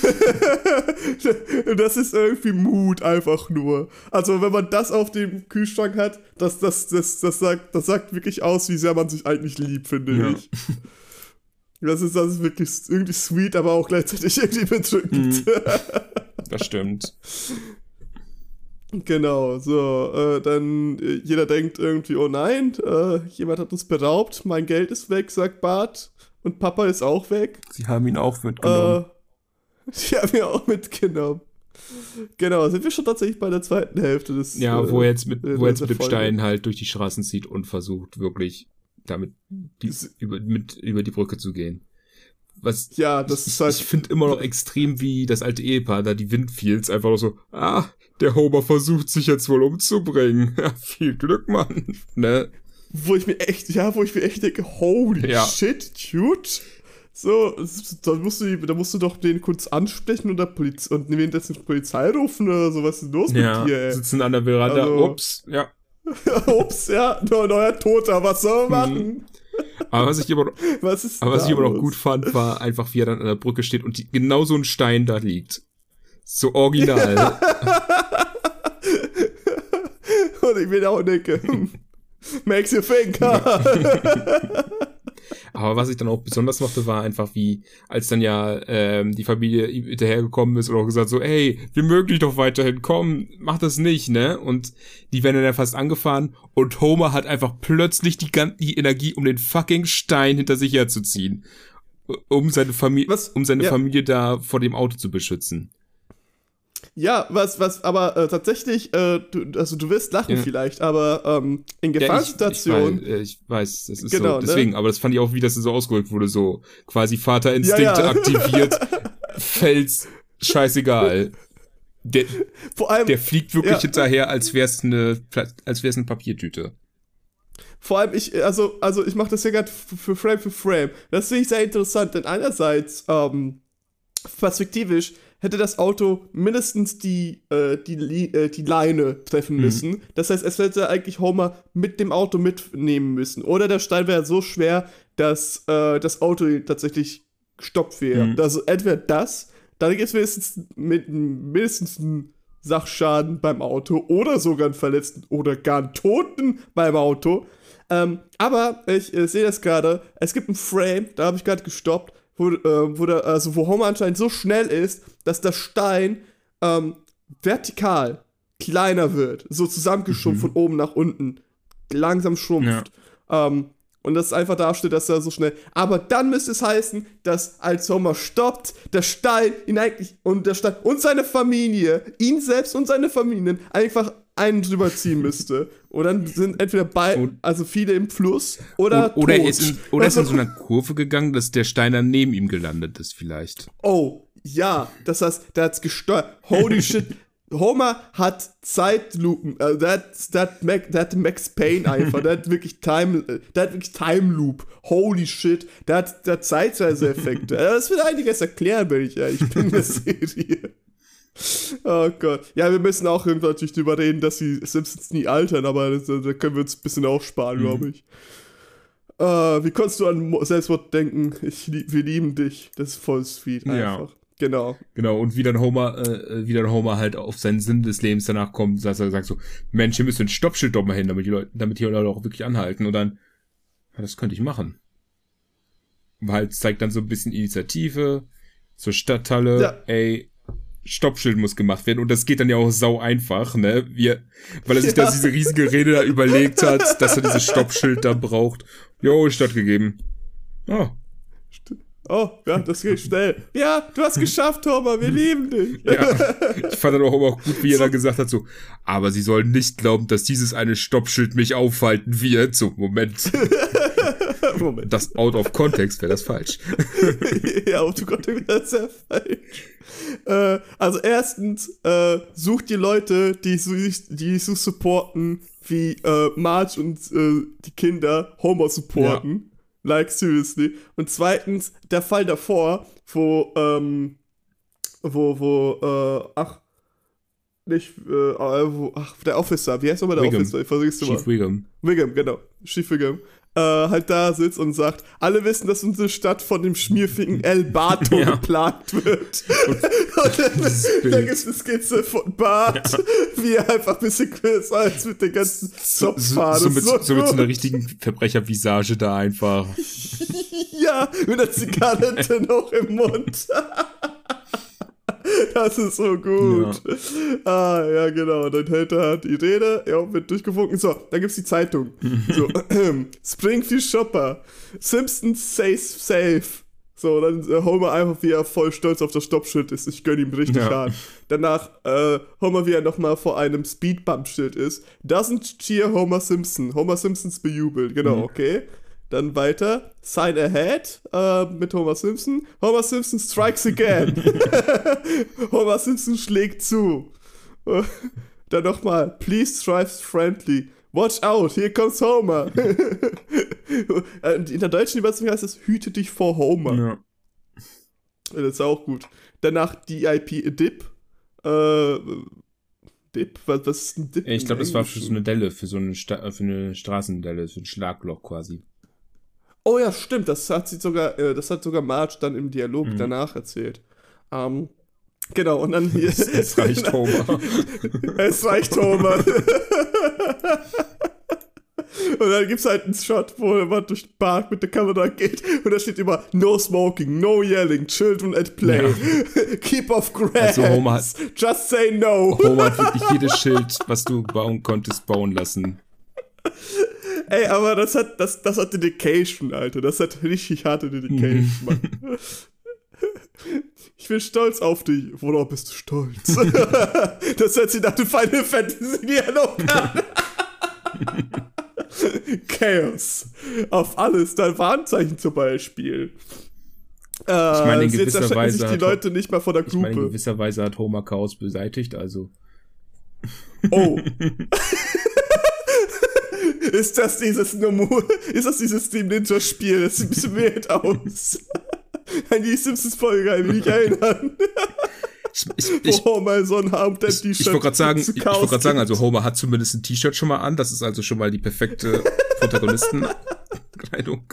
Mm. Das ist irgendwie Mut einfach nur. Also wenn man das auf dem Kühlschrank hat, das, das, das, das, sagt, das sagt wirklich aus, wie sehr man sich eigentlich liebt, finde ja. ich. Das ist, das ist wirklich irgendwie sweet, aber auch gleichzeitig irgendwie bedrückend. Das stimmt. Genau, so, äh, dann äh, jeder denkt irgendwie, oh nein, äh, jemand hat uns beraubt, mein Geld ist weg, sagt Bart, und Papa ist auch weg. Sie haben ihn auch mitgenommen. Äh, sie haben ihn auch mitgenommen. Genau, sind wir schon tatsächlich bei der zweiten Hälfte des Ja, wo er jetzt mit, äh, wo er jetzt mit dem Stein halt durch die Straßen zieht und versucht, wirklich damit die, über, mit, über die Brücke zu gehen. Was, ja, das ist halt. Ich finde immer noch extrem, wie das alte Ehepaar da die Windfields einfach noch so, ah, der Homer versucht sich jetzt wohl umzubringen. Ja, viel Glück, Mann. Ne? Wo ich mir echt, ja, wo ich mir echt denke, holy ja. shit, dude. So, da musst du, da musst du doch den kurz ansprechen oder Poliz und währenddessen Polizei rufen oder so, was ist denn los ja, mit dir, ey? Sitzen an der Veranda, also, ups, ja. Ups, ja, neuer Toter, was soll man machen? Hm. Aber was ich immer noch, was ist aber was ich immer noch los? gut fand, war einfach, wie er dann an der Brücke steht und die, genau so ein Stein da liegt. So original. Ja. Und ich bin auch denke, makes you think, Aber was ich dann auch besonders mochte, war einfach wie, als dann ja ähm, die Familie hinterhergekommen ist und auch gesagt so, ey, wir mögen dich doch weiterhin, komm, mach das nicht, ne? Und die werden dann ja fast angefahren und Homer hat einfach plötzlich die ganze die Energie, um den fucking Stein hinter sich herzuziehen, um seine Familie, was? um seine ja. Familie da vor dem Auto zu beschützen. Ja, was, was, aber äh, tatsächlich, äh, du, also du wirst lachen ja. vielleicht, aber ähm, in Gefahrenssituationen. Ja, ich, ich, weiß, ich weiß, das ist genau, so, deswegen, ne? aber das fand ich auch, wie das so ausgerückt wurde, so quasi Vaterinstinkte ja, ja. aktiviert, Fels, scheißegal. Der, Vor allem, der fliegt wirklich ja. hinterher, als wär's eine, als wär's eine Papiertüte. Vor allem, ich, also, also ich mache das ja gerade für Frame für Frame. Das finde ich sehr interessant, denn einerseits, ähm, perspektivisch, hätte das Auto mindestens die, äh, die, äh, die Leine treffen müssen. Mhm. Das heißt, es hätte eigentlich Homer mit dem Auto mitnehmen müssen. Oder der Stein wäre so schwer, dass äh, das Auto tatsächlich gestoppt wäre. Mhm. Also entweder das, dann gibt es mindestens, mit, mindestens einen Sachschaden beim Auto oder sogar einen Verletzten oder gar einen Toten beim Auto. Ähm, aber ich äh, sehe das gerade, es gibt einen Frame, da habe ich gerade gestoppt, Wo, äh, wo, der, also wo Homer anscheinend so schnell ist, dass der Stein ähm, vertikal kleiner wird, so zusammengeschrumpft mhm. von oben nach unten, langsam schrumpft. Ja. Ähm, und das einfach darstellt, dass er so schnell. Aber dann müsste es heißen, dass als Homer stoppt, der Stein ihn eigentlich und der Stein und seine Familie, ihn selbst und seine Familien einfach einen drüber ziehen müsste. Und dann sind entweder beide, also viele im Fluss oder Oder, oder tot. er ist, in, oder also, ist in so einer Kurve gegangen, dass der Stein dann neben ihm gelandet ist vielleicht. Oh, ja. Das heißt, der hat's gesteuert. Holy shit. Homer hat Zeitlupen. Uh, der, hat, der, der hat Max Payne einfach. Der hat wirklich Time, der hat wirklich Time Loop. Holy shit. Der hat, der hat Zeitreise-Effekte. Das wird einiges erklären, wenn ich ehrlich bin in der Serie. Oh Gott. Ja, wir müssen auch irgendwann natürlich drüber reden, dass die Simpsons nie altern, aber das, da können wir uns ein bisschen aufsparen, mhm. glaube ich. Uh, wie konntest du an Selbstmord denken? Ich, wir lieben dich. Das ist voll sweet einfach. Ja. Genau. Genau, und wie dann Homer, äh, wie dann Homer halt auf seinen Sinn des Lebens danach kommt, dass er sagt so, Mensch, hier müsst ihr ein Stoppschild doch mal hin, damit die Leute, damit die Leute auch wirklich anhalten. Und dann, ja, das könnte ich machen. Und halt zeigt dann so ein bisschen Initiative zur Stadthalle, ja. ey, Stoppschild muss gemacht werden und das geht dann ja auch sau einfach, ne? Wir, weil er sich ja. da diese riesige Rede da überlegt hat, dass er dieses Stoppschild da braucht. Jo, stattgegeben. Oh. Oh, ja, das geht schnell. Ja, du hast geschafft, Homer, wir lieben dich. Ja, ich fand dann auch immer auch gut, wie er so. da gesagt hat, so, aber sie sollen nicht glauben, dass dieses eine Stoppschild mich aufhalten wird. So, Moment. Moment. Das out of context wäre das falsch. Ja, out of context wäre das sehr falsch. Äh, also erstens, äh, sucht die Leute, die so, die so supporten, wie äh, Marge und äh, die Kinder Homer supporten. Like, seriously. Und zweitens, der Fall davor, wo, ähm, wo, wo, äh, ach, nicht, äh, wo, ach, der Officer, wie heißt nochmal der Wiggum. Officer? Ich versuch's mal. Chief Wiggum. Wiggum, genau. Chief Wiggum. Äh, halt da sitzt und sagt, alle wissen, dass unsere Stadt von dem schmierficken El Bato Ja. geplagt wird. Und, und dann, dann gibt es eine Skizze von Bart, ja. wie er einfach ein bisschen größer als mit den ganzen So, so, Zopfhaaren. so, mit, so, so mit so einer richtigen Verbrechervisage da einfach. Ja, mit der Zigarette noch im Mund. Das ist so gut. Ja. Ah, ja, genau. Dann hält er die Rede, ja, wird durchgewunken. So, dann gibt's die Zeitung. So, ähm, Springfield Shopper. Simpsons says safe. So, dann äh, Homer einfach, wie er voll stolz auf das Stoppschild ist. Ich gönn ihm richtig ja. hart. Danach äh, Homer, wie er nochmal vor einem Speedbump-Schild ist. Doesn't cheer Homer Simpson. Homer Simpsons bejubelt. Genau, mhm. okay. Dann weiter, Sign Ahead äh, mit Homer Simpson. Homer Simpson strikes again. Homer Simpson schlägt zu. Dann nochmal, Please drive friendly. Watch out, here comes Homer. In der deutschen Übersetzung heißt es, hüte dich vor Homer. Ja. Das ist auch gut. Danach D I P Dip. Äh, Dip? Was, was ist ein Dip? Ich glaube, das war für so eine Delle, für so eine, Sta- für eine Straßendelle, für ein Schlagloch quasi. Oh ja, stimmt, das hat sie sogar, äh, das hat sogar Marge dann im Dialog mhm. danach erzählt. Ähm, genau, und dann hier. Es, es reicht Homer. Es reicht Homer. Und dann gibt's halt einen Shot, wo man durch den Park mit der Kamera geht und da steht immer No smoking, no yelling, children at play, ja. Keep off grass, also Homer hat, just say no. Homer hat wirklich jedes Schild, was du bauen konntest, bauen lassen. Ey, aber das hat, das, das hat Dedication, Alter. Das hat richtig harte Dedication, Mann. Ich bin stolz auf dich. Worauf bist du stolz? Das hört sich nach dem Final Fantasy Dialog an. Chaos. Auf alles. Dein Warnzeichen zum Beispiel. Äh, ich meine, in jetzt gewisser erschrecken Weise sich die Leute nicht mal vor der Gruppe. Ich meine, in gewisser Weise hat Homer Chaos beseitigt, also. Oh. Ist das dieses Nomu ist das dieses Team Ninja Spiel? Das sieht ein bisschen weird aus. An die Simpsons-Folge kann ich mich erinnern. Ich, ich, ich, Wo Homer so ein Harm-T-Shirt Ich, ich wollte gerade sagen, ich, ich wollte gerade sagen, also Homer hat zumindest ein T-Shirt schon mal an. Das ist also schon mal die perfekte Protagonistenkleidung.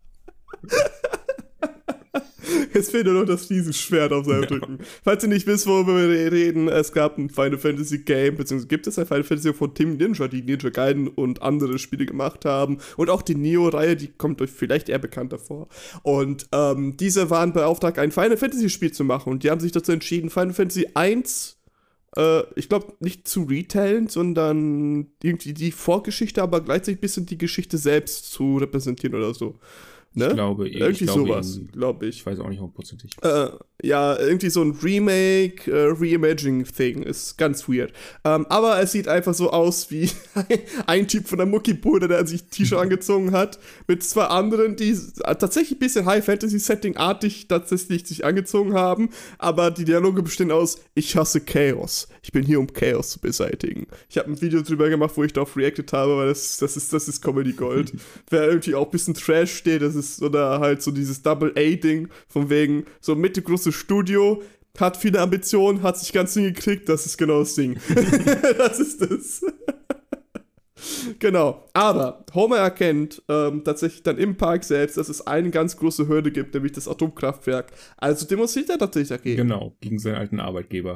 Jetzt fehlt nur noch das Riesenschwert auf seinem Ja. Rücken. Falls ihr nicht wisst, worüber wir reden, es gab ein Final Fantasy Game, beziehungsweise gibt es ein Final Fantasy von Team Ninja, die Ninja Gaiden und andere Spiele gemacht haben. Und auch die Neo-Reihe, die kommt euch vielleicht eher bekannter vor. Und ähm, diese waren beauftragt, ein Final Fantasy Spiel zu machen. Und die haben sich dazu entschieden, Final Fantasy eins, äh, ich glaube, nicht zu retailen, sondern irgendwie die Vorgeschichte, aber gleichzeitig ein bisschen die Geschichte selbst zu repräsentieren oder so. Ne? Ich glaube, ich irgendwie glaube, sowas, glaube ich. Ich weiß auch nicht hundertprozentig. Äh, ja, irgendwie so ein Remake, äh, Reimagining-Thing. Ist ganz weird. Ähm, aber es sieht einfach so aus wie ein Typ von der Muckibude, der sich ein T-Shirt angezogen hat, mit zwei anderen, die tatsächlich ein bisschen High-Fantasy-Setting-artig tatsächlich sich angezogen haben, aber die Dialoge bestehen aus, ich hasse Chaos. Ich bin hier, um Chaos zu beseitigen. Ich habe ein Video drüber gemacht, wo ich darauf reacted habe, weil das, das ist, das ist Comedy-Gold. Wer irgendwie auch ein bisschen Trash steht, das ist oder halt so dieses Double-A-Ding, von wegen so mittelgroßes Studio, hat viele Ambitionen, hat sich ganz hingekriegt, das ist genau das Ding. Das ist das. Genau. Aber Homer erkennt ähm, tatsächlich dann im Park selbst, dass es eine ganz große Hürde gibt, nämlich das Atomkraftwerk. Also demonstriert er tatsächlich dagegen. Genau, gegen seinen alten Arbeitgeber.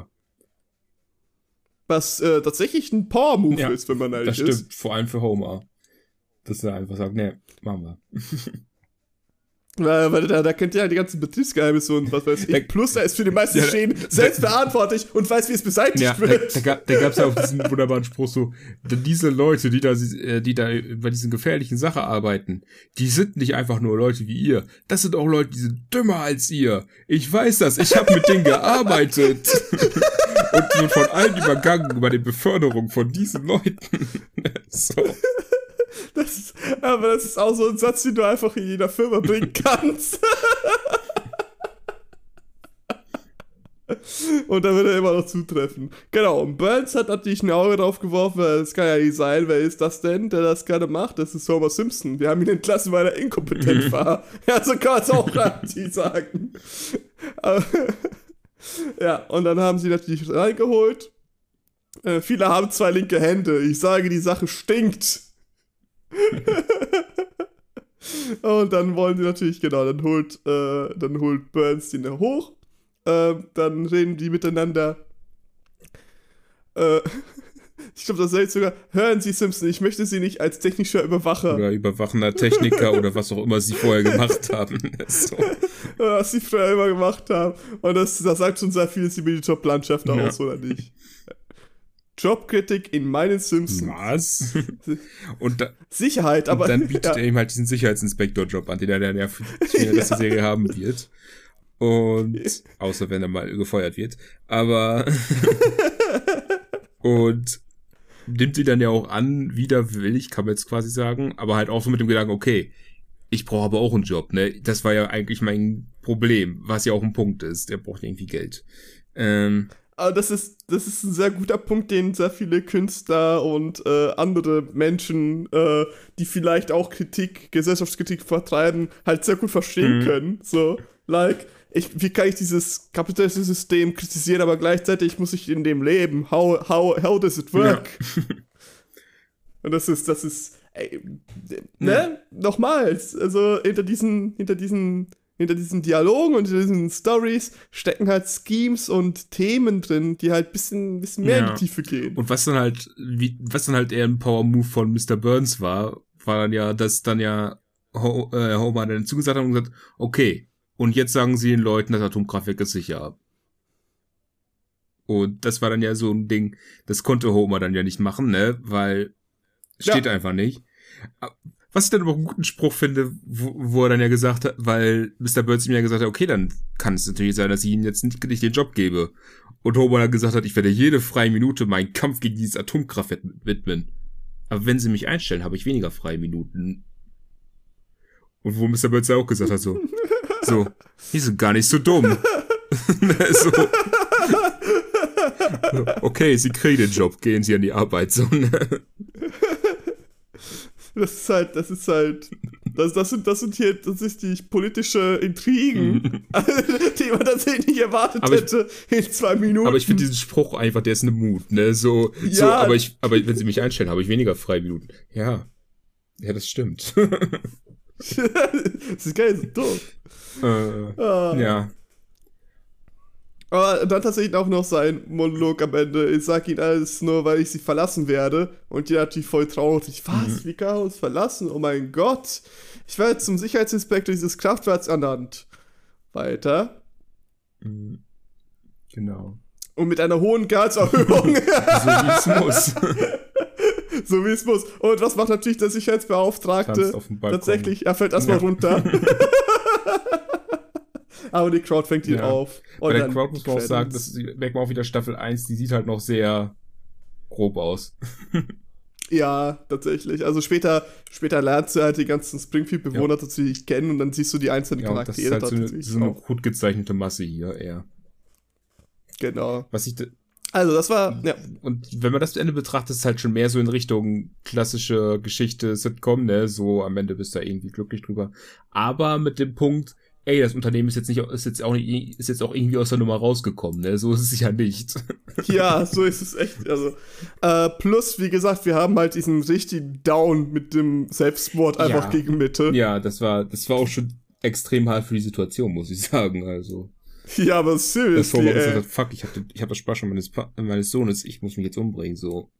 Was äh, tatsächlich ein Power-Move Ja, ist, wenn man ehrlich Das ist. stimmt, vor allem für Homer. Dass er einfach sagt, ne, machen wir. Weil, weil da, da kennt ihr halt die ganzen Betriebsgeheimnisse und was weiß ich. Der, Plus er ist für die meisten ja, Schäden selbst verantwortlich und weiß, wie es beseitigt ja, wird. Da, da, da gab es ja auch diesen wunderbaren Spruch so, diese Leute, die da, die da bei diesen gefährlichen Sachen arbeiten, die sind nicht einfach nur Leute wie ihr. Das sind auch Leute, die sind dümmer als ihr. Ich weiß das, ich habe mit denen gearbeitet. Und wird von allen übergangen bei der Beförderung von diesen Leuten. So. Das ist, aber das ist auch so ein Satz, den du einfach in jeder Firma bringen kannst. Und dann wird er immer noch zutreffen. Genau, und Burns hat natürlich ein Auge drauf geworfen, weil das kann ja nicht sein. Wer ist das denn, der das gerade macht? Das ist Homer Simpson. Wir haben ihn entlassen, weil er inkompetent war. Ja, so kann man es auch relativ sagen. Ja, und dann haben sie natürlich reingeholt. Äh, viele haben zwei linke Hände. Ich sage, die Sache stinkt. Und dann wollen sie natürlich, genau, dann holt, äh, dann holt Burns den da hoch. Äh, dann reden die miteinander. Äh, ich glaube, das sagt sogar, hören Sie, Simpson, ich möchte Sie nicht als technischer Überwacher. Oder überwachender Techniker oder was auch immer sie vorher gemacht haben. So. Was sie vorher immer gemacht haben. Und das, das sagt schon sehr vieles über die Joblandschaft ja. aus, oder nicht? Jobkritik in meinen Simpsons. Was? Und da, Sicherheit, aber. Und dann bietet ja. er ihm halt diesen Sicherheitsinspektor-Job an, den er dann ja für die ganze Serie haben wird. Und, außer wenn er mal gefeuert wird. Aber, und nimmt sie dann ja auch an, widerwillig, kann man jetzt quasi sagen, aber halt auch so mit dem Gedanken, okay, ich brauche aber auch einen Job, ne? Das war ja eigentlich mein Problem, was ja auch ein Punkt ist. Der braucht irgendwie Geld. Ähm. Aber das ist, das ist ein sehr guter Punkt, den sehr viele Künstler und äh, andere Menschen, äh, die vielleicht auch Kritik, Gesellschaftskritik vertreiben, halt sehr gut verstehen mhm. können. So, like, ich, wie kann ich dieses kapitalistische System kritisieren, aber gleichzeitig muss ich in dem leben. How, how, how does it work? Ja. Und das ist, das ist, ey, ne? Ja. Nochmals, also hinter diesen, hinter diesen Hinter diesen Dialogen und hinter diesen Stories stecken halt Schemes und Themen drin, die halt ein bisschen, bisschen mehr ja. in die Tiefe gehen. Und was dann halt, wie, was dann halt eher ein Power-Move von Mister Burns war, war dann ja, dass dann ja Ho- äh, Homer dann zugesagt hat und gesagt, okay, und jetzt sagen sie den Leuten, das Atomkraftwerk ist sicher. Und das war dann ja so ein Ding, das konnte Homer dann ja nicht machen, ne, weil steht ja. einfach nicht. Was ich dann aber einen guten Spruch finde, wo, wo er dann ja gesagt hat, weil Mister Burns ihm ja gesagt hat, okay, dann kann es natürlich sein, dass ich ihm jetzt nicht, nicht den Job gebe. Und Homer dann gesagt hat, ich werde jede freie Minute meinen Kampf gegen dieses Atomkraftwerk widmen. Aber wenn sie mich einstellen, habe ich weniger freie Minuten. Und wo Mister Burns ja auch gesagt hat, so, so, die sind gar nicht so dumm. so. Okay, sie kriegen den Job, gehen sie an die Arbeit, so, ne? Das ist halt, das ist halt, das, das sind, das sind hier, das ist die politische Intrigen, die man tatsächlich nicht erwartet aber hätte ich, in zwei Minuten. Aber ich finde diesen Spruch einfach, der ist eine Mut, ne, so, ja. so, aber ich, aber wenn sie mich einstellen, habe ich weniger Freiminuten. Ja. Ja, das stimmt. Das ist geil, so doof. Äh, ah. Ja. Aber dann tatsächlich auch noch sein Monolog am Ende. Ich sag ihnen alles nur, weil ich sie verlassen werde. Und die natürlich voll traurig. Was? Mhm. Wie kann er uns verlassen? Oh mein Gott. Ich werde zum Sicherheitsinspektor dieses Kraftwerks ernannt. Weiter. Mhm. Genau. Und mit einer hohen Gehaltserhöhung. So wie es muss. So wie es muss. Und was macht natürlich der Sicherheitsbeauftragte? Tatsächlich, er fällt erstmal ja. runter. Aber die Crowd fängt ihn ja. auf. Und bei der Crowd muss man auch sagen, das merkt man auch wieder Staffel eins, die sieht halt noch sehr grob aus. Ja, tatsächlich. Also später, später lernst du halt die ganzen Springfield-Bewohner ja. tatsächlich kennen und dann siehst du die einzelnen ja, Charaktere. Das ist halt so eine, so eine gut gezeichnete Masse hier eher. Genau. Was ich de- also das war, ja. Und wenn man das zu Ende betrachtet, ist es halt schon mehr so in Richtung klassische Geschichte, Sitcom, ne, so am Ende bist du da irgendwie glücklich drüber. Aber mit dem Punkt, ey, das Unternehmen ist jetzt nicht, ist jetzt auch nicht, ist jetzt auch irgendwie aus der Nummer rausgekommen, ne? So ist es ja nicht. Ja, so ist es echt. Also, äh, plus, wie gesagt, wir haben halt diesen richtigen Down mit dem Selbstmord einfach ja. gegen Mitte. Ja, das war, das war auch schon extrem hart für die Situation, muss ich sagen, also. Ja, aber seriously, das Homer gesagt hat, fuck, ich hab, ich hab das Sparschwein meines, meines Sohnes, ich muss mich jetzt umbringen, so.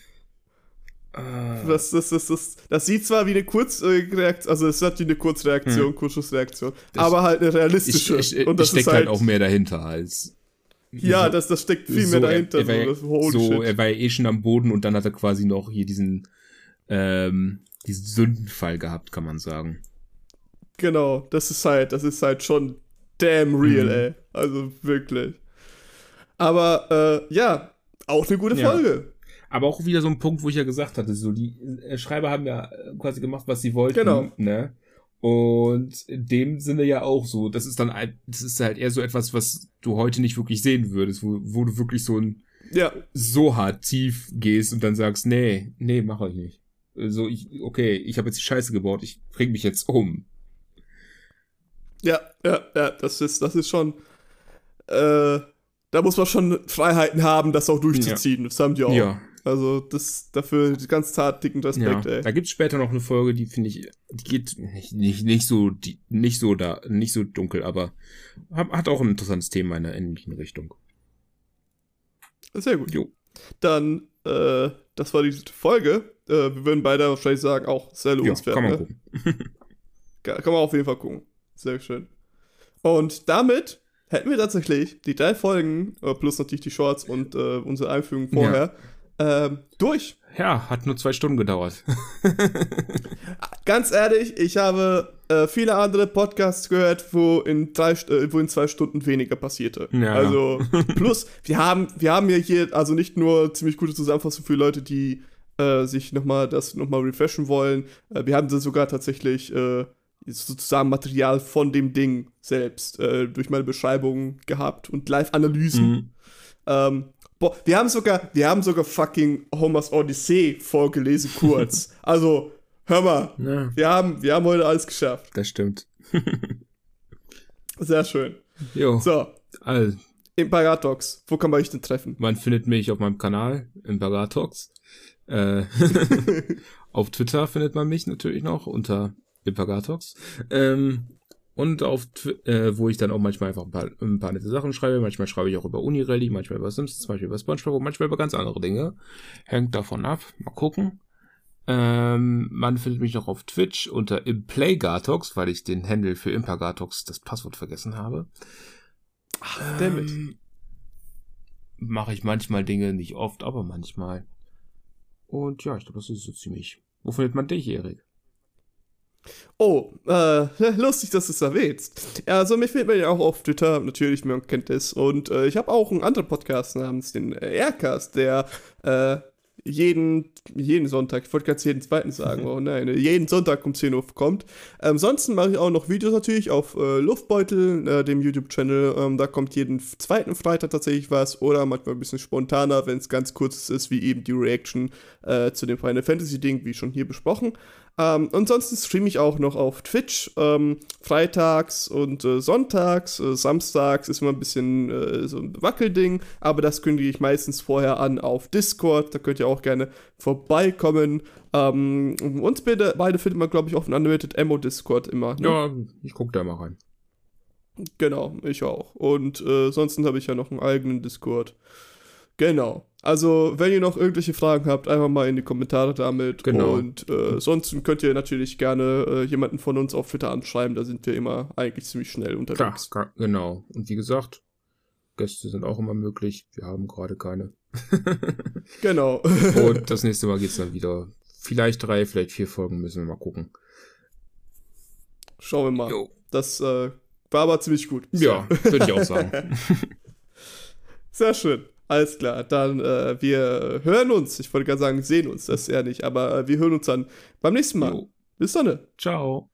Uh. Das, das, das, das, das sieht zwar wie eine Kurzreaktion, also es hat wie eine Kurzreaktion, hm. Kurzschussreaktion, das, aber halt eine realistische. Ich, ich, und das ich steckt ist halt, halt auch mehr dahinter als. Ja, das, das steckt viel so, mehr dahinter. Er, er, so, war, so er war ja eh schon am Boden und dann hat er quasi noch hier diesen, ähm, diesen Sündenfall gehabt, kann man sagen. Genau, das ist halt, das ist halt schon damn real, mhm. ey. Also wirklich. Aber, äh, ja, auch eine gute ja. Folge. Aber auch wieder so ein Punkt, wo ich ja gesagt hatte, so die äh, Schreiber haben ja quasi gemacht, was sie wollten, genau. ne? Und in dem Sinne ja auch so. Das ist dann, ein- das ist halt eher so etwas, was du heute nicht wirklich sehen würdest, wo, wo du wirklich so ein, Ja, so hart tief gehst und dann sagst, nee, nee, mache ich nicht. So, ich, okay, ich habe jetzt die Scheiße gebaut, ich bring mich jetzt um. ja, ja, ja, das ist, das ist schon, äh, da muss man schon Freiheiten haben, das auch durchzuziehen. Das haben die auch. Ja. Also, das, dafür ganz zart dicken Respekt, Ja, ey. da gibt's später noch eine Folge, die finde ich, die geht nicht, nicht, nicht so, die, nicht so da, nicht so dunkel, aber hat, hat auch ein interessantes Thema in einer ähnlichen Richtung. Sehr gut. Jo. Dann, äh, das war die Folge. Äh, wir würden beide wahrscheinlich sagen, auch sehr Ja, lohnenswert. kann man ne? gucken. Kann, kann man auf jeden Fall gucken. Sehr schön. Und damit hätten wir tatsächlich die drei Folgen, äh, plus natürlich die Shorts und äh, unsere Einführung vorher, ähm, durch. Ja, hat nur zwei Stunden gedauert. Ganz ehrlich, ich habe äh, viele andere Podcasts gehört, wo in, drei, äh, wo in zwei Stunden weniger passierte. Ja. Also, plus, wir haben, wir haben ja hier also nicht nur ziemlich gute Zusammenfassung für Leute, die äh, sich nochmal das nochmal refreshen wollen. Äh, wir haben da sogar tatsächlich äh, sozusagen Material von dem Ding selbst äh, durch meine Beschreibung gehabt und Live-Analysen. Mhm. Ähm, boah, wir haben sogar, wir haben sogar fucking Homers Odyssey vorgelesen, kurz. Also, hör mal, Ja, wir haben, wir haben heute alles geschafft. das stimmt. Sehr schön. Jo, So, also, Imperatox, wo kann man euch denn treffen? man findet mich auf meinem Kanal, Imperatox. Äh, auf Twitter findet man mich natürlich noch unter Imperatox. Ähm, und auf Twi- äh, wo ich dann auch manchmal einfach ein paar, ein paar nette Sachen schreibe. Manchmal schreibe ich auch über Unirally, manchmal über Simpsons, manchmal über SpongeBob und manchmal über ganz andere Dinge. Hängt davon ab. Mal gucken. Ähm, man findet mich noch auf Twitch unter Implaygartox, weil ich den Handle für Impergatox, das Passwort vergessen habe. Ach, dammit. Ähm, mache ich manchmal Dinge, nicht oft, aber manchmal. Und ja, ich glaube, das ist so ziemlich. Wo findet man dich, Erik? Oh, äh, lustig, dass du es erwähnst. Ja, also mich findet man ja auch auf Twitter, natürlich, man kennt es. Und äh, ich habe auch einen anderen Podcast namens den äh, Aircast, der äh, jeden, jeden Sonntag, ich wollte gerade jeden zweiten sagen, oh nein, jeden Sonntag um zehn Uhr kommt. Ähm, ansonsten mache ich auch noch Videos natürlich auf äh, Luftbeutel, äh, dem YouTube-Channel. Ähm, da kommt jeden zweiten Freitag tatsächlich was oder manchmal ein bisschen spontaner, wenn es ganz kurz ist, wie eben die Reaction äh, zu dem Final Fantasy-Ding, wie schon hier besprochen. Ähm, ansonsten streame ich auch noch auf Twitch, ähm, freitags und äh, sonntags, äh, samstags ist immer ein bisschen äh, so ein Wackelding, aber das kündige ich meistens vorher an auf Discord, da könnt ihr auch gerne vorbeikommen. Ähm, uns beide, beide findet man, glaube ich, auf dem Unlimited Ammo Discord immer. Ne? Ja, ich gucke da mal rein. Genau, ich auch. Und äh, sonst habe ich ja noch einen eigenen Discord. Genau. Also, wenn ihr noch irgendwelche Fragen habt, einfach mal in die Kommentare damit. Genau. Und äh, sonst könnt ihr natürlich gerne äh, jemanden von uns auf Twitter anschreiben. Da sind wir immer eigentlich ziemlich schnell Klar, unterwegs. klar, genau. Und wie gesagt, Gäste sind auch immer möglich. Wir haben gerade keine. Genau. Und das nächste Mal geht's dann wieder. Vielleicht drei, vielleicht vier Folgen, müssen wir mal gucken. Schauen wir mal. Jo. Das äh, war aber ziemlich gut. Ja, würde ich auch sagen. Sehr schön. Alles klar. Dann, äh, wir hören uns. Ich wollte gerade sagen, sehen uns, das ist eher nicht. Aber äh, wir hören uns dann beim nächsten Mal. Jo. Bis dann. Ciao.